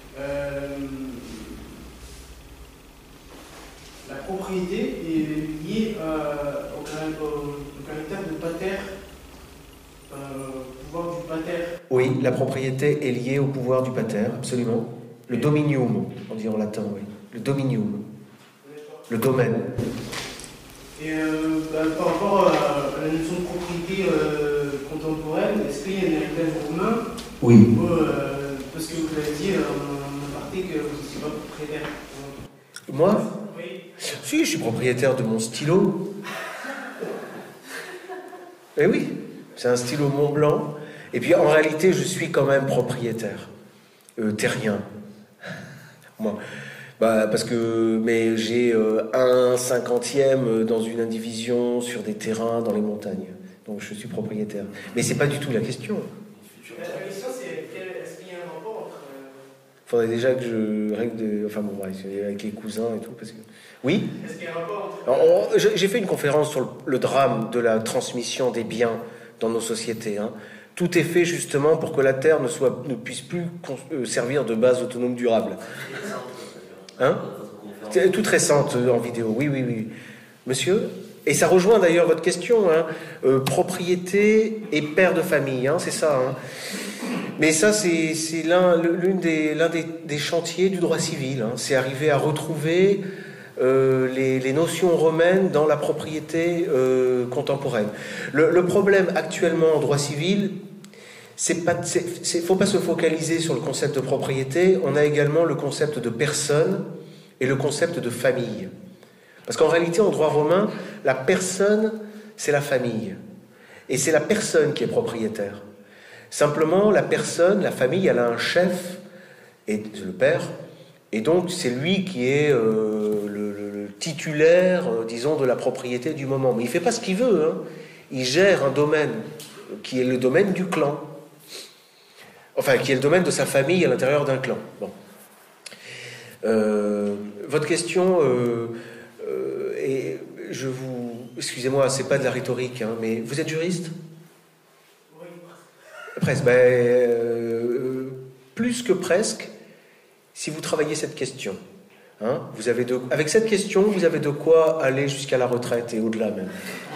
Speaker 2: la propriété est liée au caractère de pater, pouvoir du pater.
Speaker 1: Oui, la propriété est liée au pouvoir du pater, absolument. Le dominium, on dit en latin, oui. Le dominium. Le domaine.
Speaker 2: Et par rapport à la notion de propriété contemporaine, est-ce qu'il y a un héritage romain?
Speaker 1: Oui.
Speaker 2: Parce que vous avez dit en aparté que vous n'étiez pas propriétaire.
Speaker 1: Moi?
Speaker 2: Oui.
Speaker 1: Si, je suis propriétaire de mon stylo. Eh oui, c'est un stylo Montblanc. Et puis en réalité, je suis quand même propriétaire. Terrien. Moi. Parce que j'ai 1/50e dans une indivision sur des terrains dans les montagnes. Donc je suis propriétaire. Mais c'est pas du tout la question.
Speaker 2: La question c'est est-ce qu'il y a un rapport entre...
Speaker 1: Faudrait déjà que je règle enfin bon, bref, avec les cousins et tout. Parce que... Oui.
Speaker 2: Est-ce qu'il y a un rapport entre...
Speaker 1: J'ai fait une conférence sur le drame de la transmission des biens dans nos sociétés. Hein. Tout est fait justement pour que la terre ne puisse plus servir de base autonome durable. Hein? C'est toute récente en vidéo, oui. Monsieur? Et ça rejoint d'ailleurs votre question, hein. Propriété et père de famille, hein, c'est ça. Hein. Mais ça, c'est l'un des chantiers du droit civil. Hein. C'est arriver à retrouver les notions romaines dans la propriété contemporaine. Le problème actuellement en droit civil, faut pas se focaliser sur le concept de propriété, on a également le concept de personne et le concept de famille. Parce qu'en réalité, en droit romain, la personne, c'est la famille. Et c'est la personne qui est propriétaire. Simplement, la personne, la famille, elle a un chef, et le père, et donc c'est lui qui est le titulaire, disons, de la propriété du moment. Mais il ne fait pas ce qu'il veut, hein. Il gère un domaine qui est le domaine du clan. Enfin, qui est le domaine de sa famille à l'intérieur d'un clan. Bon. Votre question, excusez-moi, c'est pas de la rhétorique, hein, mais vous êtes juriste?
Speaker 2: Oui.
Speaker 1: Presque. Plus que presque, si vous travaillez cette question. Hein, avec cette question, vous avez de quoi aller jusqu'à la retraite et au-delà même.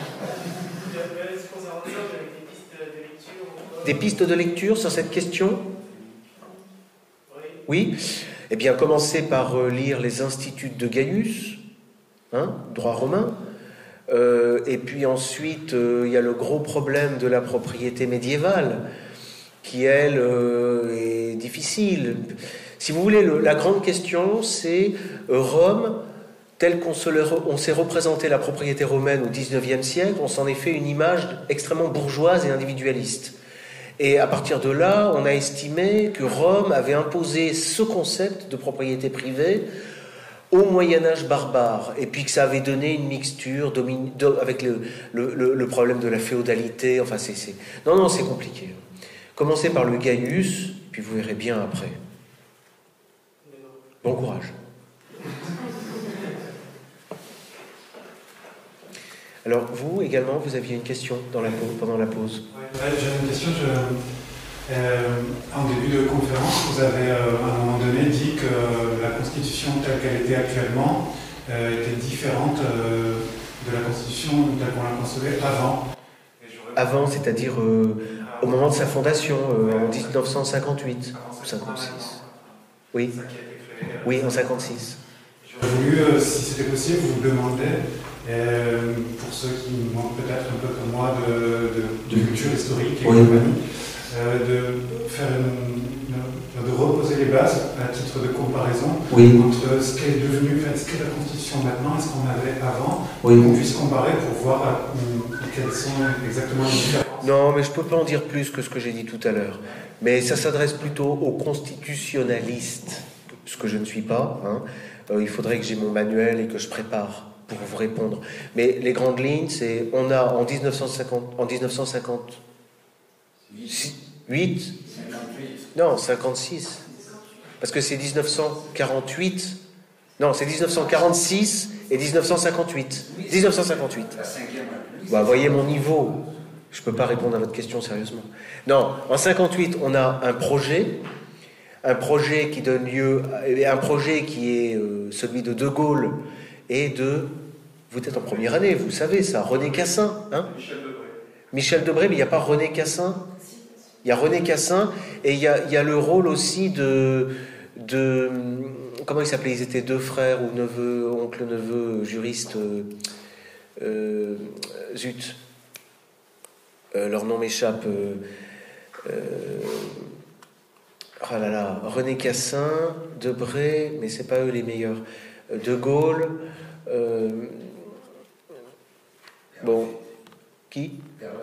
Speaker 1: Des pistes de lecture sur cette question? Oui. Eh bien, commencez par lire les instituts de Gaius, hein, droit romain. Et puis ensuite, il y a le gros problème de la propriété médiévale, qui, elle, est difficile. Si vous voulez, la grande question, c'est Rome, telle qu'on s'est représenté la propriété romaine au XIXe siècle, on s'en est fait une image extrêmement bourgeoise et individualiste. Et à partir de là, on a estimé que Rome avait imposé ce concept de propriété privée au Moyen-Âge barbare, et puis que ça avait donné une mixture avec le problème de la féodalité. Enfin, Non, c'est compliqué. Commencez par le Gaius, puis vous verrez bien après. Bon courage. Alors, vous également, vous aviez une question pendant la pause.
Speaker 6: Ouais, j'ai une question. En début de conférence, vous avez à un moment donné dit que la Constitution telle qu'elle était actuellement était différente de la Constitution telle qu'on la concevait avant.
Speaker 1: Avant, c'est-à-dire au moment de sa fondation, en 1958 ou 56. Oui. Oui, en 56.
Speaker 6: J'aurais voulu, si c'était possible, vous demander, pour ceux qui manquent peut-être un peu comme moi de culture historique et compagnie, de reposer les bases à titre de comparaison entre ce qu'est devenu, ce qu'est la Constitution maintenant et ce qu'on avait avant, qu'on puisse comparer pour voir quelles sont exactement les différences.
Speaker 1: Non, mais je ne peux pas en dire plus que ce que j'ai dit tout à l'heure. Mais ça s'adresse plutôt aux constitutionnalistes, ce que je ne suis pas. Hein. Il faudrait que j'ai mon manuel et que je prépare pour vous répondre. Mais les grandes lignes, c'est on a en 1958, non, 56, parce que c'est 1948 Non, c'est 1946 et 1958. 1958.
Speaker 3: La 5e République.
Speaker 1: Bah, voyez mon niveau. Je ne peux pas répondre à votre question sérieusement. Non, en 58, on a un projet qui donne lieu, un projet qui est celui de De Gaulle et de, vous êtes en première année, vous savez ça, René Cassin, hein? Michel Debré, mais il n'y a pas René Cassin. Il y a René Cassin et il y a le rôle aussi de comment ils s'appelaient, ils étaient deux frères ou neveux, oncle, neveu, juriste, zut. Leur nom m'échappe. Oh là là, René Cassin, Debré, mais c'est pas eux les meilleurs. De Gaulle. Bon, qui?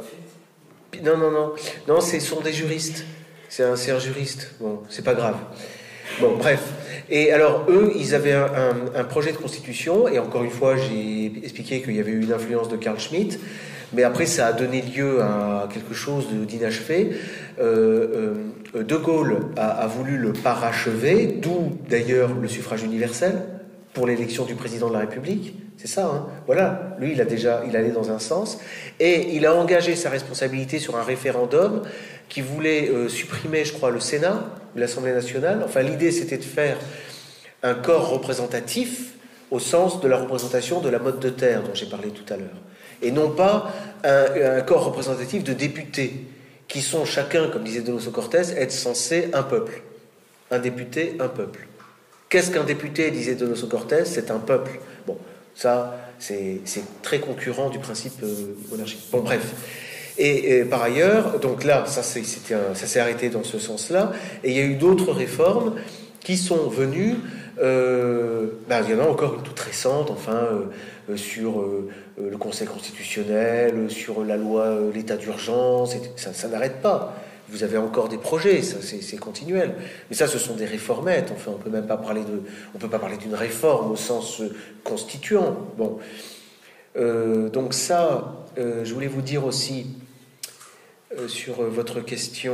Speaker 1: Non, ce sont des juristes. C'est un juriste. Bon, c'est pas grave. Bon, bref. Et alors, eux, ils avaient un projet de constitution, et encore une fois, j'ai expliqué qu'il y avait eu une influence de Carl Schmitt. Mais après, ça a donné lieu à quelque chose d'inachevé. De Gaulle a voulu le parachever, d'où d'ailleurs le suffrage universel pour l'élection du président de la République. C'est ça, hein. Voilà. Lui, il allait dans un sens. Et il a engagé sa responsabilité sur un référendum qui voulait supprimer, je crois, le Sénat ou l'Assemblée nationale. Enfin, l'idée, c'était de faire un corps représentatif au sens de la représentation de la motte de terre dont j'ai parlé tout à l'heure. Et non pas un corps représentatif de députés, qui sont chacun, comme disait Donoso Cortés, être censés un peuple. Un député, un peuple. Qu'est-ce qu'un député, disait Donoso Cortés? C'est un peuple. Bon, ça, c'est très concurrent du principe monarchique. Bon, bref. Et par ailleurs, donc là, ça s'est arrêté dans ce sens-là, et il y a eu d'autres réformes qui sont venues, il y en a encore une toute récente, sur le Conseil constitutionnel, sur la loi, l'état d'urgence, ça n'arrête pas. Vous avez encore des projets, ça c'est continuel. Mais ça, ce sont des réformettes. Enfin, on peut pas parler d'une réforme au sens constituant. Bon, donc ça, je voulais vous dire aussi sur votre question.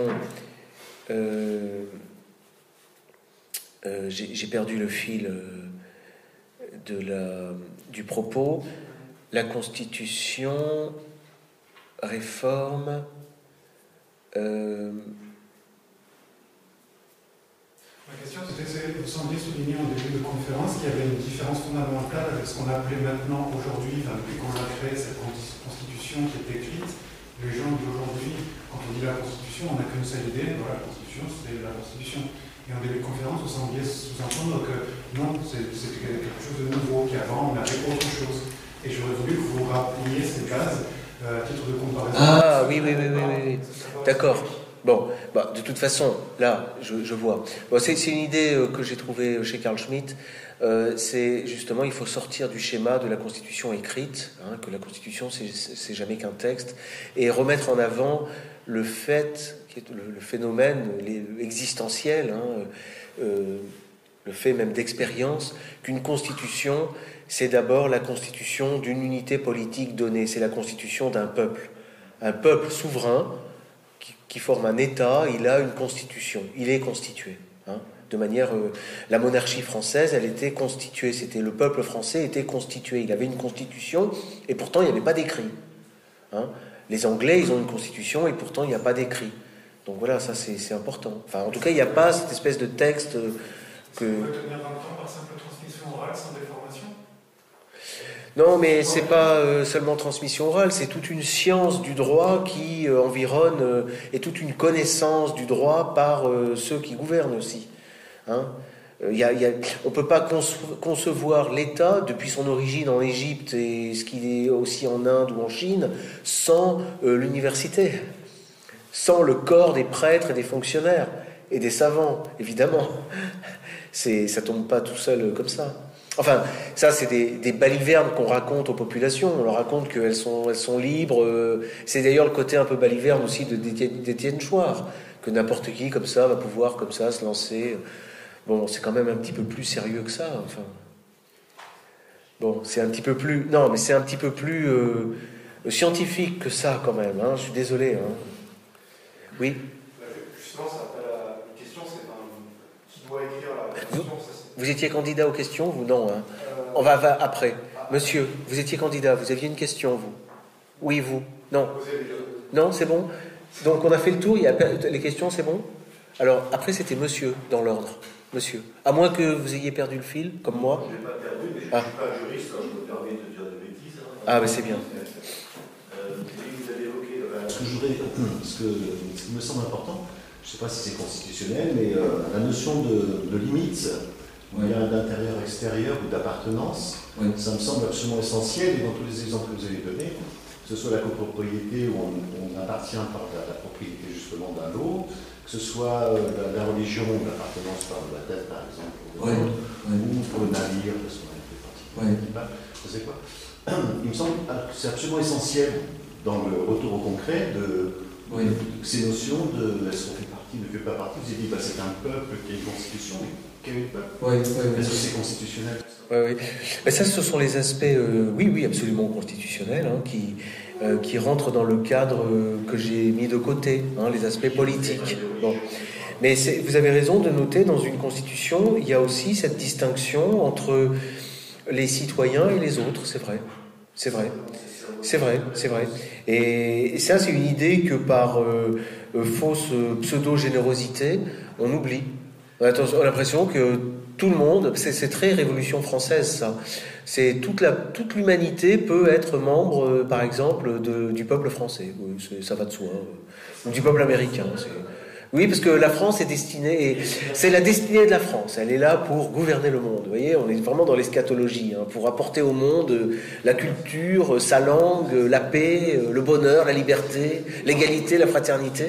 Speaker 1: J'ai perdu le fil du propos. La Constitution, réforme.
Speaker 6: Ma question, c'était, vous semblez souligner en début de conférence qu'il y avait une différence fondamentale avec ce qu'on appelait maintenant, aujourd'hui, depuis qu'on a créé cette Constitution qui est écrite. Les gens d'aujourd'hui, quand on dit la Constitution, on n'a qu'une seule idée. Voilà, la Constitution, c'est la Constitution. Et en début de conférence, vous sembliez sous-entendre que non, c'était quelque chose de nouveau, qu'avant, on avait autre chose. Et j'aurais voulu que vous rappeliez ces bases à titre de comparaison.
Speaker 1: Ah oui. D'accord. Bon, de toute façon, là, je vois. Bon, c'est une idée que j'ai trouvée chez Carl Schmitt. C'est justement, il faut sortir du schéma de la Constitution écrite, que la Constitution, c'est jamais qu'un texte, et remettre en avant le fait, qui est le phénomène existentiel, le fait même d'expérience, qu'une Constitution, c'est d'abord la constitution d'une unité politique donnée. C'est la constitution d'un peuple. Un peuple souverain qui forme un État, il a une constitution. Il est constitué. De manière... la monarchie française, elle était constituée. Le peuple français était constitué. Il avait une constitution et pourtant il n'y avait pas d'écrit. Les Anglais, ils ont une constitution et pourtant il n'y a pas d'écrit. Donc voilà, ça c'est important. Enfin, en tout cas, il n'y a pas cette espèce de texte que...
Speaker 6: Vous pouvez tenir dans le temps par simple transmission orale sans déformation?
Speaker 1: Non, mais c'est pas seulement transmission orale, c'est toute une science du droit qui environne et toute une connaissance du droit par ceux qui gouvernent aussi. On ne peut pas concevoir l'État depuis son origine en Égypte et ce qu'il est aussi en Inde ou en Chine sans l'université, sans le corps des prêtres et des fonctionnaires et des savants, évidemment. Ça tombe pas tout seul comme ça. Enfin, ça, c'est des balivernes qu'on raconte aux populations. On leur raconte qu'elles sont libres. C'est d'ailleurs le côté un peu baliverne aussi d'Étienne Chouard, que n'importe qui, comme ça, va pouvoir, comme ça, se lancer. Bon, c'est quand même un petit peu plus sérieux que ça. Enfin, bon, c'est un petit peu plus... Non, mais c'est un petit peu plus scientifique que ça, quand même. Je suis désolé. Oui.
Speaker 7: Justement, ça appelle à une question, c'est qui doit écrire la Constitution, ça c'est
Speaker 1: Vous étiez candidat aux questions, vous? Non, hein. On va après. Monsieur, vous étiez candidat, vous aviez une question, vous? Oui, vous? Non. Non, c'est bon? Donc on a fait le tour, il y a les questions, c'est bon? Alors, après, c'était monsieur, dans l'ordre. Monsieur. À moins que vous ayez perdu le fil, comme moi.
Speaker 7: Je n'ai pas perdu, mais je ne suis pas juriste, alors je me permets de dire des bêtises.
Speaker 1: Ah, mais c'est bien.
Speaker 7: Vous avez évoqué...
Speaker 8: Ce qui me semble important, je ne sais pas si c'est constitutionnel, mais la notion de limite, d'intérieur-extérieur ou d'appartenance, ça me semble absolument essentiel, et dans tous les exemples que vous avez donnés, que ce soit la copropriété où on appartient par la propriété justement d'un lot, que ce soit la religion, l'appartenance par la tête par exemple, ou pour le navire, parce qu'on a fait partie ça c'est quoi. Il me semble que c'est absolument essentiel dans le retour au concret de ces notions de est-ce qu'on fait partie, ne fait pas partie. Vous avez dit c'est un peuple qui a une constitution, mais quel est le peuple? Est-ce que c'est constitutionnel?
Speaker 1: Oui. Mais ça, ce sont les aspects, oui, absolument constitutionnels, hein, qui rentrent dans le cadre que j'ai mis de côté, hein, les aspects politiques. Bon. Mais vous avez raison de noter, dans une constitution, il y a aussi cette distinction entre les citoyens et les autres, c'est vrai. C'est vrai. Et ça, c'est une idée que par fausse pseudo-générosité, on oublie. On a l'impression que tout le monde, c'est très Révolution française, ça. C'est toute l'humanité peut être membre, par exemple, du peuple français. Oui, ça va de soi. Ou du peuple américain. Oui, parce que la France est destinée, c'est la destinée de la France. Elle est là pour gouverner le monde. Vous voyez, on est vraiment dans l'eschatologie, hein, pour apporter au monde la culture, sa langue, la paix, le bonheur, la liberté, l'égalité, la fraternité.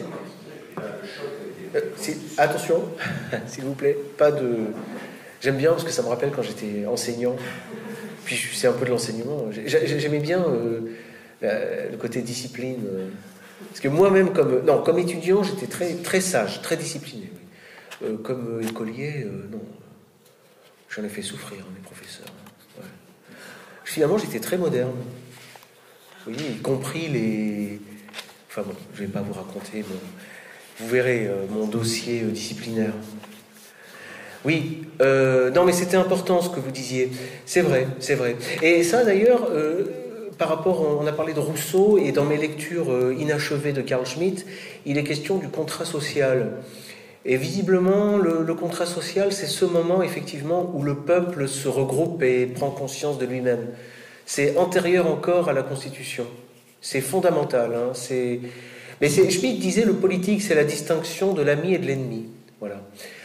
Speaker 1: Attention, s'il vous plaît, pas de... J'aime bien parce que ça me rappelle quand j'étais enseignant. Puis c'est un peu de l'enseignement. J'aimais bien le côté discipline. Parce que moi-même, comme étudiant, j'étais très, très sage, très discipliné. Oui. Comme écolier, non. J'en ai fait souffrir, mes professeurs. Ouais. Finalement, j'étais très moderne. Oui, y compris les... Enfin bon, je ne vais pas vous raconter, mais vous verrez mon dossier disciplinaire. Oui, non, mais c'était important ce que vous disiez. C'est vrai. Et ça, d'ailleurs... par rapport, on a parlé de Rousseau, et dans mes lectures inachevées de Carl Schmitt, il est question du contrat social. Et visiblement, le contrat social, c'est ce moment, effectivement, où le peuple se regroupe et prend conscience de lui-même. C'est antérieur encore à la Constitution. C'est fondamental. Hein, Mais Schmitt disait, le politique, c'est la distinction de l'ami et de l'ennemi. Voilà.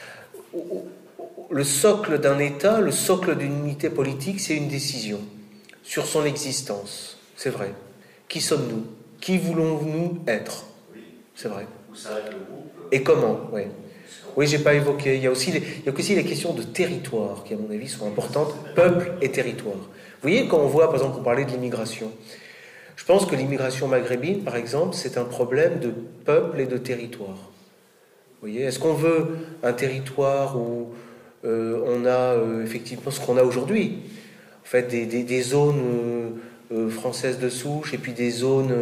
Speaker 1: Le socle d'un État, le socle d'une unité politique, c'est une décision sur son existence, c'est vrai. Qui sommes-nous? Qui voulons-nous être? C'est vrai.
Speaker 7: Où s'arrête le groupe?
Speaker 1: Et comment? Oui, j'ai pas évoqué. Il y a aussi les questions de territoire qui, à mon avis, sont importantes. Peuple et territoire. Vous voyez, quand on voit, par exemple, on parlait de l'immigration. Je pense que l'immigration maghrébine, par exemple, c'est un problème de peuple et de territoire. Vous voyez, est-ce qu'on veut un territoire où on a effectivement ce qu'on a aujourd'hui? En fait, des zones françaises de souche et puis des zones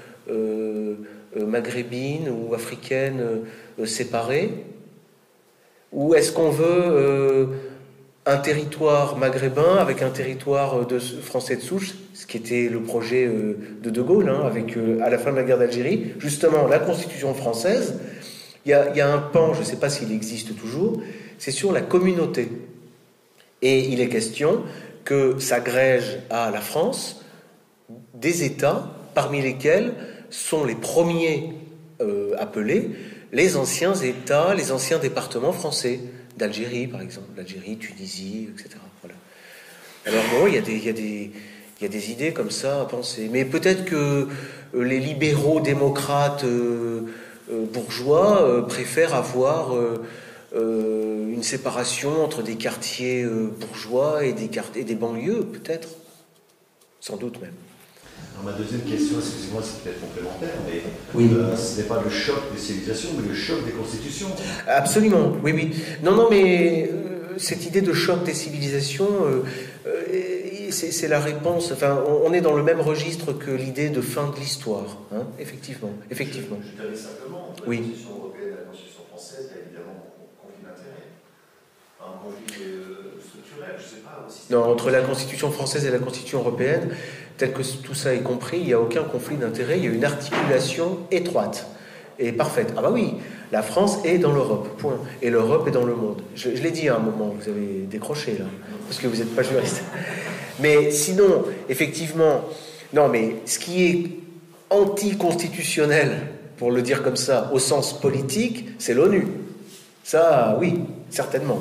Speaker 1: maghrébines ou africaines séparées? Ou est-ce qu'on veut un territoire maghrébin avec un territoire français de souche, ce qui était le projet de Gaulle, hein, avec à la fin de la guerre d'Algérie, justement la Constitution française, il y a un pan, je ne sais pas s'il existe toujours, c'est sur la communauté. Et il est question que s'agrègent à la France des États, parmi lesquels sont les premiers appelés les anciens États, les anciens départements français, d'Algérie par exemple, l'Algérie, Tunisie, etc. Voilà. Alors bon, il y a des idées comme ça à penser, mais peut-être que les libéraux démocrates bourgeois préfèrent avoir une séparation entre des quartiers bourgeois et des banlieues, peut-être, sans doute même.
Speaker 8: Alors, ma deuxième question, excusez-moi, c'est peut-être complémentaire, mais ce n'est pas le choc des civilisations, mais le choc des constitutions.
Speaker 1: Absolument, oui. Non, mais cette idée de choc des civilisations, c'est la réponse. Enfin, on est dans le même registre que l'idée de fin de l'histoire, hein, effectivement.
Speaker 7: Je t'avais simplement, la Constitution européenne et la Constitution française, il y a évidemment conflit d'intérêts. un conflit structurel, je ne sais pas. Aussi.
Speaker 1: Non, entre la Constitution française et la Constitution européenne, tel que tout ça est compris, il n'y a aucun conflit d'intérêt, il y a une articulation étroite et parfaite. Ah bah oui, la France est dans l'Europe, point. Et l'Europe est dans le monde. Je l'ai dit à un moment, vous avez décroché là, parce que vous n'êtes pas juriste. Mais sinon, effectivement, non, mais ce qui est anticonstitutionnel, pour le dire comme ça, au sens politique, c'est l'ONU. Ça, oui, certainement.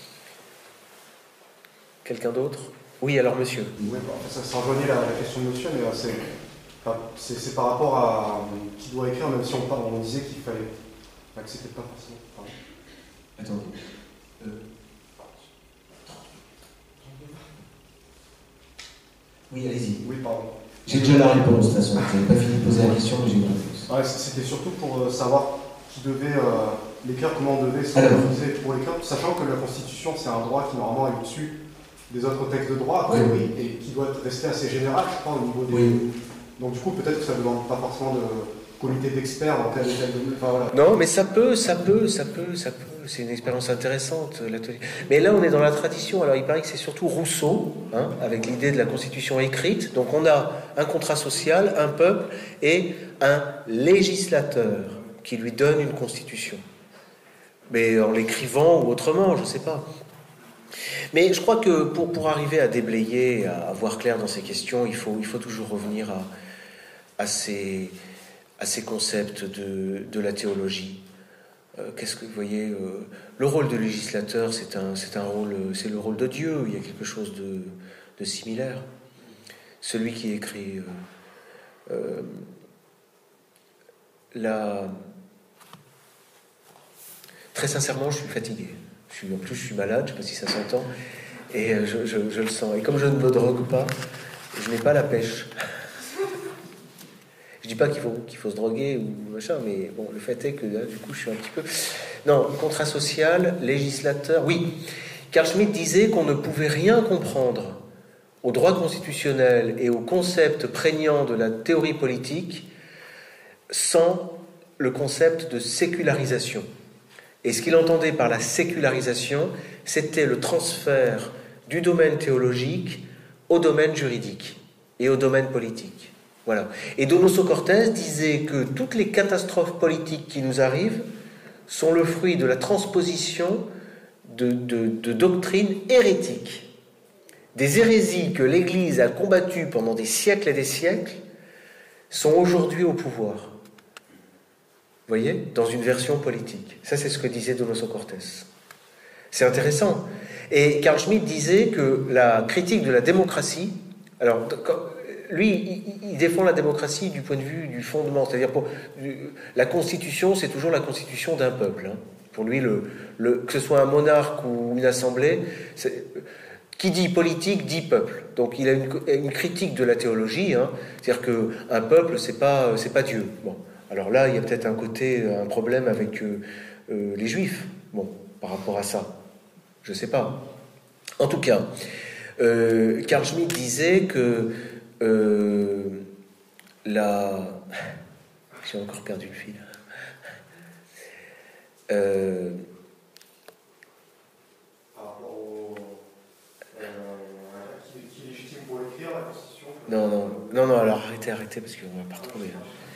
Speaker 1: Quelqu'un d'autre ? Oui, alors monsieur.
Speaker 9: Oui, ça rejoignait la question de monsieur, mais c'est par rapport à qui doit écrire, même si on disait qu'il fallait. Que c'était pas forcément.
Speaker 10: Attendez. Oui, allez-y.
Speaker 9: Oui, pardon.
Speaker 10: J'ai déjà la réponse, de toute façon. Je n'avais pas fini de poser la question, mais j'ai une réponse.
Speaker 9: Ouais, c'était surtout pour savoir qui devait l'écrire, comment on devait s'organiser pour l'écrire, sachant que la Constitution, c'est un droit qui normalement est au-dessus des autres textes de droit, oui. Et qui doit rester assez général, je crois, au niveau des...
Speaker 10: Oui.
Speaker 9: Donc du coup, peut-être que ça ne demande pas forcément de comité d'experts dans tel et tel domaine. Enfin, voilà.
Speaker 1: Non, mais ça peut. C'est une expérience intéressante, l'atelier. Mais là, on est dans la tradition. Alors, il paraît que c'est surtout Rousseau, avec l'idée de la Constitution écrite. Donc, on a un contrat social, un peuple et un législateur qui lui donne une constitution. Mais en l'écrivant ou autrement, je ne sais pas. Mais je crois que pour arriver à déblayer, à voir clair dans ces questions, il faut toujours revenir à ces concepts de la théologie. Qu'est-ce que vous voyez, le rôle de législateur, c'est le rôle de Dieu. Il y a quelque chose de similaire. Celui qui écrit très sincèrement, je suis fatigué. En plus, je suis malade, je ne sais pas si ça s'entend, et je le sens. Et comme je ne me drogue pas, je n'ai pas la pêche. Je dis pas qu'il faut se droguer ou machin, mais bon, le fait est que là, du coup, je suis un petit peu... Non, contrat social, législateur... Oui, Carl Schmitt disait qu'on ne pouvait rien comprendre au droit constitutionnel et au concept prégnant de la théorie politique sans le concept de sécularisation. Et ce qu'il entendait par la sécularisation, c'était le transfert du domaine théologique au domaine juridique et au domaine politique. Voilà. Et Donoso Cortés disait que toutes les catastrophes politiques qui nous arrivent sont le fruit de la transposition de doctrines hérétiques. Des hérésies que l'Église a combattues pendant des siècles et des siècles sont aujourd'hui au pouvoir. Vous voyez, dans une version politique. Ça, c'est ce que disait Donoso Cortés. C'est intéressant. Et Carl Schmitt disait que la critique de la démocratie... Alors, lui, il défend la démocratie du point de vue du fondement. C'est-à-dire, la Constitution, c'est toujours la Constitution d'un peuple. Pour lui, que ce soit un monarque ou une assemblée, qui dit politique, dit peuple. Donc, il a une critique de la théologie. C'est-à-dire qu'un peuple, c'est pas Dieu. Bon. Alors là, il y a peut-être un problème avec les Juifs, par rapport à ça. Je ne sais pas. En tout cas, Carl Schmitt disait que j'ai encore perdu le fil.
Speaker 9: Qui est légitime pour écrire la Constitution?
Speaker 1: Non, alors arrêtez, parce qu'on ne va pas retrouver.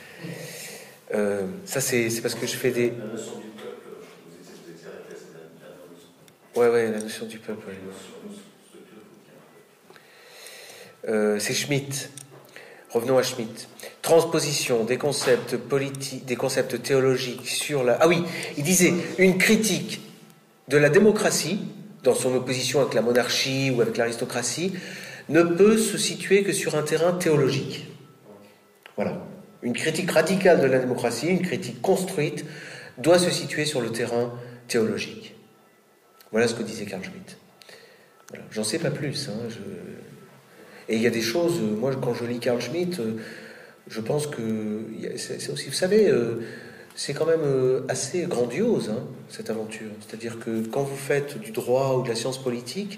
Speaker 1: Ça, c'est parce que je fais des...
Speaker 7: La notion du peuple, vous étiez arrêté, c'est la notion.
Speaker 1: Ouais, la notion du peuple. Ouais. C'est Schmitt. Revenons à Schmitt. Transposition des concepts politiques, des concepts théologiques sur la... Ah oui, il disait une critique de la démocratie, dans son opposition avec la monarchie ou avec l'aristocratie, ne peut se situer que sur un terrain théologique. Voilà. Une critique radicale de la démocratie, une critique construite, doit se situer sur le terrain théologique. Voilà ce que disait Carl Schmitt. Voilà. J'en sais pas plus. Et il y a des choses, moi quand je lis Carl Schmitt, je pense que c'est aussi, vous savez, c'est quand même assez grandiose, cette aventure. C'est-à-dire que quand vous faites du droit ou de la science politique,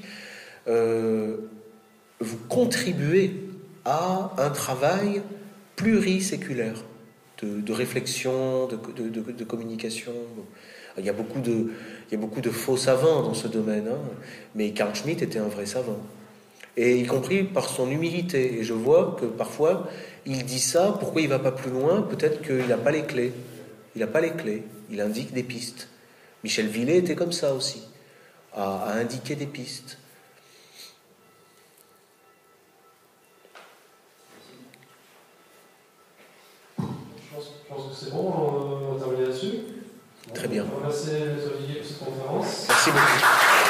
Speaker 1: vous contribuez à un travail pluriséculaire de réflexion, de communication. Il y a beaucoup de faux savants dans ce domaine, hein, mais Carl Schmitt était un vrai savant. Et y compris par son humilité. Et je vois que parfois, il dit ça, pourquoi il ne va pas plus loin? Peut-être qu'il n'a pas les clés. Il n'a pas les clés. Il indique des pistes. Michel Villet était comme ça aussi, à indiquer des pistes.
Speaker 11: Je pense que c'est bon, on va terminer là-dessus.
Speaker 1: Très bien.
Speaker 11: On va remercier les Olivier pour cette conférence.
Speaker 1: Merci beaucoup.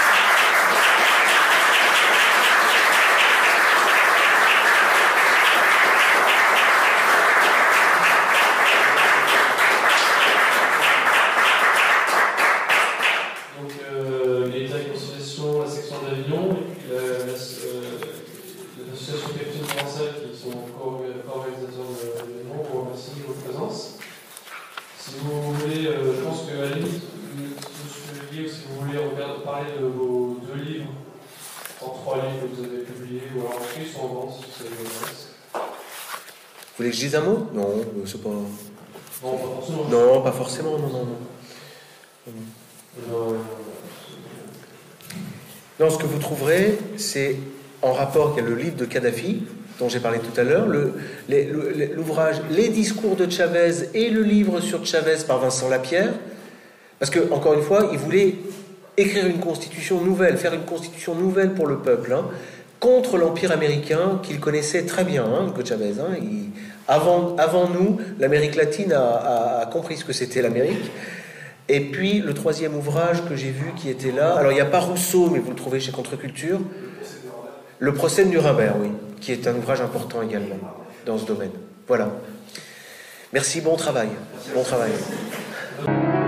Speaker 1: Vous voulez que je dise un mot? Non, c'est pas...
Speaker 11: Non, pas forcément.
Speaker 1: Non, pas forcément, non. Non, ce que vous trouverez, c'est en rapport, il y a le livre de Kadhafi, dont j'ai parlé tout à l'heure, l'ouvrage Les discours de Chavez et le livre sur Chavez par Vincent Lapierre, parce que, encore une fois, il voulait écrire une constitution nouvelle, faire une constitution nouvelle pour le peuple, hein, contre l'Empire américain qu'il connaissait très bien, hein, que Chavez. Hein, avant nous, l'Amérique latine a compris ce que c'était l'Amérique. Et puis, le troisième ouvrage que j'ai vu qui était là, alors il n'y a pas Rousseau, mais vous le trouvez chez Contre-Culture, Le procès de Nuremberg, oui, qui est un ouvrage important également dans ce domaine. Voilà. Merci, bon travail. Bon travail.